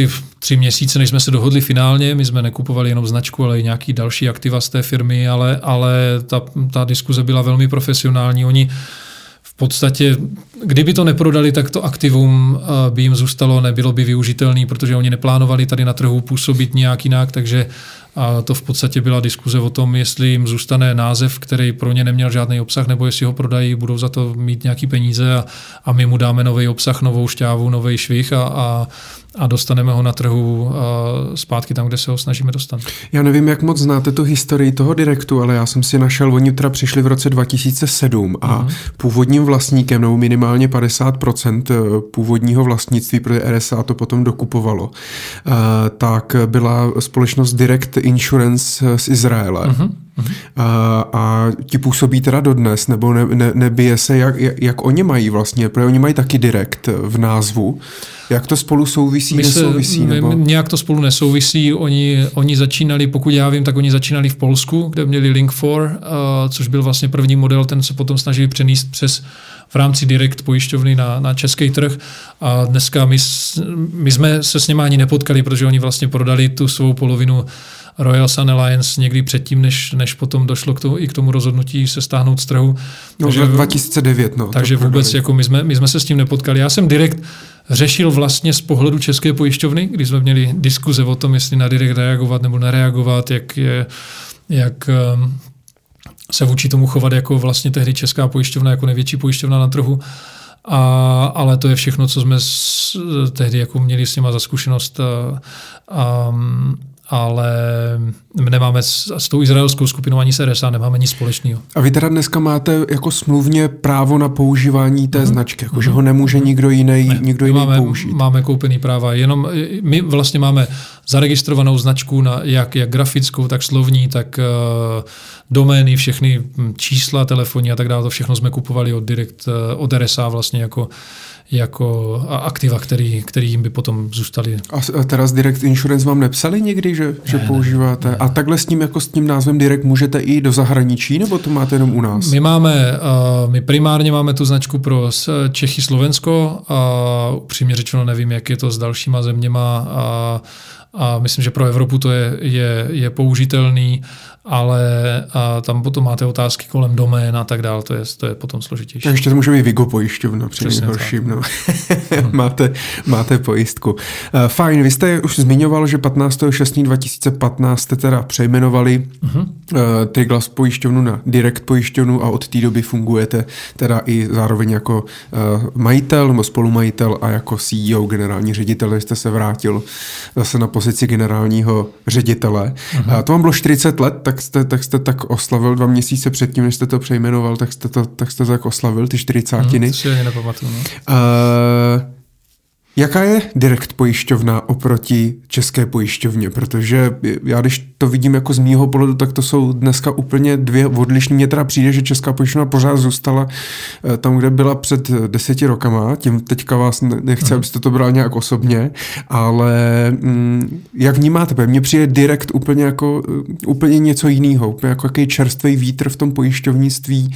tři měsíce, než jsme se dohodli finálně. My jsme nekupovali jenom značku, ale i nějaký další aktiva z té firmy, ale, ale ta, ta diskuze byla velmi profesionální. Oni v podstatě, kdyby to neprodali, tak to aktivum by jim zůstalo, nebylo by využitelný, protože oni neplánovali tady na trhu působit nějak jinak, takže a to v podstatě byla diskuze o tom, jestli jim zůstane název, který pro ně neměl žádný obsah, nebo jestli ho prodají, budou za to mít nějaký peníze a, a my mu dáme nový obsah, novou šťávu, nový švih a, a, a dostaneme ho na trhu zpátky tam, kde se ho snažíme dostat. Já nevím, jak moc znáte tu historii toho Direktu, ale já jsem si našel, oni teda přišli v roce dva tisíce sedm a mm. původním vlastníkem, nebo minimálně padesát procent původního vlastnictví, protože R S A to potom dokupovalo, tak byla společnost Direct Insurance z Izraele. Mm-hmm. A, a ti působí teda dodnes, nebo ne, ne, nebije se, jak, jak, jak oni mají vlastně, protože oni mají taky Direct v názvu. Jak to spolu souvisí, my se, nesouvisí? Nebo? Nějak to spolu nesouvisí. Oni, oni začínali, pokud já vím, tak oni začínali v Polsku, kde měli Link čtyři, uh, což byl vlastně první model, ten se potom snažili přenést přes v rámci Direct pojišťovny na, na český trh a dneska my, my jsme se s nimi ani nepotkali, protože oni vlastně prodali tu svou polovinu Royal Sun Alliance někdy předtím, než, než potom došlo k tomu, i k tomu rozhodnutí se stáhnout z trhu. No, takže, dva tisíce devět. No, takže vůbec jako my, jsme, my jsme se s tím nepotkali. Já jsem Direct řešil vlastně z pohledu české pojišťovny, kdy jsme měli diskuze o tom, jestli na Direct reagovat nebo nereagovat, jak, je, jak se vůči tomu chovat jako vlastně tehdy česká pojišťovna, jako největší pojišťovna na trhu. A, ale to je všechno, co jsme s, tehdy jako měli s nima za zkušenost. A, a, ale nemáme s, s tou izraelskou skupinou ani s R S A nemáme nic společného. A vy teda dneska máte jako smluvně právo na používání té mm-hmm. značky, jako mm-hmm. že ho nemůže nikdo jiný, ne, nikdo jiný máme, použít. Máme koupený práva, jenom my vlastně máme zaregistrovanou značku na jak, jak grafickou, tak slovní, tak uh, domény, všechny čísla, telefonní a tak dále, to všechno jsme kupovali od Direct, uh, od R S A vlastně jako jako aktiva, který, který jim by potom zůstali. A teda z Direct Insurance vám nepsali někdy, že, ne, že používáte? Ne, ne. A takhle s tím, jako s tím názvem Direct můžete i do zahraničí, nebo to máte jenom u nás? My máme, uh, my primárně máme tu značku pro Čechy, Slovensko a upřímně řečeno nevím, jak je to s dalšíma zeměma a, a myslím, že pro Evropu to je, je, je použitelný, ale a tam potom máte otázky kolem domén a tak dále, to je, to je potom složitější. A ještě to může být Vigo pojišťovna při nejhorším. No. hmm. máte, máte pojistku. Uh, fajn, vy jste už zmiňoval, že patnáctého šestého dva tisíce patnáct jste teda přejmenovali uh-huh. uh, Triglass pojišťovnu na Direct pojišťovnu a od té doby fungujete teda i zároveň jako uh, majitel nebo spolumajitel a jako C E O, generální ředitel, jste se vrátil zase na pozici generálního ředitele. Uh-huh. Uh, to vám bylo čtyřicet let, tak jste, tak jste tak oslavil dva měsíce předtím, než jste to přejmenoval, tak jste to, tak jste to tak oslavil, ty čtyřicátiny. Hmm, to si ani nepamatuju. No. Uh, jaká je Direct pojišťovna oproti české pojišťovně? Protože já, když to vidím jako z mýho pohledu, tak to jsou dneska úplně dvě odlišné. Mně teda přijde, že česká pojišťovna pořád zůstala tam, kde byla před deseti rokama. Tím teďka vás nechci, hmm. abyste to bral nějak osobně, ale mm, jak vnímáte? Mně přijde Direct úplně jako úplně něco jiného, úplně jako jaký čerstvý vítr v tom pojišťovnictví.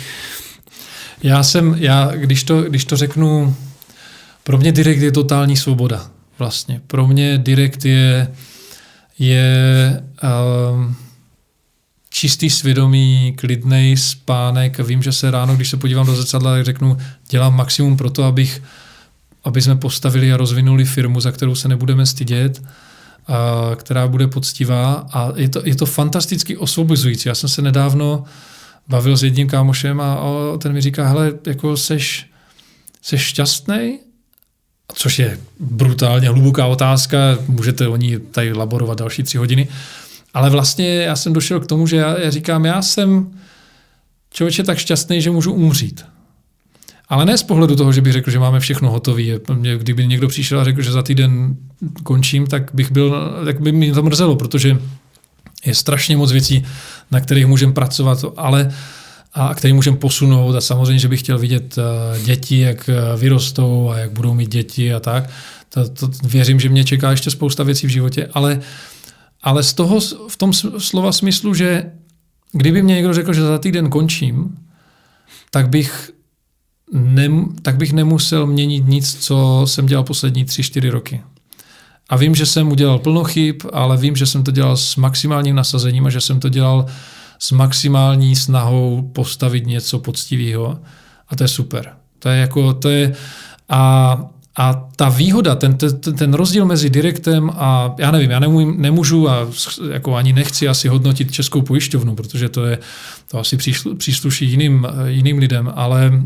Já jsem, já, když to, když to řeknu, pro mě Direct je totální svoboda vlastně. Pro mě Direct je, je um, čistý svědomí, klidnej spánek. Vím, že se ráno, když se podívám do zrcadla, tak řeknu, dělám maximum pro to, abych, aby jsme postavili a rozvinuli firmu, za kterou se nebudeme stydět, a která bude poctivá. A je to, je to fantasticky osvobozující. Já jsem se nedávno bavil s jedním kámošem a, a ten mi říká, hele, jako seš, seš šťastnej? Což je brutálně hluboká otázka, můžete o ní tady laborovat další tři hodiny, ale vlastně já jsem došel k tomu, že já, já říkám, já jsem člověče tak šťastný, že můžu umřít. Ale ne z pohledu toho, že bych řekl, že máme všechno hotové. Kdyby někdo přišel a řekl, že za týden končím, tak, bych byl, tak by mi to mrzelo, protože je strašně moc věcí, na kterých můžeme pracovat, ale a který můžeme posunout a samozřejmě, že bych chtěl vidět děti, jak vyrostou a jak budou mít děti a tak. To, to věřím, že mě čeká ještě spousta věcí v životě, ale, ale z toho, v tom slova smyslu, že kdyby mě někdo řekl, že za týden končím, tak bych, ne, tak bych nemusel měnit nic, co jsem dělal poslední tři, čtyři roky. A vím, že jsem udělal plno chyb, ale vím, že jsem to dělal s maximálním nasazením a že jsem to dělal s maximální snahou postavit něco poctivého. A to je super. To je jako, to je... A, a ta výhoda, ten, ten, ten rozdíl mezi direktem a já nevím, já nemůžu, nemůžu a jako ani nechci asi hodnotit Českou pojišťovnu, protože to je, to asi přísluší jiným, jiným lidem, ale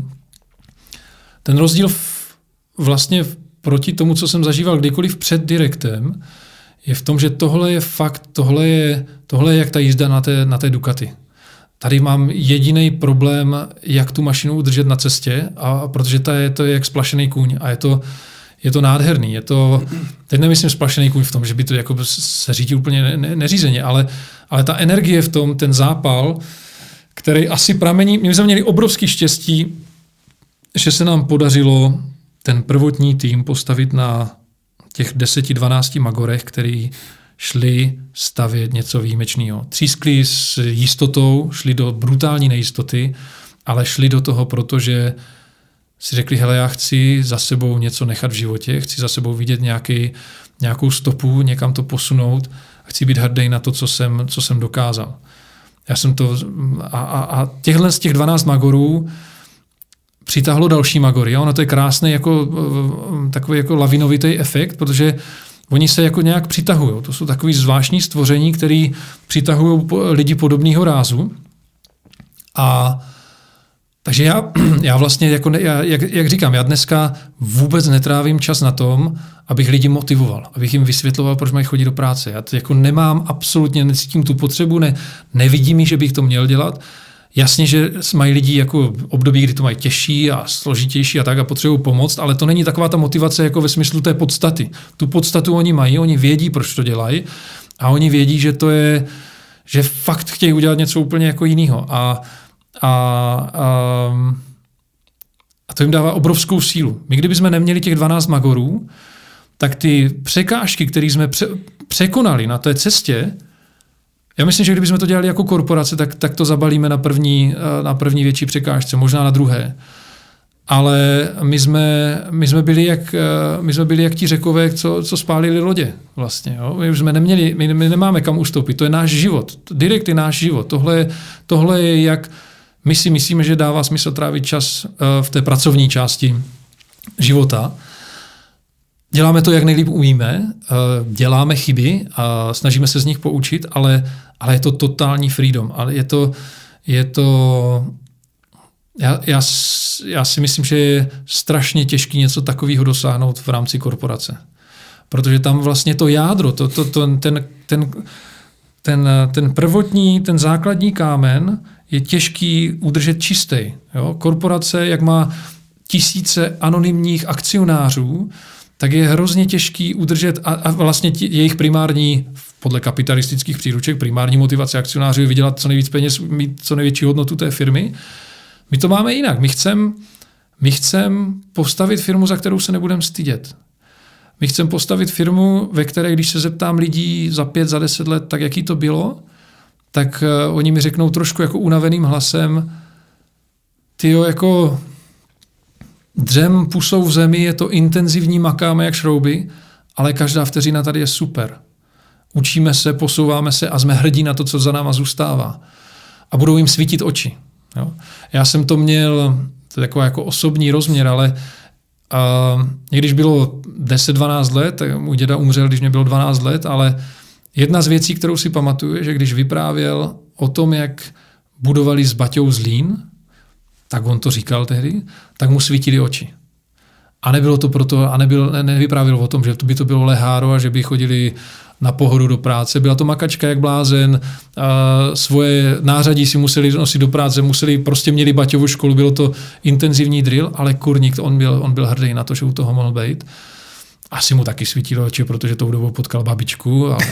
ten rozdíl v, vlastně proti tomu, co jsem zažíval kdykoliv před direktem, je v tom, že tohle je fakt, tohle je, tohle je jak ta jízda na té, na té Ducati. Tady mám jediný problém, jak tu mašinu udržet na cestě, a protože to je, to je jak splašený kůň a je to, je to nádherný. Je to, teď nemyslím splašený kůň v tom, že by to jako se řídí úplně ne, ne, neřízeně, ale, ale ta energie v tom, ten zápal, který asi pramení, my jsme měli obrovský štěstí, že se nám podařilo ten prvotní tým postavit na těch deseti dvanácti magorech, který šli stavět něco výjimečného. Třískli s jistotou, šli do brutální nejistoty, ale šli do toho, protože si řekli, hele, já chci za sebou něco nechat v životě, chci za sebou vidět nějaký, nějakou stopu, někam to posunout, chci být hrdý na to, co jsem, co jsem dokázal. Já jsem to, a, a, a těchhle z těch dvanáct magorů přitáhlo další magory. A ono to je krásný jako, takový jako lavinovitý efekt, protože oni se jako nějak přitahují. To jsou takový zvláštní stvoření, který přitahují lidi podobného rázu. A takže já, já vlastně, jako ne, já, jak, jak říkám, já dneska vůbec netrávím čas na tom, abych lidi motivoval, abych jim vysvětloval, proč mají chodit do práce. Já to jako nemám, absolutně necítím tu potřebu, ne, nevidím ji, že bych to měl dělat. Jasně, že mají lidi jako období, kdy to mají těžší a složitější a tak a potřebují pomoct, ale to není taková ta motivace jako ve smyslu té podstaty. Tu podstatu oni mají, oni vědí, proč to dělají a oni vědí, že to je, že fakt chtějí udělat něco úplně jako jiného. A, a, a, a to jim dává obrovskou sílu. My kdybychom neměli těch dvanáct magorů, tak ty překážky, které jsme pře- překonali na té cestě, já myslím, že kdybychom to dělali jako korporace, tak, tak to zabalíme na první, na první větší překážce, možná na druhé. Ale my jsme, my jsme, byli, jak, my jsme byli jak ti Řekové, co, co spálili lodě vlastně. Jo? My už jsme neměli, my, my nemáme kam ustoupit, to je náš život. Direkt je náš život. Tohle, tohle je jak my si myslíme, že dává smysl trávit čas v té pracovní části života. Děláme to, jak nejlíp umíme, děláme chyby a snažíme se z nich poučit, ale, ale je to totální freedom. Ale je to, je to já, já, já si myslím, že je strašně těžké něco takového dosáhnout v rámci korporace. Protože tam vlastně to jádro, to, to, to, ten, ten, ten, ten prvotní, ten základní kámen je těžký udržet čistý. Jo? Korporace, jak má tisíce anonymních akcionářů, tak je hrozně těžký udržet a, a vlastně tí, jejich primární, podle kapitalistických příruček, primární motivace akcionářů je vydělat co nejvíc peněz, mít co největší hodnotu té firmy. My to máme jinak. My chceme my chcem postavit firmu, za kterou se nebudeme stydět. My chceme postavit firmu, ve které, když se zeptám lidí za pět, za deset let, tak jaký to bylo, tak uh, oni mi řeknou trošku jako unaveným hlasem, tyjo, jako dřem pusou v zemi, je to intenzivní, makáme jak šrouby, ale každá vteřina tady je super. Učíme se, posouváme se a jsme hrdí na to, co za náma zůstává. A budou jim svítit oči. Jo? Já jsem to měl, to je takový jako osobní rozměr, ale uh, když bylo deset dvanáct let, můj děda umřel, když mě bylo dvanáct let, ale jedna z věcí, kterou si pamatuju, je, že když vyprávěl o tom, jak budovali s Baťou Zlín, tak on to říkal tehdy, tak mu svítily oči. A nebylo to proto, a nebyl, ne, nevyprávěl o tom, že to by to bylo leháro a že by chodili na pohodu do práce. Byla to makačka jak blázen, a svoje nářadí si museli nosit do práce, museli, prostě měli Baťovu školu, bylo to intenzivní drill, ale kurník, on byl, on byl hrdý na to, že u toho mohl být. Asi mu taky svítilo oči, protože tou dobou potkal babičku. Ale,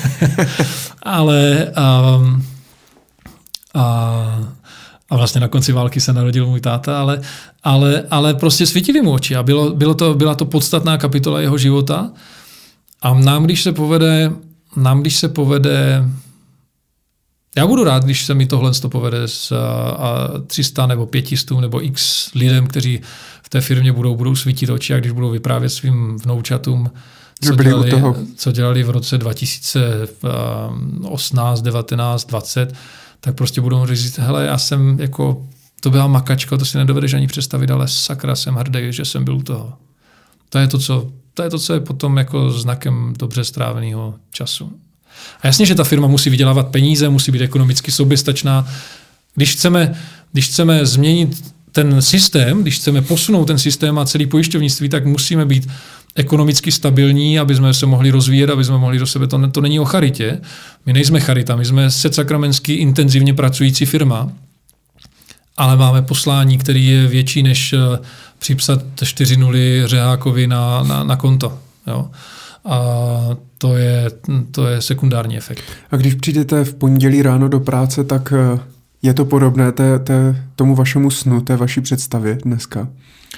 ale um, a, a vlastně na konci války se narodil můj táta, ale, ale, ale prostě svítili mu oči a bylo, bylo to, byla to podstatná kapitola jeho života. A nám, když se povede, nám, když se povede, já budu rád, když se mi tohle to povede s a tři sta nebo pět set nebo x lidem, kteří v té firmě budou, budou svítit oči a když budou vyprávět svým vnoučatům, co dělali, co dělali v roce dva tisíce osmnáct, devatenáct, dvacet, tak prostě budou říct, hele, já jsem jako, to byla makačka, to si nedovedeš ani představit, ale sakra, jsem hrdý, že jsem byl u toho. To je to, co, to je to, co je potom jako znakem dobře stráveného času. A jasně, že ta firma musí vydělávat peníze, musí být ekonomicky soběstačná. Když chceme, když chceme změnit ten systém, když chceme posunout ten systém a celý pojišťovnictví, tak musíme být ekonomicky stabilní, aby jsme se mohli rozvíjet, aby jsme mohli do sebe. To, to není o charitě. My nejsme charita, my jsme setsakramentsky intenzivně pracující firma, ale máme poslání, který je větší, než připsat čtyři nuly Řehákovi na, na, na konto. Jo? A to je, to je sekundární efekt. A když přijdete v pondělí ráno do práce, tak je to podobné té, té, tomu vašemu snu, té vaší představě dneska?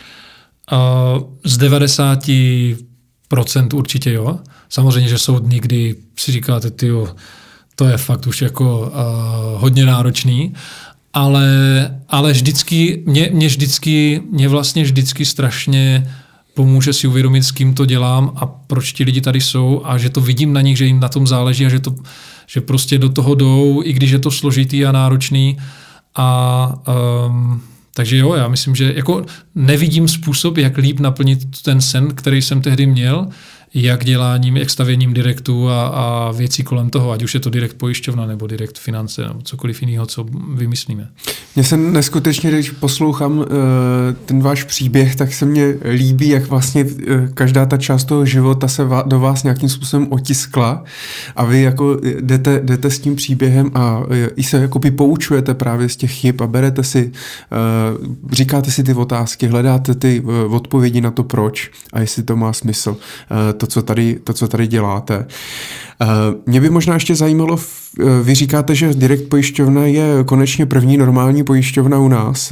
Uh, z devadesát procent určitě jo. Samozřejmě, že jsou dny, kdy si říkáte, tyjo, to je fakt už jako uh, hodně náročný, ale, ale vždycky, mě, mě vždycky, mě vlastně vždycky strašně pomůže si uvědomit, s kým to dělám a proč ti lidi tady jsou a že to vidím na nich, že jim na tom záleží a že, to, že prostě do toho jdou, i když je to složitý a náročný. A um, takže jo, já myslím, že jako nevidím způsob, jak líp naplnit ten sen, který jsem tehdy měl, jak děláním, jak stavěním direktu a, a věcí kolem toho, ať už je to direkt pojišťovna nebo direkt finance nebo cokoliv jiného, co vymyslíme. Mně se neskutečně, když poslouchám uh, ten váš příběh, tak se mně líbí, jak vlastně uh, každá ta část toho života se va, do vás nějakým způsobem otiskla a vy jako jdete, jdete s tím příběhem a uh, i se jakoby poučujete právě z těch chyb a berete si, uh, říkáte si ty otázky, hledáte ty uh, odpovědi na to proč a jestli to má smysl. Uh, To co, tady, to, co tady děláte. Mě by možná ještě zajímalo, vy říkáte, že Direkt pojišťovna je konečně první normální pojišťovna u nás.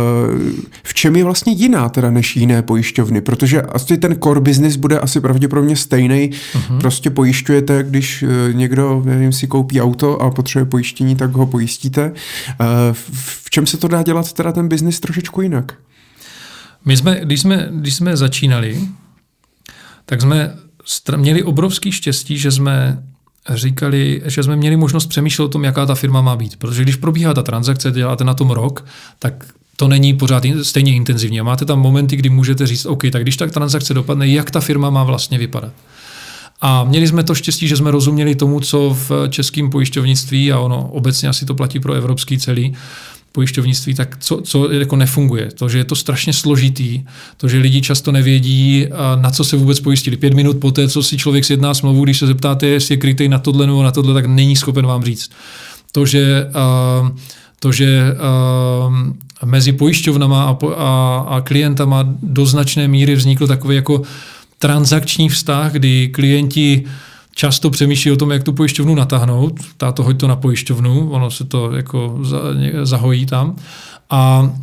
V čem je vlastně jiná teda než jiné pojišťovny? Protože asi ten core business bude asi pravděpodobně stejný. Uh-huh. Prostě pojišťujete, když někdo, nevím, si koupí auto a potřebuje pojištění, tak ho pojistíte. V čem se to dá dělat teda ten business trošičku jinak? My jsme, když jsme, když jsme začínali, tak jsme měli obrovský štěstí, že jsme říkali, že jsme měli možnost přemýšlet o tom, jaká ta firma má být. Protože když probíhá ta transakce, děláte na tom rok, tak to není pořád stejně intenzivní. A máte tam momenty, kdy můžete říct, OK, tak když ta transakce dopadne, jak ta firma má vlastně vypadat. A měli jsme to štěstí, že jsme rozuměli tomu, co v českém pojišťovnictví, a ono obecně asi to platí pro evropský celý, pojišťovnictví, tak co, co jako nefunguje. To, že je to strašně složitý, to, že lidi často nevědí, na co se vůbec pojistili. Pět minut poté, co si člověk sjedná smlouvu, když se zeptáte, jestli je krytej na tohle nebo na tohle, tak není schopen vám říct. To, že, uh, to, že uh, mezi pojišťovnama a, a, a klientama do značné míry vznikl takový jako transakční vztah, kdy klienti často přemýšlí o tom, jak tu pojišťovnu natáhnout. Táto, hoď to na pojišťovnu, ono se to jako zahojí tam. A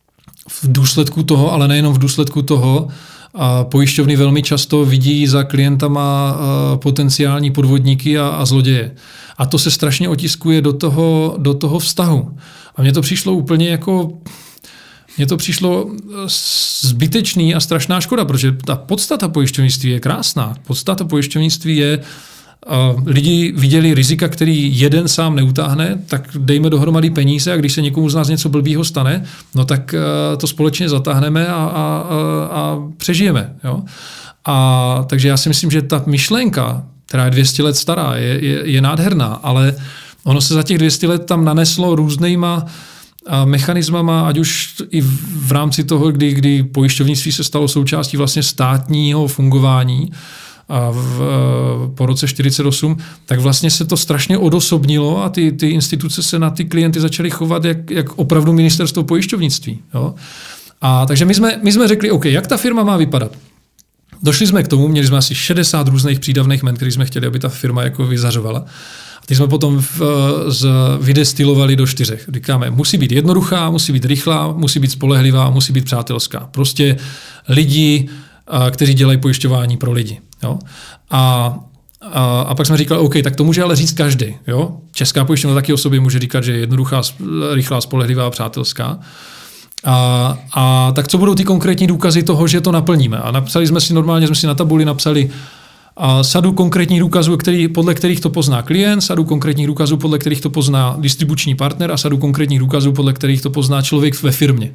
v důsledku toho, ale nejenom v důsledku toho, a pojišťovny velmi často vidí za klientama potenciální podvodníky a, a zloděje. A to se strašně otiskuje do toho, do toho vztahu. A mně to přišlo úplně jako... Mně to přišlo zbytečný a strašná škoda, protože ta podstata pojišťovnictví je krásná. Podstata pojišťovnictví je, uh, lidi viděli rizika, který jeden sám neutáhne, tak dejme dohromady peníze a když se někomu z nás něco blbýho stane, no tak uh, to společně zatáhneme a, a, a, a přežijeme. Jo? A takže já si myslím, že ta myšlenka, která je dvě stě let stará, je, je, je nádherná, ale ono se za těch dvě stě let tam naneslo různýma a mechanismama, ať už i v rámci toho, kdy, kdy pojišťovnictví se stalo součástí vlastně státního fungování a v, po roce čtyřicet osm, tak vlastně se to strašně odosobnilo a ty, ty instituce se na ty klienty začaly chovat jak, jak opravdu ministerstvo pojišťovnictví. Jo? A takže my jsme, my jsme řekli, OK, jak ta firma má vypadat? Došli jsme k tomu, měli jsme asi šedesát různých přídavných jmen, který jsme chtěli, aby ta firma jako vyzařovala. Ty jsme potom v, z, vydestilovali do čtyřech. Říkáme, musí být jednoduchá, musí být rychlá, musí být spolehlivá, musí být přátelská. Prostě lidi, kteří dělají pojišťování pro lidi. Jo? A, a, a pak jsme říkali, OK, tak to může ale říct každý. Jo? Česká pojišťovna taky o sobě může říkat, že je jednoduchá, rychlá, spolehlivá, přátelská. A, a tak co budou ty konkrétní důkazy toho, že to naplníme? A napsali jsme si, normálně jsme si na tabuli napsali a sadu konkrétních důkazů, který, podle kterých to pozná klient, sadu konkrétních důkazů, podle kterých to pozná distribuční partner a sadu konkrétních důkazů, podle kterých to pozná člověk ve firmě.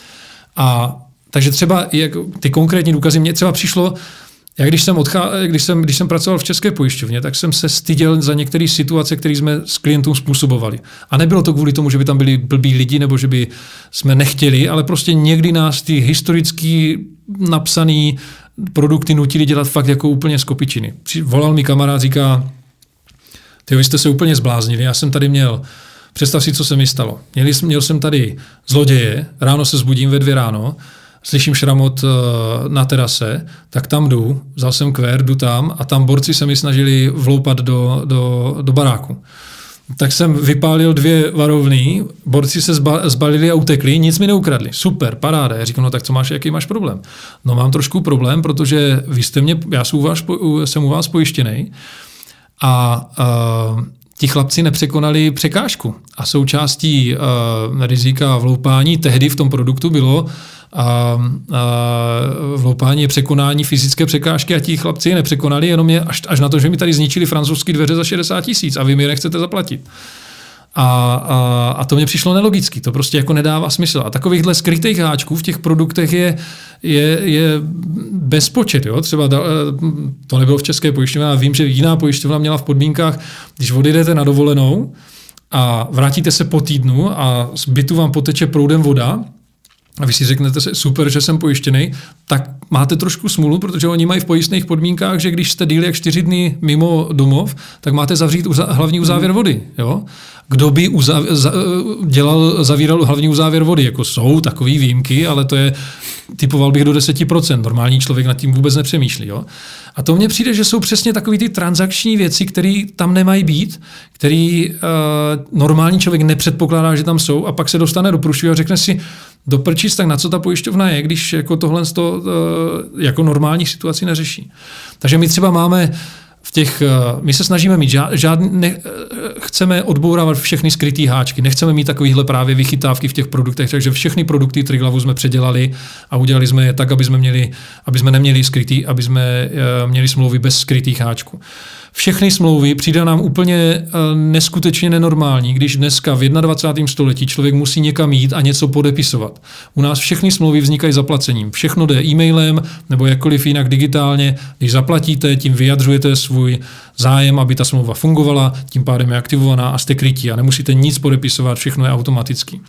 A takže třeba jak ty konkrétní důkazy, mně třeba přišlo, já když jsem, odchá, když, jsem, když jsem pracoval v České pojišťovně, tak jsem se styděl za některé situace, které jsme s klientům způsobovali. A nebylo to kvůli tomu, že by tam byli blbí lidi, nebo že by jsme nechtěli, ale prostě někdy nás ty historicky napsané produkty nutili dělat fakt jako úplně z kopičiny. Volal mi kamarád, říká, ty vy jste se úplně zbláznili, já jsem tady měl, představ si, co se mi stalo. Měl, měl jsem tady zloděje, ráno se zbudím ve dvě ráno, slyším šramot na terase, tak tam jdu, vzal jsem kvér, jdu tam a tam borci se mi snažili vloupat do, do, do baráku. Tak jsem vypálil dvě varovny, borci se zba, zbalili a utekli, nic mi neukradli. Super, paráda. Já říkám, no tak co máš, jaký máš problém? No mám trošku problém, protože vy jste mě, já jsem u vás, jsem u vás pojištěnej a, a ti chlapci nepřekonali překážku. A součástí uh, rizika vloupání tehdy v tom produktu bylo a, a vloupání je překonání fyzické překážky a ti chlapci je nepřekonali, jenom je až, až na to, že mi tady zničili francouzské dveře za šedesát tisíc a vy mi je nechcete zaplatit. A, a, a to mě přišlo nelogicky, to prostě jako nedává smysl. A takovýchhle skrytých háčků v těch produktech je, je, je bezpočet. Jo? Třeba da, to nebylo v České pojišťovně, ale vím, že jiná pojišťovna měla v podmínkách, když odjedete na dovolenou a vrátíte se po týdnu a z bytu vám poteče proudem voda, a vy si řeknete, super, že jsem pojištěný, tak máte trošku smůlu, protože oni mají v pojistných podmínkách, že když jste díl jak čtyři dny mimo domov, tak máte zavřít uza- hlavní uzávěr vody. Jo? Kdo by uzav- za- dělal, zavíral hlavní uzávěr vody? Jako jsou takové výjimky, ale to je, typoval bych do deset procent. Normální člověk nad tím vůbec nepřemýšlí. Jo? A to mně přijde, že jsou přesně takové ty transakční věci, které tam nemají být, které uh, normální člověk nepředpokládá, že tam jsou a pak se dostane do průšvihu a řekne si, do prčic, tak na co ta pojišťovna je, když jako tohle to, uh, jako normální situaci neřeší. Takže my třeba máme v těch, uh, my se snažíme mít žádný, ne, uh, chceme odbourávat všechny skrytý háčky, nechceme mít takovýhle právě vychytávky v těch produktech, takže všechny produkty Triglavu jsme předělali a udělali jsme je tak, aby jsme, měli, aby jsme neměli skrytý, aby jsme uh, měli smlouvy bez skrytých háčků. Všechny smlouvy přijde nám úplně neskutečně nenormální, když dneska v dvacátém prvním století člověk musí někam jít a něco podepisovat. U nás všechny smlouvy vznikají zaplacením. Všechno jde e-mailem nebo jakkoliv jinak digitálně. Když zaplatíte, tím vyjadřujete svůj zájem, aby ta smlouva fungovala, tím pádem je aktivovaná a jste krytí a nemusíte nic podepisovat, všechno je automaticky.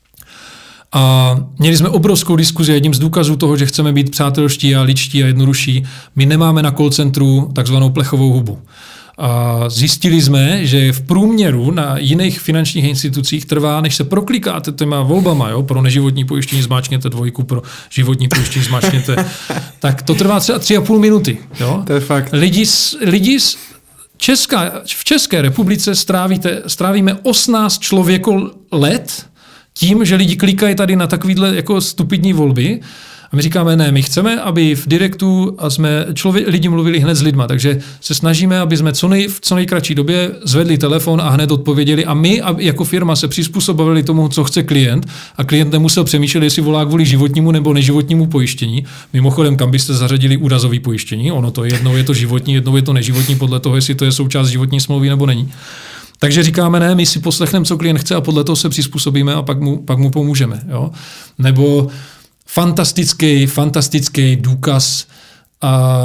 A měli jsme obrovskou diskuzi, jedním z důkazů toho, že chceme být přátelští a ličtí a jednodušší. My nemáme na call centru takzvanou plechovou hubu. A zjistili jsme, že v průměru na jiných finančních institucích trvá, než se proklikáte těma volbama, jo? Pro neživotní pojištění zmáčkněte dvojku, pro životní pojištění zmáčkněte, tak to trvá třeba tři a půl minuty. Jo? To je fakt. Lidi, lidi Česká, v České republice strávíte, strávíme osmnáct člověko let tím, že lidi klikají tady na takovýhle jako stupidní volby a my říkáme, ne, my chceme, aby v direktu a jsme člověk, lidi mluvili hned s lidma, takže se snažíme, aby jsme co nej, v co nejkratší době zvedli telefon a hned odpověděli a my jako firma se přizpůsobili tomu, co chce klient a klient nemusel přemýšlet, jestli volá kvůli životnímu nebo neživotnímu pojištění. Mimochodem, kam byste zařadili úrazové pojištění, ono to jednou je to životní, jednou je to neživotní, podle toho, jestli to je součást životní smlouvy nebo není. Takže říkáme, ne, my si poslechneme, co klient chce a podle toho se přizpůsobíme a pak mu, pak mu pomůžeme. Jo? Nebo fantastický, fantastický důkaz a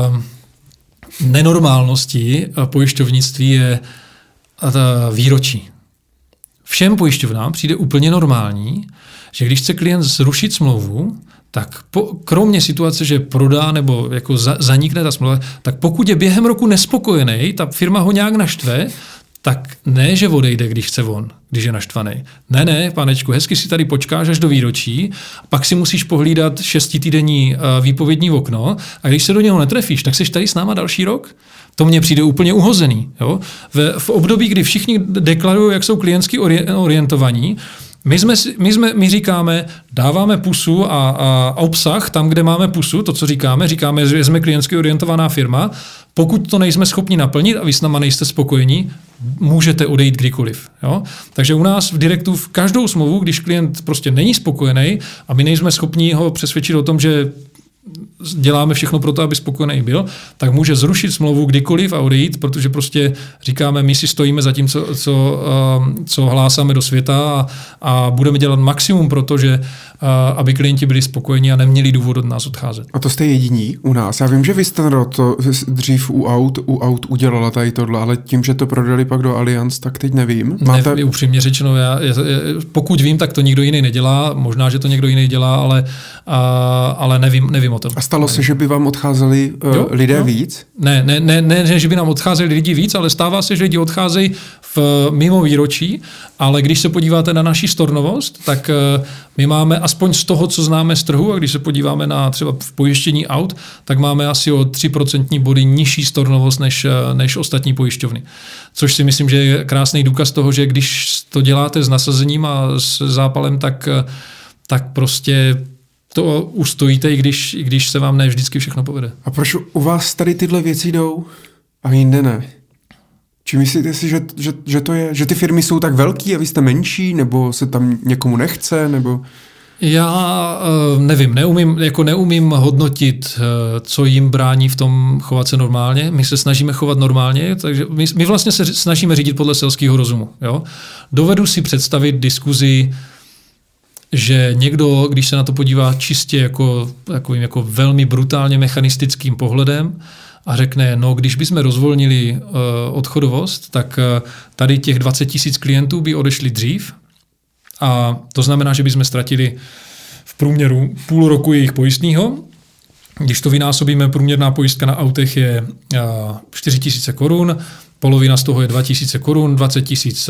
nenormálnosti a pojišťovnictví je a ta výročí. Všem pojišťovnám přijde úplně normální, že když chce klient zrušit smlouvu, tak po, kromě situace, že prodá nebo jako za, zanikne ta smlouva, tak pokud je během roku nespokojený, ta firma ho nějak naštve, tak ne, že odejde, když chce on, když je naštvaný. Ne, ne, panečku, hezky si tady počkáš až do výročí, pak si musíš pohlídat šestitýdenní výpovědní okno a když se do něho netrefíš, tak seš tady s náma další rok. To mně přijde úplně uhozený. Jo? V, v období, kdy všichni deklarují, jak jsou klientsky orientovaní, My, jsme, my, jsme, my říkáme, dáváme pusu a, a obsah tam, kde máme pusu, to, co říkáme, říkáme, že jsme klientsky orientovaná firma. Pokud to nejsme schopni naplnit a vy s náma nejste spokojení, můžete odejít kdykoliv. Jo? Takže u nás v Direktu v každou smlouvu, když klient prostě není spokojený a my nejsme schopni ho přesvědčit o tom, že děláme všechno pro to, aby spokojený byl, tak může zrušit smlouvu kdykoliv a odejít, protože prostě říkáme, my si stojíme za tím, co, co, co hlásáme do světa a, a budeme dělat maximum pro to, že aby klienti byli spokojení a neměli důvod od nás odcházet. A to jste jediní u nás. Já vím, že vy jste to dřív u aut, u aut udělala tady tohle, ale tím, že to prodali pak do Allianz, tak teď nevím. Máte... Ne, upřímně řečeno, já, pokud vím, tak to nikdo jiný nedělá, možná, že to někdo jiný dělá, ale, a, ale nevím, nevím o tom. A stalo se, že by vám odcházeli uh, jo, lidé jo. víc? Ne, ne, ne, ne, že by nám odcházeli lidi víc, ale stává se, že lidi odcházejí v, mimo výročí, ale když se podíváte na naši stornovost, tak uh, my máme aspoň z toho, co známe z trhu, a když se podíváme na třeba v pojištění aut, tak máme asi o tři procentní body nižší stornovost než, než ostatní pojišťovny. Což si myslím, že je krásný důkaz toho, že když to děláte s nasazením a s zápalem, tak, tak prostě to ustojíte, i když, i když se vám ne vždycky všechno povede. A proč u vás tady tyhle věci jdou a jinde ne? Či myslíte si, že, že, že to je, že ty firmy jsou tak velký a vy jste menší, nebo se tam někomu nechce, nebo... Já uh, nevím, neumím, jako neumím hodnotit, uh, co jim brání v tom chovat se normálně. My se snažíme chovat normálně, takže my, my vlastně se snažíme řídit podle selského rozumu. Jo? Dovedu si představit diskuzi, že někdo, když se na to podívá čistě jako, jako, jako velmi brutálně mechanistickým pohledem, a řekne, no když bychom rozvolnili uh, odchodovost, tak uh, tady těch dvacet tisíc klientů by odešli dřív a to znamená, že bychom ztratili v průměru půl roku jejich pojistného. Když to vynásobíme, průměrná pojistka na autech je uh, čtyři tisíce korun, polovina z toho je dva tisíce korun, dvacet tisíc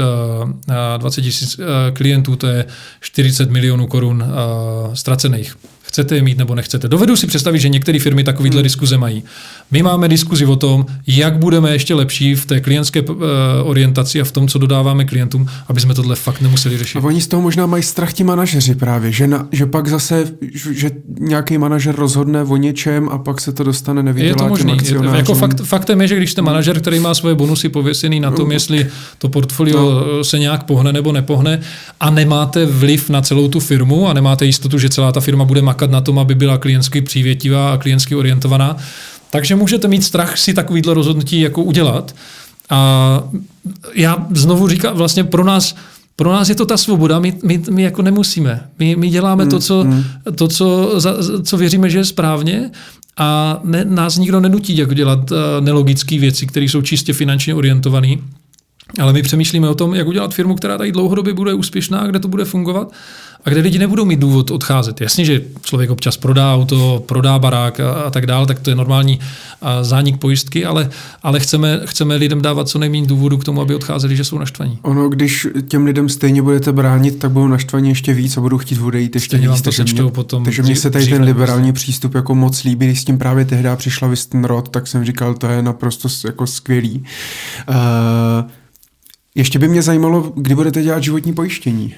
uh, klientů, to je čtyřicet milionů korun uh, ztracených. Chcete je mít nebo nechcete. Dovedu si představit, že některé firmy takovýhle hmm. diskuze mají. My máme diskuzi o tom, jak budeme ještě lepší v té klientské uh, orientaci a v tom, co dodáváme klientům, aby jsme tohle fakt nemuseli řešit. A oni z toho možná mají strach ti manažeři právě, že, na, že pak zase, že nějaký manažer rozhodne o něčem a pak se to dostane nevydělá těm akcionářům. Jako fakt, faktem je, že když jste manažer, který má svoje bonusy pověsený na tom, jestli to portfolio no. se nějak pohne nebo nepohne a nemáte vliv na celou tu firmu a nemáte jistotu, že celá ta firma bude makat na tom, aby byla klientsky přívětivá a klientsky orientovaná, takže můžete mít strach si takovýhle rozhodnutí jako udělat. A já znovu říkám, vlastně pro nás, pro nás je to ta svoboda, my, my, my jako nemusíme. My, my děláme mm, to, co, mm. to co, za, co věříme, že je správně a ne, nás nikdo nenutí jako dělat uh, nelogické věci, které jsou čistě finančně orientované. Ale my přemýšlíme o tom, jak udělat firmu, která tady dlouhodobě bude úspěšná, kde to bude fungovat a kde lidi nebudou mít důvod odcházet. Jasně, že člověk občas prodá auto, prodá barák a, a tak dále, tak to je normální a, zánik pojistky, ale, ale chceme, chceme lidem dávat co nejméně důvodu k tomu, aby odcházeli, že jsou naštvaní. Ono, když těm lidem stejně budete bránit, tak budou naštvaní ještě víc a budou chtít odejít ještě víc. Takže mě, potom takže mně se tady ten liberální přístup jako moc líbí, když s tím právě tehdy přišla Wüstenrot, tak jsem říkal, to je naprosto jako skvělý. Uh, Ještě by mě zajímalo, kdy budete dělat životní pojištění.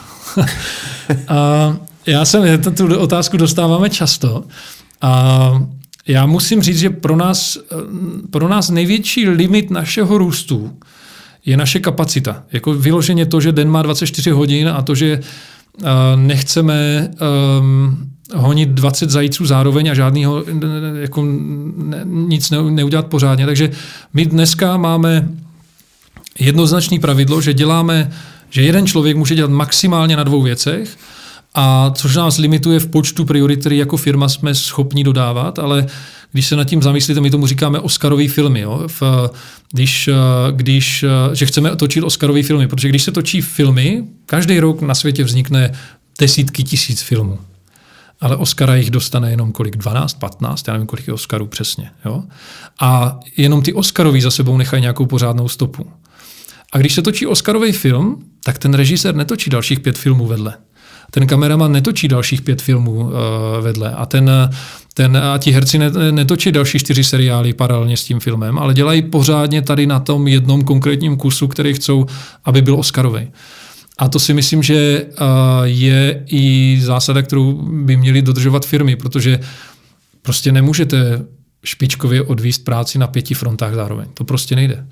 a já jsem, tu otázku dostáváme často. A já musím říct, že pro nás, pro nás největší limit našeho růstu je naše kapacita. Jako vyloženě to, že den má dvacet čtyři hodin a to, že uh, nechceme um, honit dvacet zajíců zároveň a žádnýho jako ne, nic ne, neudělat pořádně. Takže my dneska máme jednoznačné pravidlo, že děláme, že jeden člověk může dělat maximálně na dvou věcech, a což nás limituje v počtu priorit, které jako firma jsme schopni dodávat, ale když se nad tím zamyslíte, my tomu říkáme Oscarové filmy, jo? V, když, když, že chceme točit Oscarové filmy, protože když se točí filmy, každý rok na světě vznikne desítky tisíc filmů. Ale Oscara jich dostane jenom kolik? dvanáct, patnáct, já nevím, kolik je Oscarů přesně. Jo? A jenom ty Oscarový za sebou nechají nějakou pořádnou stopu. A když se točí Oscarový film, tak ten režisér netočí dalších pět filmů vedle. Ten kameraman netočí dalších pět filmů uh, vedle. A, ten, ten, a ti herci netočí další čtyři seriály paralelně s tím filmem, ale dělají pořádně tady na tom jednom konkrétním kusu, který chcou, aby byl Oscarový. A to si myslím, že uh, je i zásada, kterou by měly dodržovat firmy, protože prostě nemůžete špičkově odvíst práci na pěti frontách zároveň. To prostě nejde.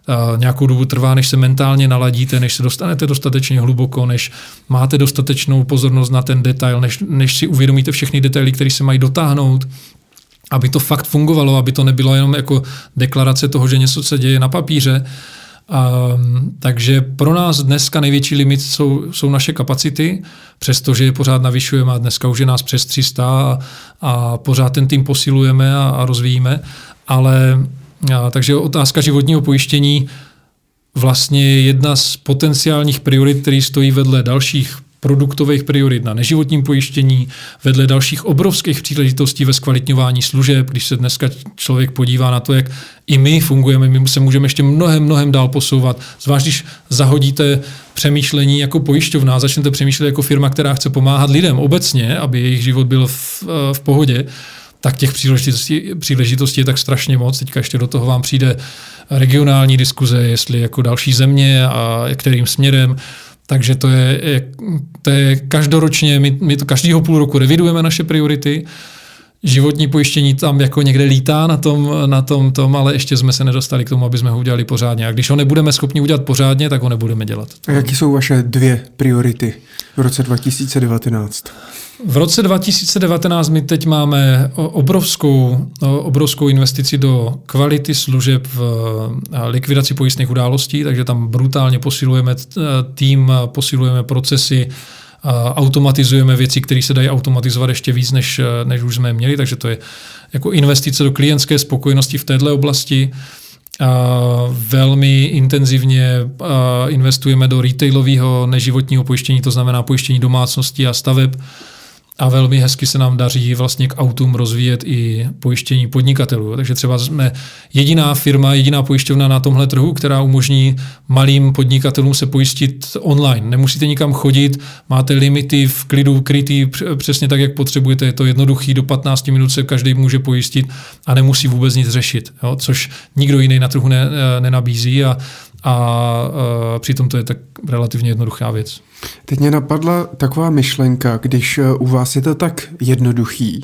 Nějakou dobu trvá, než se mentálně naladíte, než se dostanete dostatečně hluboko, než máte dostatečnou pozornost na ten detail, než, než si uvědomíte všechny detaily, které se mají dotáhnout, aby to fakt fungovalo, aby to nebylo jenom jako deklarace toho, že něco se děje na papíře. Um, takže pro nás dneska největší limit jsou, jsou naše kapacity, přestože je pořád navyšujeme a dneska už je nás přes tři sta a, a pořád ten tým posilujeme a, a rozvíjíme, ale a, takže otázka životního pojištění vlastně je jedna z potenciálních priorit, který stojí vedle dalších produktových priorit na neživotním pojištění, vedle dalších obrovských příležitostí ve zkvalitňování služeb. Když se dneska člověk podívá na to, jak i my fungujeme, my se můžeme ještě mnohem, mnohem dál posouvat. Zvlášť, když zahodíte přemýšlení jako pojišťovna a začnete přemýšlet jako firma, která chce pomáhat lidem obecně, aby jejich život byl v, v pohodě, tak těch příležitostí, příležitostí je tak strašně moc. Teďka ještě do toho vám přijde regionální diskuze, jestli jako další země a kterým směrem. Takže to je, to je každoročně, my, my to každýho půl roku revidujeme naše priority. Životní pojištění tam jako někde lítá na tom, na tom, tom, ale ještě jsme se nedostali k tomu, aby jsme ho udělali pořádně. A když ho nebudeme schopni udělat pořádně, tak ho nebudeme dělat. A jaké jsou vaše dvě priority v roce dva tisíce devatenáct? V roce dva tisíce devatenáct my teď máme obrovskou, obrovskou investici do kvality služeb v likvidaci pojistných událostí, takže tam brutálně posilujeme tým, posilujeme procesy, automatizujeme věci, které se dají automatizovat ještě víc, než, než už jsme měli, takže to je jako investice do klientské spokojenosti v této oblasti. Velmi intenzivně investujeme do retailového neživotního pojištění, to znamená pojištění domácností a staveb. A velmi hezky se nám daří vlastně k autům rozvíjet i pojištění podnikatelů. Takže třeba jsme jediná firma, jediná pojišťovna na tomhle trhu, která umožní malým podnikatelům se pojistit online. Nemusíte nikam chodit, máte limity v klidu krytý přesně tak, jak potřebujete. Je to jednoduchý, do patnáct minut se každý může pojistit a nemusí vůbec nic řešit, jo? Což nikdo jiný na trhu ne, nenabízí a, a, a přitom to je tak relativně jednoduchá věc. Teď mě napadla taková myšlenka, když u vás je to tak jednoduchý,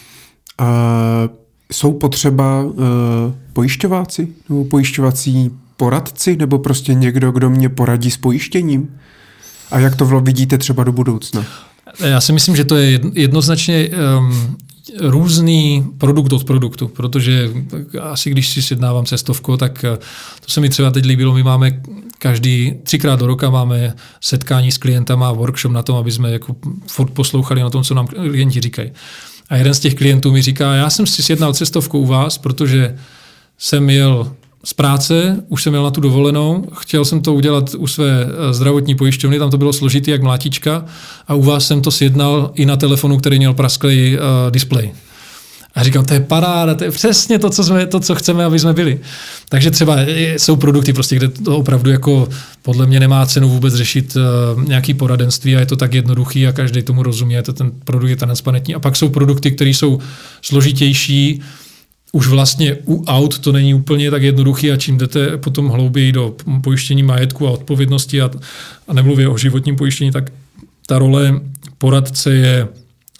a jsou potřeba uh, pojišťováci nebo pojišťovací poradci nebo prostě někdo, kdo mě poradí s pojištěním? A jak to vidíte třeba do budoucna? Já si myslím, že to je jednoznačně um, různý produkt od produktu, protože asi když si sjednávám cestovku, tak to se mi třeba teď líbilo, my máme každý třikrát do roka máme setkání s klientama a workshop na tom, aby jsme jako furt poslouchali na tom, co nám klienti říkají. A jeden z těch klientů mi říká, já jsem si sjednal cestovku u vás, protože jsem jel z práce, už jsem jel na tu dovolenou, chtěl jsem to udělat u své zdravotní pojišťovny, tam to bylo složitý jak mlátička a u vás jsem to sjednal i na telefonu, který měl prasklý uh, displej. A říkám, to je paráda, to je přesně to, co, jsme, to, co chceme, aby jsme byli. Takže třeba jsou produkty, prostě, kde to opravdu jako podle mě nemá cenu vůbec řešit uh, nějaký poradenství a je to tak jednoduchý a každý tomu rozumí, a to ten produkt je transparentní. A pak jsou produkty, které jsou složitější. Už vlastně u aut to není úplně tak jednoduchý a čím jdete potom hlouběji do pojištění majetku a odpovědnosti a, a nemluvě o životním pojištění, tak ta role poradce je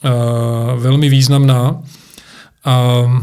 uh, velmi významná. Uh,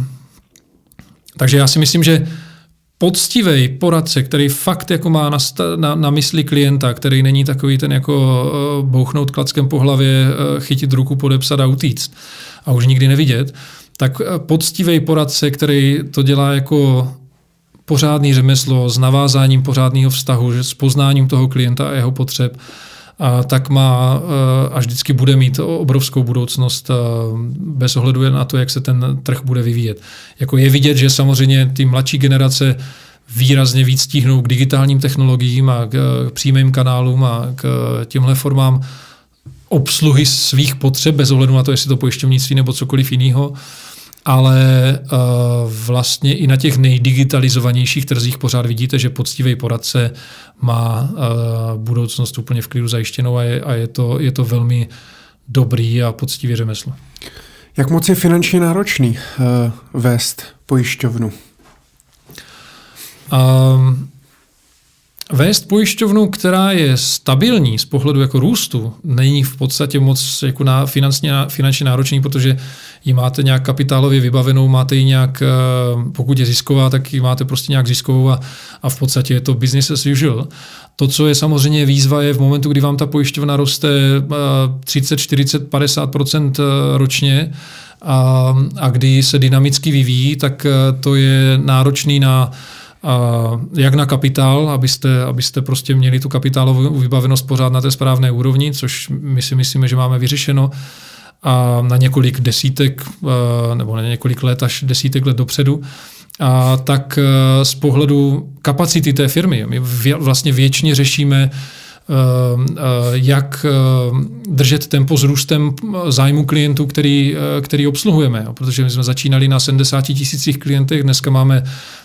takže já si myslím, že poctivý poradce, který fakt jako má na, na, na mysli klienta, který není takový ten jako uh, bouchnout klackem po hlavě, uh, chytit ruku, podepsat a utíct a už nikdy nevidět, tak poctivý poradce, který to dělá jako pořádný řemeslo s navázáním pořádného vztahu, s poznáním toho klienta a jeho potřeb, a tak má a vždycky bude mít obrovskou budoucnost bez ohledu na to, jak se ten trh bude vyvíjet. Jako je vidět, že samozřejmě ty mladší generace výrazně víc stíhnou k digitálním technologiím a k přímým kanálům a k těmhle formám obsluhy svých potřeb, bez ohledu na to, jestli to pojišťovnictví nebo cokoliv jiného, ale uh, vlastně i na těch nejdigitalizovanějších trzích pořád vidíte, že poctivý poradce má uh, budoucnost úplně v klidu zajištěnou a je, a je, to, je to velmi dobrý a poctivý řemeslo. Jak moc je finančně náročný uh, vést pojišťovnu? Um, Vést pojišťovnu, která je stabilní z pohledu jako růstu, není v podstatě moc jako na finančně, finančně náročný, protože ji máte nějak kapitálově vybavenou, máte ji nějak, pokud je zisková, tak ji máte prostě nějak ziskovou a, a v podstatě je to business as usual. To, co je samozřejmě výzva, je v momentu, kdy vám ta pojišťovna roste třicet, čtyřicet, padesát procent ročně a, a kdy se dynamicky vyvíjí, tak to je náročný na Uh, jak na kapitál, abyste, abyste prostě měli tu kapitálovou vybavenost pořád na té správné úrovni, což my si myslíme, že máme vyřešeno a na několik desítek uh, nebo na několik let až desítek let dopředu. A tak uh, z pohledu kapacity té firmy, my vě, vlastně věčně řešíme, uh, uh, jak uh, držet tempo s růstem zájmu klientů, který, uh, který obsluhujeme. Protože my jsme začínali na sedmdesáti tisících klientech, dneska máme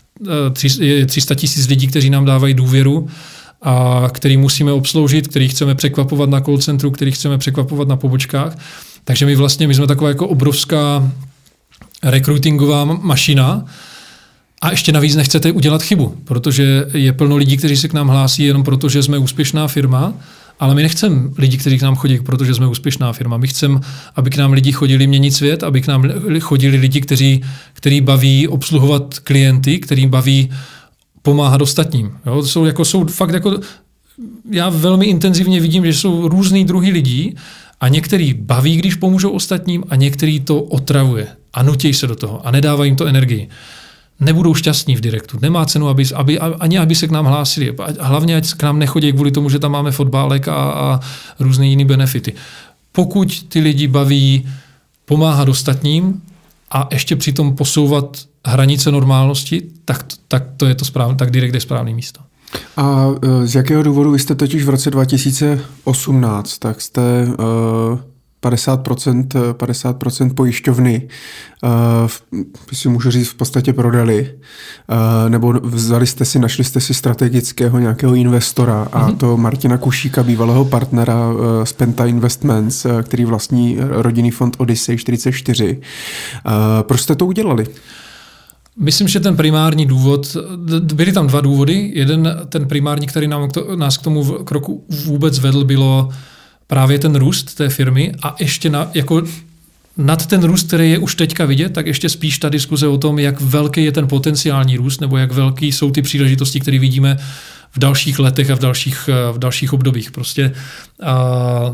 tři sta tisíc lidí, kteří nám dávají důvěru a který musíme obsloužit, který chceme překvapovat na call centru, který chceme překvapovat na pobočkách. Takže my vlastně my jsme taková jako obrovská rekrutingová mašina a ještě navíc nechcete udělat chybu, protože je plno lidí, kteří se k nám hlásí jenom proto, že jsme úspěšná firma, ale my nechceme lidi, kteří k nám chodí, protože jsme úspěšná firma. My chceme, aby k nám lidi chodili měnit svět, aby k nám chodili lidi, kteří, kteří baví obsluhovat klienty, kteří baví pomáhat ostatním. Jo? To jsou, jako, jsou fakt jako, já velmi intenzivně vidím, že jsou různý druhy lidí a některý baví, když pomůžou ostatním a některý to otravuje a nutí se do toho a nedává jim to energii. Nebudou šťastní v direktu. Nemá cenu, aby, aby, ani aby se k nám hlásili. Hlavně, ať k nám nechodí kvůli tomu, že tam máme fotbálek a, a různé jiné benefity. Pokud ty lidi baví pomáhat ostatním a ještě přitom posouvat hranice normálnosti, tak, tak to je to správné, tak direkt je správné místo. A z jakého důvodu vy jste totiž v roce dva tisíce osmnáct, tak jste uh, padesát procent, padesát procent pojišťovny, uh, si můžu říct, v podstatě prodali, uh, nebo vzali jste si, našli jste si strategického nějakého investora a mm-hmm. to Martina Kušíka, bývalého partnera uh, z Penta Investments, uh, který vlastní rodinný fond Odyssey čtyřicet čtyři. Uh, proč jste to udělali? Myslím, že ten primární důvod, byly tam dva důvody. Jeden, ten primární, který nám, nás k tomu kroku vůbec vedl, bylo právě ten růst té firmy a ještě na, jako nad ten růst, který je už teďka vidět, tak ještě spíš ta diskuze o tom, jak velký je ten potenciální růst nebo jak velký jsou ty příležitosti, které vidíme v dalších letech a v dalších, v dalších obdobích. Prostě a, a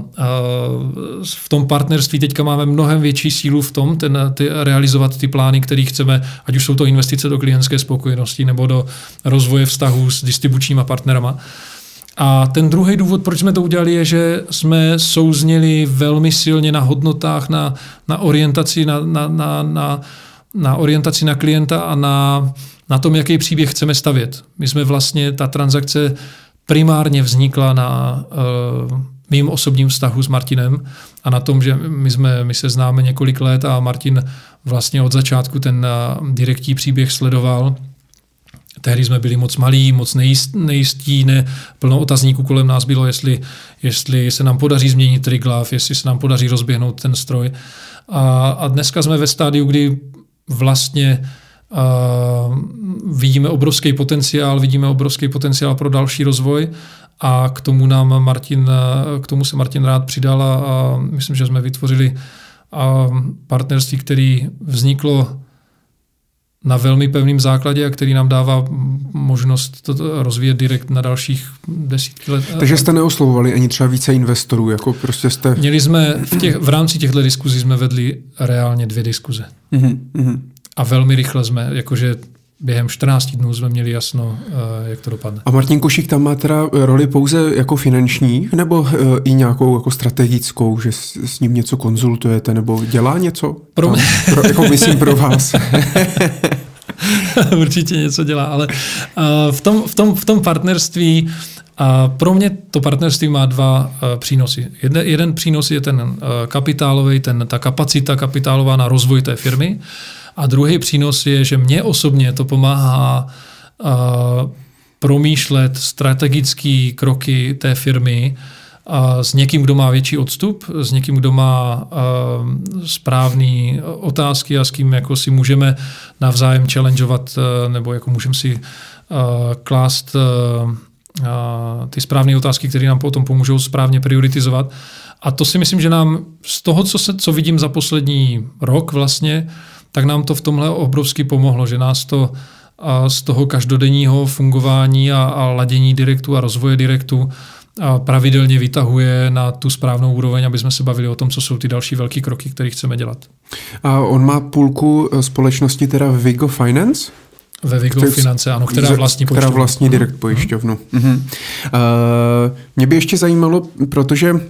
v tom partnerství teďka máme mnohem větší sílu v tom, ten, ty, realizovat ty plány, které chceme, ať už jsou to investice do klientské spokojenosti nebo do rozvoje vztahů s distribučníma partnerama. A ten druhý důvod, proč jsme to udělali, je, že jsme souzněli velmi silně na hodnotách, na, na orientaci na, na, na, na, na orientaci na klienta a na, na tom, jaký příběh chceme stavět. My jsme vlastně, ta transakce primárně vznikla na uh, mým osobním vztahu s Martinem a na tom, že my, jsme, my se známe několik let a Martin vlastně od začátku ten uh, direktní příběh sledoval. Tehdy jsme byli moc malí, moc nejist, nejistí, ne, plno otazníků kolem nás bylo, jestli, jestli se nám podaří změnit triglav, jestli se nám podaří rozběhnout ten stroj. A, a dneska jsme ve stádiu, kdy vlastně uh, vidíme obrovský potenciál, vidíme obrovský potenciál pro další rozvoj a k tomu nám Martin, k tomu se Martin rád přidal a, a myslím, že jsme vytvořili uh, partnerství, které vzniklo na velmi pevném základě a který nám dává možnost to rozvíjet direkt na dalších desítky let. Takže jste neoslovovali ani třeba více investorů, jako prostě jste... Měli jsme, v, těch, v rámci těchto diskuzí jsme vedli reálně dvě diskuze. Mm-hmm. A velmi rychle jsme, jakože během čtrnácti dnů jsme měli jasno, jak to dopadne. A Martin Kušík tam má teda roli pouze jako finanční, nebo i nějakou jako strategickou, že s, s ním něco konzultujete, nebo dělá něco? Pro mě. Pro, jako myslím pro vás. Určitě něco dělá, ale uh, v, tom, v, tom, v tom partnerství uh, pro mě to partnerství má dva uh, přínosy. Jeden, jeden přínos je ten uh, kapitálový, ten, ta kapacita kapitálová na rozvoj té firmy. A druhý přínos je, že mě osobně to pomáhá uh, promýšlet strategické kroky té firmy uh, s někým, kdo má větší odstup, s někým, kdo má uh, správné otázky a s kým jako si můžeme navzájem challengeovat uh, nebo jako můžeme si uh, klást uh, ty správné otázky, které nám potom pomůžou správně prioritizovat. A to si myslím, že nám z toho, co, se, co vidím za poslední rok vlastně, tak nám to v tomhle obrovsky pomohlo, že nás to z toho každodenního fungování a, a ladění direktu a rozvoje direktu a pravidelně vytahuje na tu správnou úroveň, aby jsme se bavili o tom, co jsou ty další velké kroky, které chceme dělat. A on má půlku společnosti teda Vigo Finance? Ve Vigo který, Finance, ano, která vlastní Která pojišťovnu. vlastní direkt pojišťovnu. Uh-huh. Uh-huh. Uh, mě by ještě zajímalo, protože uh,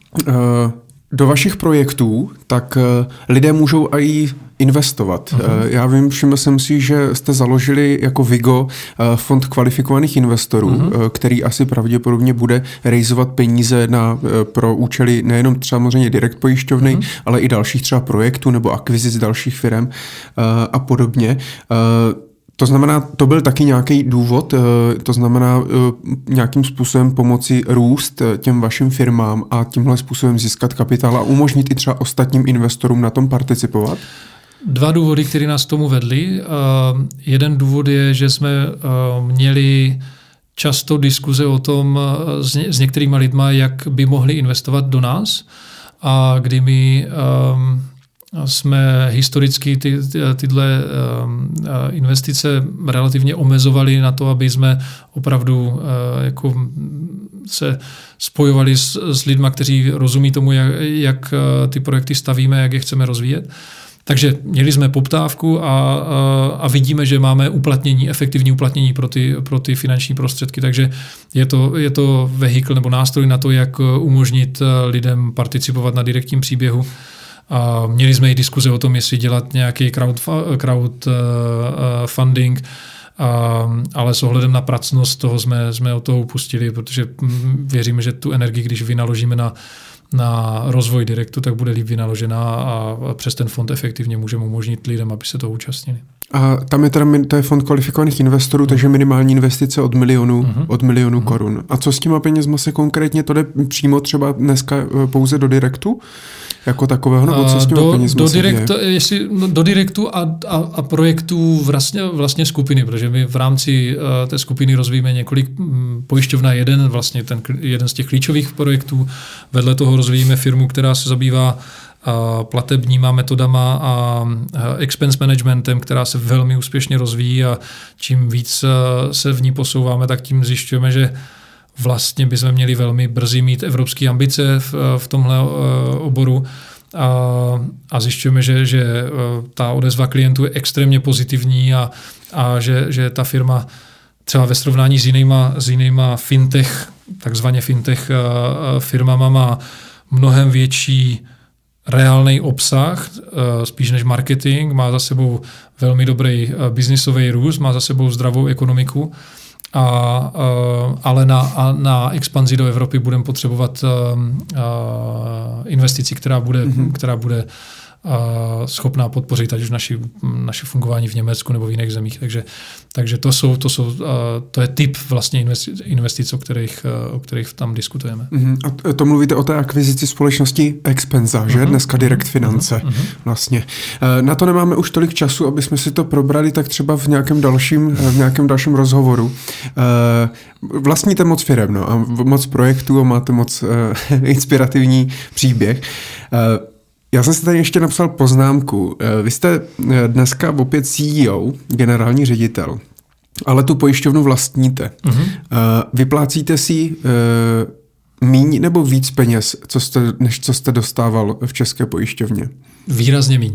do vašich projektů tak uh, lidé můžou i investovat. Uh-huh. Uh, já vím, všiml jsem si, že jste založili jako Vigo uh, fond kvalifikovaných investorů, uh-huh. uh, který asi pravděpodobně bude rejzovat peníze na, uh, pro účely nejenom třeba samozřejmě direkt pojišťovny, uh-huh. ale i dalších třeba projektů nebo akvizic dalších firm uh, a podobně. Uh, To znamená, to byl taky nějaký důvod, to znamená nějakým způsobem pomoci růst těm vašim firmám a tímhle způsobem získat kapitál a umožnit i třeba ostatním investorům na tom participovat? Dva důvody, které nás tomu vedly. Jeden důvod je, že jsme měli často diskuze o tom s některýma lidma, jak by mohli investovat do nás a kdy my jsme historicky ty, ty, tyhle uh, investice relativně omezovali na to, aby jsme opravdu uh, jako se spojovali s, s lidma, kteří rozumí tomu, jak, jak ty projekty stavíme, jak je chceme rozvíjet. Takže měli jsme poptávku a, a, a vidíme, že máme uplatnění, efektivní uplatnění pro ty, pro ty finanční prostředky. Takže je to, je to vehikl nebo nástroj na to, jak umožnit lidem participovat na direktním příběhu. A měli jsme i diskuze o tom, jestli dělat nějaký crowd, crowdfunding, ale s ohledem na pracnost toho jsme, jsme od toho upustili, protože věříme, že tu energii, když vynaložíme na, na rozvoj direktu, tak bude líp vynaložená a přes ten fond efektivně můžeme umožnit lidem, aby se toho účastnili. A tam je teda to je fond kvalifikovaných investorů, mm. takže minimální investice od milionu, mm-hmm. od milionu mm-hmm. korun. A co s těma penězma se konkrétně, to jde přímo třeba dneska pouze do direktu? Jako takového, nebo co s těma do, penězma do, se direkt, jestli, no, do direktu a, a, a projektů vlastně, vlastně skupiny, protože my v rámci uh, té skupiny rozvíjíme několik um, pojišťovna, jeden vlastně ten, jeden z těch klíčových projektů. Vedle toho rozvíjíme firmu, která se zabývá uh, platebníma metodama a uh, expense managementem, která se velmi úspěšně rozvíjí a čím víc uh, se v ní posouváme, tak tím zjišťujeme, že vlastně bychom měli velmi brzy mít evropské ambice v, v tomhle uh, oboru a, a zjišťujeme, že, že uh, ta odezva klientů je extrémně pozitivní a, a že, že ta firma třeba ve srovnání s jinýma, s jinýma fintech, takzvaně fintech uh, firmama má mnohem větší reálný obsah, uh, spíš než marketing, má za sebou velmi dobrý uh, biznisový růst, má za sebou zdravou ekonomiku. A, uh, ale na, a na expanzi do Evropy budeme potřebovat uh, uh, investici, která bude, mm-hmm. která bude uh, schopná podpořit ať už naši, naše fungování v Německu nebo v jiných zemích. Takže, takže to, jsou, to, jsou, uh, to je typ vlastně investic, investic, o kterých, uh, o kterých tam diskutujeme. Mm-hmm. A to mluvíte o té akvizici společnosti Expenza, že? Mm-hmm. Dneska Direct Finance. Mm-hmm. Vlastně. Uh, na to nemáme už tolik času, aby jsme si to probrali tak třeba v nějakém dalším, v nějakém dalším rozhovoru. Uh, vlastníte moc firem, no, a moc projektů a máte moc uh, inspirativní příběh. Uh, Já jsem si tady ještě napsal poznámku. Vy jste dneska opět C E O, generální ředitel, ale tu pojišťovnu vlastníte. Uh-huh. Vyplácíte si míň nebo víc peněz, co jste, než co jste dostával v české pojišťovně? Výrazně míň.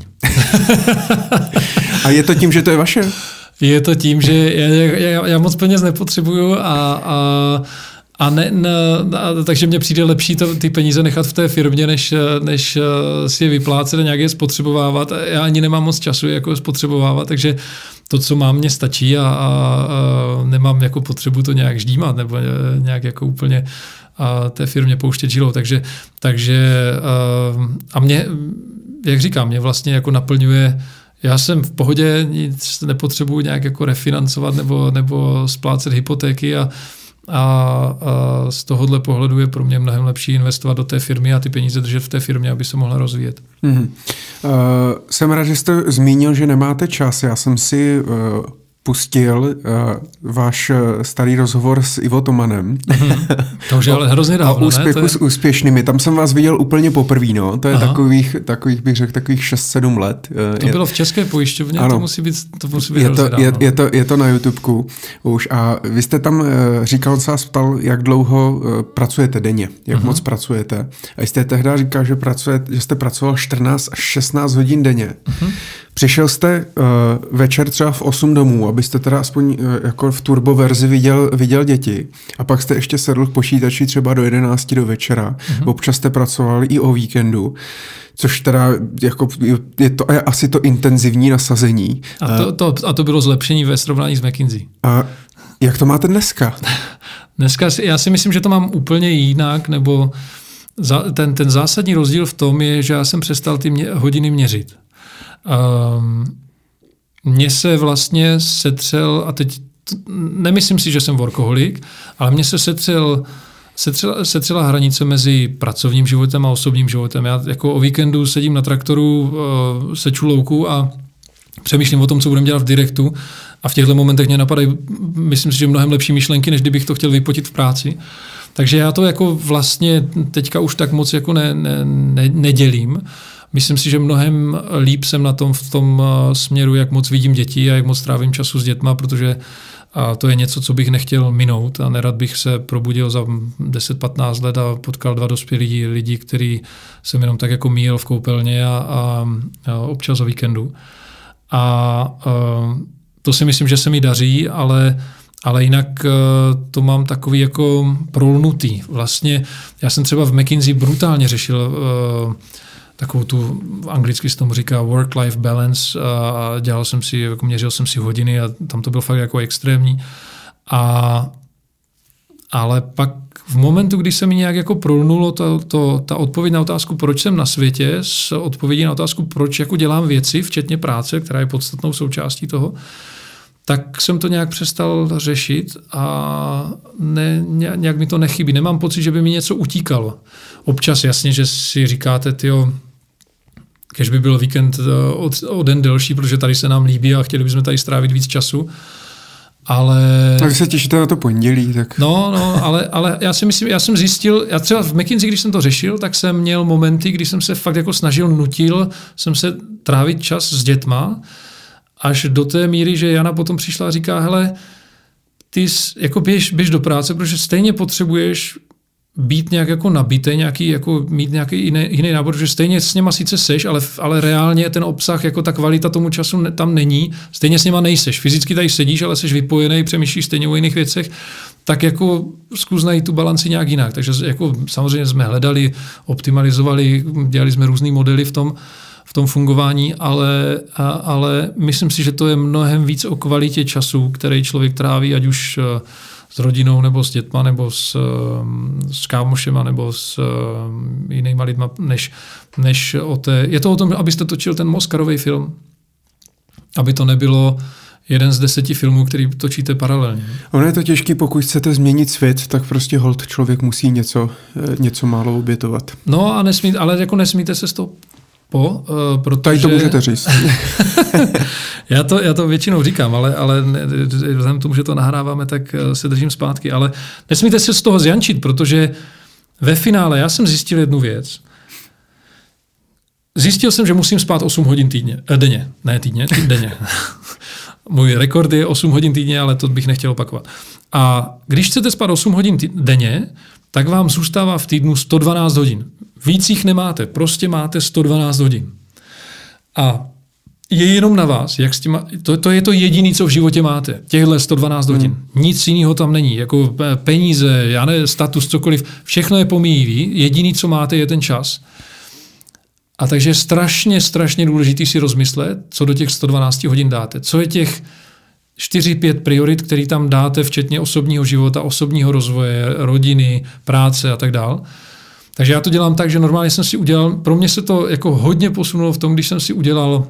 A je to tím, že to je vaše? Je to tím, že já, já, já moc peněz nepotřebuju a... a A ne, ne, a, takže mně přijde lepší to, ty peníze nechat v té firmě, než, než si je vyplácet a nějak je spotřebovávat. Já ani nemám moc času jako spotřebovávat, takže to, co mám, mě stačí a, a, a nemám jako potřebu to nějak ždímat nebo nějak jako úplně a té firmě pouštět žilou. Takže, takže a, a mě, jak říkám, mě vlastně jako naplňuje. Já jsem v pohodě, nic nepotřebuji nějak jako refinancovat nebo, nebo splácet hypotéky a A, a z tohohle pohledu je pro mě mnohem lepší investovat do té firmy a ty peníze držet v té firmě, aby se mohla rozvíjet. Mm-hmm. Uh, jsem rád, že jste zmínil, že nemáte čas. Já jsem si uh, pustil uh, váš starý rozhovor s Ivo Tomanem. Mm-hmm. To už je ale hrozně dávno, o úspěchu ne? S úspěšnými. Tam jsem vás viděl úplně poprvé, no. To je takových, takových, bych řekl, takových šest sedm let. To je... bylo v České pojišťovně, to musí být, to musí být je hrozně to, dávno. Je, je, to, je to na YouTubeku už. A vy jste tam říkal, on se vás ptal, jak dlouho pracujete denně, jak mm-hmm. moc pracujete. A jste tehdy říkal, že, pracujete, že jste pracoval čtrnáct až šestnáct hodin denně. Mm-hmm. Přišel jste uh, večer třeba v osm domů, abyste teda aspoň uh, jako v turbo verzi viděl, viděl děti. A pak jste ještě sedl k počítači třeba do jedenácti do večera. Mm-hmm. Občas jste pracovali i o víkendu, což teda jako je to je asi to intenzivní nasazení. A to, to, a to bylo zlepšení ve srovnání s McKinsey. A jak to máte dneska? Dneska já si myslím, že to mám úplně jinak, nebo za, ten, ten zásadní rozdíl v tom je, že já jsem přestal ty mě, hodiny měřit. Um, mně se vlastně setřel, a teď nemyslím si, že jsem workoholik, ale mně se setřel, setřela, setřela hranice mezi pracovním životem a osobním životem. Já jako o víkendu sedím na traktoru, uh, seču louku a přemýšlím o tom, co budeme dělat v direktu a v těchto momentech mě napadají, myslím si, že mnohem lepší myšlenky, než kdybych to chtěl vypotit v práci. Takže já to jako vlastně teďka už tak moc jako ne, ne, ne, nedělím. Myslím si, že mnohem líp jsem na tom v tom směru, jak moc vidím děti a jak moc trávím času s dětma, protože to je něco, co bych nechtěl minout a nerad bych se probudil za deset patnáct let a potkal dva dospělí lidi, který jsem jenom tak jako míjel v koupelně a, a, a občas o víkendu. A, a to si myslím, že se mi daří, ale ale jinak to mám takový jako prolnutý. Vlastně já jsem třeba v McKinsey brutálně řešil uh, takovou tu, anglicky se tomu říká work-life balance a dělal jsem si, jako měřil jsem si hodiny a tam to bylo fakt jako extrémní. A, ale pak v momentu, kdy se mi nějak jako prolnulo to, to, ta odpověď na otázku, proč jsem na světě, s odpovědí na otázku, proč jako dělám věci, včetně práce, která je podstatnou součástí toho, tak jsem to nějak přestal řešit a ne, nějak mi to nechybí. Nemám pocit, že by mi něco utíkalo. Občas jasně, že si říkáte, tyjo, kež by byl víkend o, o den delší, protože tady se nám líbí a chtěli bychom tady strávit víc času. Ale... A vy se těšíte na to pondělí, tak... No, no, ale, ale já si myslím, já jsem zjistil, já třeba v McKinsey, když jsem to řešil, tak jsem měl momenty, kdy jsem se fakt jako snažil, nutil jsem se trávit čas s dětma, až do té míry, že Jana potom přišla a říká, hele, ty jako běž, běž do práce, protože stejně potřebuješ být nějak jako nabitý, nějaký, jako mít nějaký jiný, jiný nábor, že stejně s něma sice seš, ale, ale reálně ten obsah, jako ta kvalita tomu času ne, tam není, stejně s něma nejseš. Fyzicky tady sedíš, ale seš vypojený, přemýšlíš stejně o jiných věcech, tak jako zkus najít tu balanci nějak jinak. Takže jako samozřejmě jsme hledali, optimalizovali, dělali jsme různý modely v tom, v tom fungování, ale, a, ale myslím si, že to je mnohem víc o kvalitě času, který člověk tráví, ať už s rodinou, nebo s dětma, nebo s, s kámošema, nebo s jinýma lidma, než, než o té... Je to o tom, abyste točil ten Oscarový film. Aby to nebylo jeden z deseti filmů, který točíte paralelně. Ono je to těžký, pokud chcete změnit svět, tak prostě holt člověk musí něco, něco málo obětovat. No a nesmí, ale jako nesmíte se z toho po, uh, protože... Tady to můžete říct. já, to, já to většinou říkám, ale, ale vzhledem k tomu, že to nahráváme, tak se držím zpátky. Ale nesmíte se z toho zjančit, protože ve finále já jsem zjistil jednu věc. Zjistil jsem, že musím spát osm hodin týdně. Eh, denně. Ne týdně, tý, denně. Můj rekord je osm hodin týdně, ale to bych nechtěl opakovat. A když chcete spát osm hodin týdně, denně, tak vám zůstává v týdnu sto dvanáct hodin. Víc jich nemáte, prostě máte sto dvanáct hodin. A je jenom na vás, jak s těma, to, to je to jediné, co v životě máte, těchhle sto dvanáct hodin. Hmm. Nic jiného tam není, jako peníze, já ne, status, cokoliv, všechno je pomíjivý, jediný, co máte, je ten čas. A takže je strašně, strašně důležitý si rozmyslet, co do těch sto dvanáct hodin dáte. Co je těch čtyři pět priorit, které tam dáte, včetně osobního života, osobního rozvoje, rodiny, práce a tak dál. Takže já to dělám tak, že normálně jsem si udělal, pro mě se to jako hodně posunulo v tom, když jsem si udělal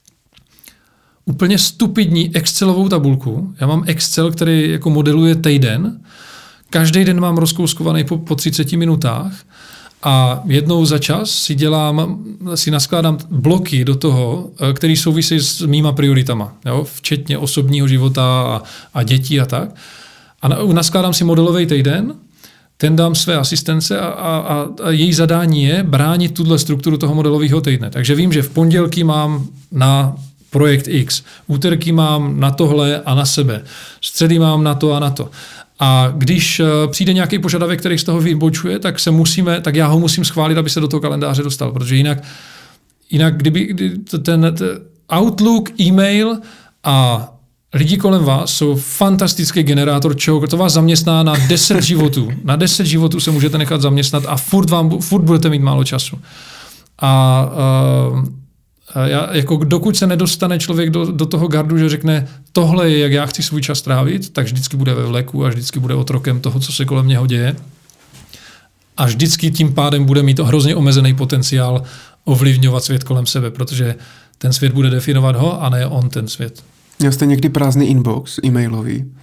úplně stupidní Excelovou tabulku. Já mám Excel, který jako modeluje týden. Každý den mám rozkouskovaný po, po třiceti minutách A jednou za čas si dělám, si naskládám bloky do toho, který souvisí s mýma prioritama, jo? Včetně osobního života a, a dětí a tak. A na, naskládám si modelový týden, ten dám své asistence a, a, a její zadání je bránit tuhle strukturu toho modelového týdne. Takže vím, že v pondělky mám na projekt X, úterky mám na tohle a na sebe, středy mám na to a na to. A když přijde nějaký požadavek, který z toho vybočuje, tak se musíme, tak já ho musím schválit, aby se do toho kalendáře dostal, protože jinak, jinak kdyby kdy ten, ten Outlook, e-mail a lidi kolem vás jsou fantastický generátor čeho, to vás zaměstná na deset životů. Na deset životů se můžete nechat zaměstnat a furt, vám, furt budete mít málo času. A uh, já, jako dokud se nedostane člověk do, do toho gardu, že řekne, tohle je, jak já chci svůj čas trávit, tak vždycky bude ve vleku a vždycky bude otrokem toho, co se kolem něho děje. A vždycky tím pádem bude mít hrozně omezený potenciál ovlivňovat svět kolem sebe, protože ten svět bude definovat ho a ne on ten svět. Měl jste někdy prázdný inbox e-mailový? Uh,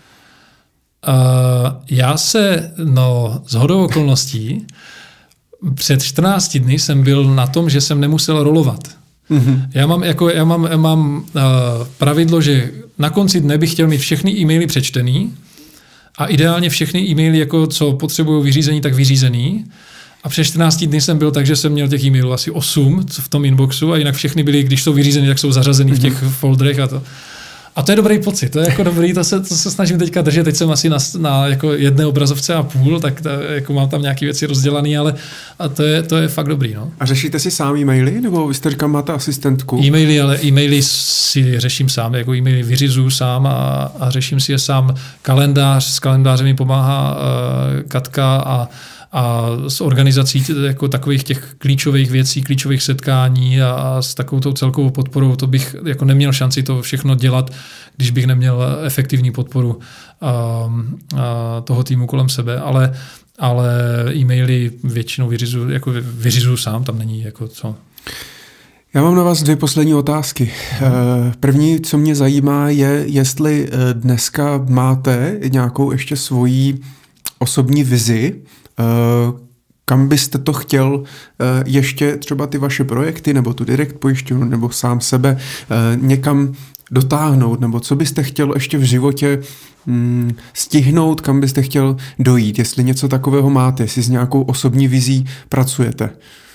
já se, no, shodou okolností, před čtrnácti dny jsem byl na tom, že jsem nemusel rolovat. Mm-hmm. Já mám, jako, já mám, já mám uh, pravidlo, že na konci dne bych chtěl mít všechny e-maily přečtený a ideálně všechny e-maily, jako co potřebují vyřízení, tak vyřízený. A před čtrnácti dny jsem byl tak, že jsem měl těch e-mailů asi osm v tom inboxu a jinak všechny byly, když jsou vyřízeny, tak jsou zařazeny mm-hmm. v těch folderech a to. A to je dobrý pocit, to je jako dobrý, to se, to se snažím teďka držet, teď jsem asi na, na jako jedné obrazovce a půl, tak to, jako mám tam nějaké věci rozdělané, ale a to, je, to je fakt dobrý. No. A řešíte si sám e-maily, nebo vy jste říkal, máte asistentku? E-maily, ale e-maily si řeším sám, jako e-maily vyřizuju sám a, a řeším si je sám. Kalendář, s kalendářem mi pomáhá uh, Katka a a s organizací jako takových těch klíčových věcí, klíčových setkání a, a s takovou tou celkovou podporou, to bych jako neměl šanci to všechno dělat, když bych neměl efektivní podporu a, a toho týmu kolem sebe, ale, ale e-maily většinou vyřizuju, jako vyřizuju sám, tam není jako co. Já mám na vás dvě poslední otázky. První, co mě zajímá, je, jestli dneska máte nějakou ještě svoji osobní vizi, kam byste to chtěl ještě třeba ty vaše projekty nebo tu direkt pojišťovnu nebo sám sebe někam dotáhnout, nebo co byste chtěl ještě v životě hmm, stihnout, kam byste chtěl dojít, jestli něco takového máte, jestli s nějakou osobní vizí pracujete.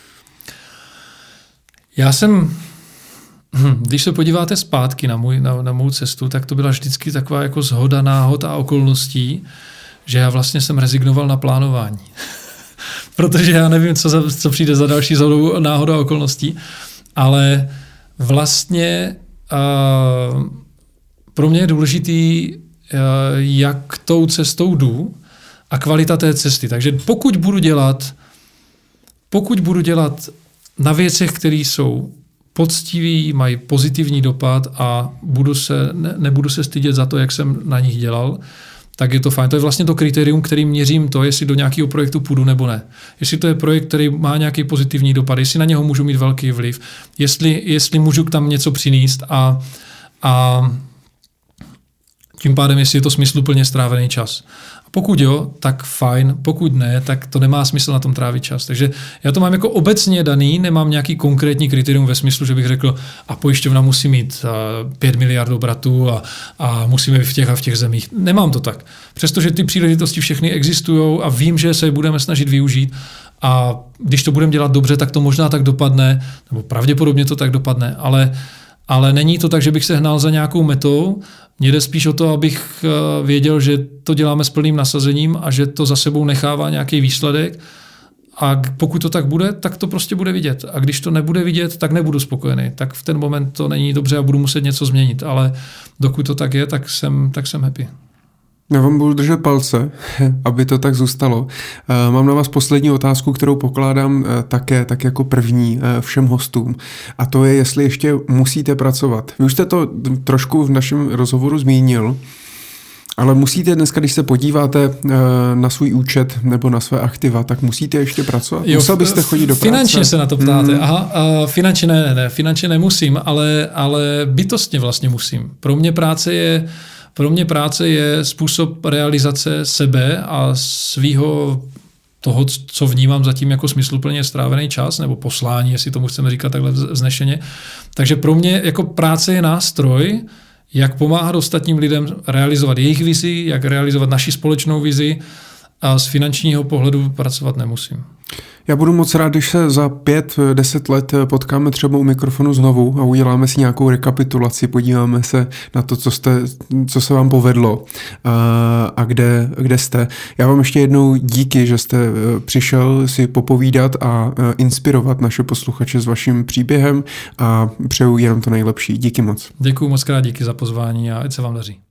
Já jsem, když se podíváte zpátky na, můj, na, na mou cestu, tak to byla vždycky taková jako shoda náhod a okolností, že já vlastně jsem rezignoval na plánování. Protože já nevím, co, za, co přijde za další zhodou náhodu a okolností, ale vlastně uh, pro mě je důležitý, uh, jak tou cestou jdu a kvalita té cesty. Takže pokud budu dělat, pokud budu dělat na věcech, které jsou poctivý, mají pozitivní dopad a budu se, ne, nebudu se stydět za to, jak jsem na nich dělal, tak je to fajn. To je vlastně to kritérium, kterým měřím to, jestli do nějakého projektu půjdu nebo ne. Jestli to je projekt, který má nějaký pozitivní dopad, jestli na něho můžu mít velký vliv, jestli, jestli můžu tam něco přinést a, a tím pádem, jestli je to smysluplně strávený čas. A pokud jo, tak fajn, pokud ne, tak to nemá smysl na tom trávit čas. Takže já to mám jako obecně daný, nemám nějaký konkrétní kritérium ve smyslu, že bych řekl, a pojišťovna musí mít pět miliard obratů a, a musíme v těch a v těch zemích. Nemám to tak. Přestože ty příležitosti všechny existují a vím, že se budeme snažit využít a když to budeme dělat dobře, tak to možná tak dopadne, nebo pravděpodobně to tak dopadne, ale Ale není to tak, že bych se hnal za nějakou metou. Mně jde spíš o to, abych věděl, že to děláme s plným nasazením a že to za sebou nechává nějaký výsledek. A pokud to tak bude, tak to prostě bude vidět. A když to nebude vidět, tak nebudu spokojený. Tak v ten moment to není dobře a budu muset něco změnit. Ale dokud to tak je, tak jsem, tak jsem happy. Já vám budu držet palce, aby to tak zůstalo. Mám na vás poslední otázku, kterou pokládám také tak jako první všem hostům. A to je, jestli ještě musíte pracovat. Vy už jste to trošku v našem rozhovoru zmínil, ale musíte dneska, když se podíváte na svůj účet nebo na své aktiva, tak musíte ještě pracovat? Jo, musel byste chodit do práce? Finančně se na to ptáte. Hmm. Aha, finančně ne, ne, finančně nemusím, ale, ale bytostně vlastně musím. Pro mě práce je Pro mě práce je způsob realizace sebe a svýho toho, co vnímám zatím jako smysluplně strávený čas, nebo poslání, jestli tomu chceme říkat takhle vznešeně. Takže pro mě jako práce je nástroj, jak pomáhat ostatním lidem realizovat jejich vizi, jak realizovat naši společnou vizi, a z finančního pohledu pracovat nemusím. Já budu moc rád, když se za pět, deset let potkáme třeba u mikrofonu znovu a uděláme si nějakou rekapitulaci, podíváme se na to, co, jste, co se vám povedlo a, a kde, kde jste. Já vám ještě jednou díky, že jste přišel si popovídat a inspirovat naše posluchače s vaším příběhem a přeju jenom to nejlepší. Díky moc. Děkuju moc krát, díky za pozvání a ať se vám daří.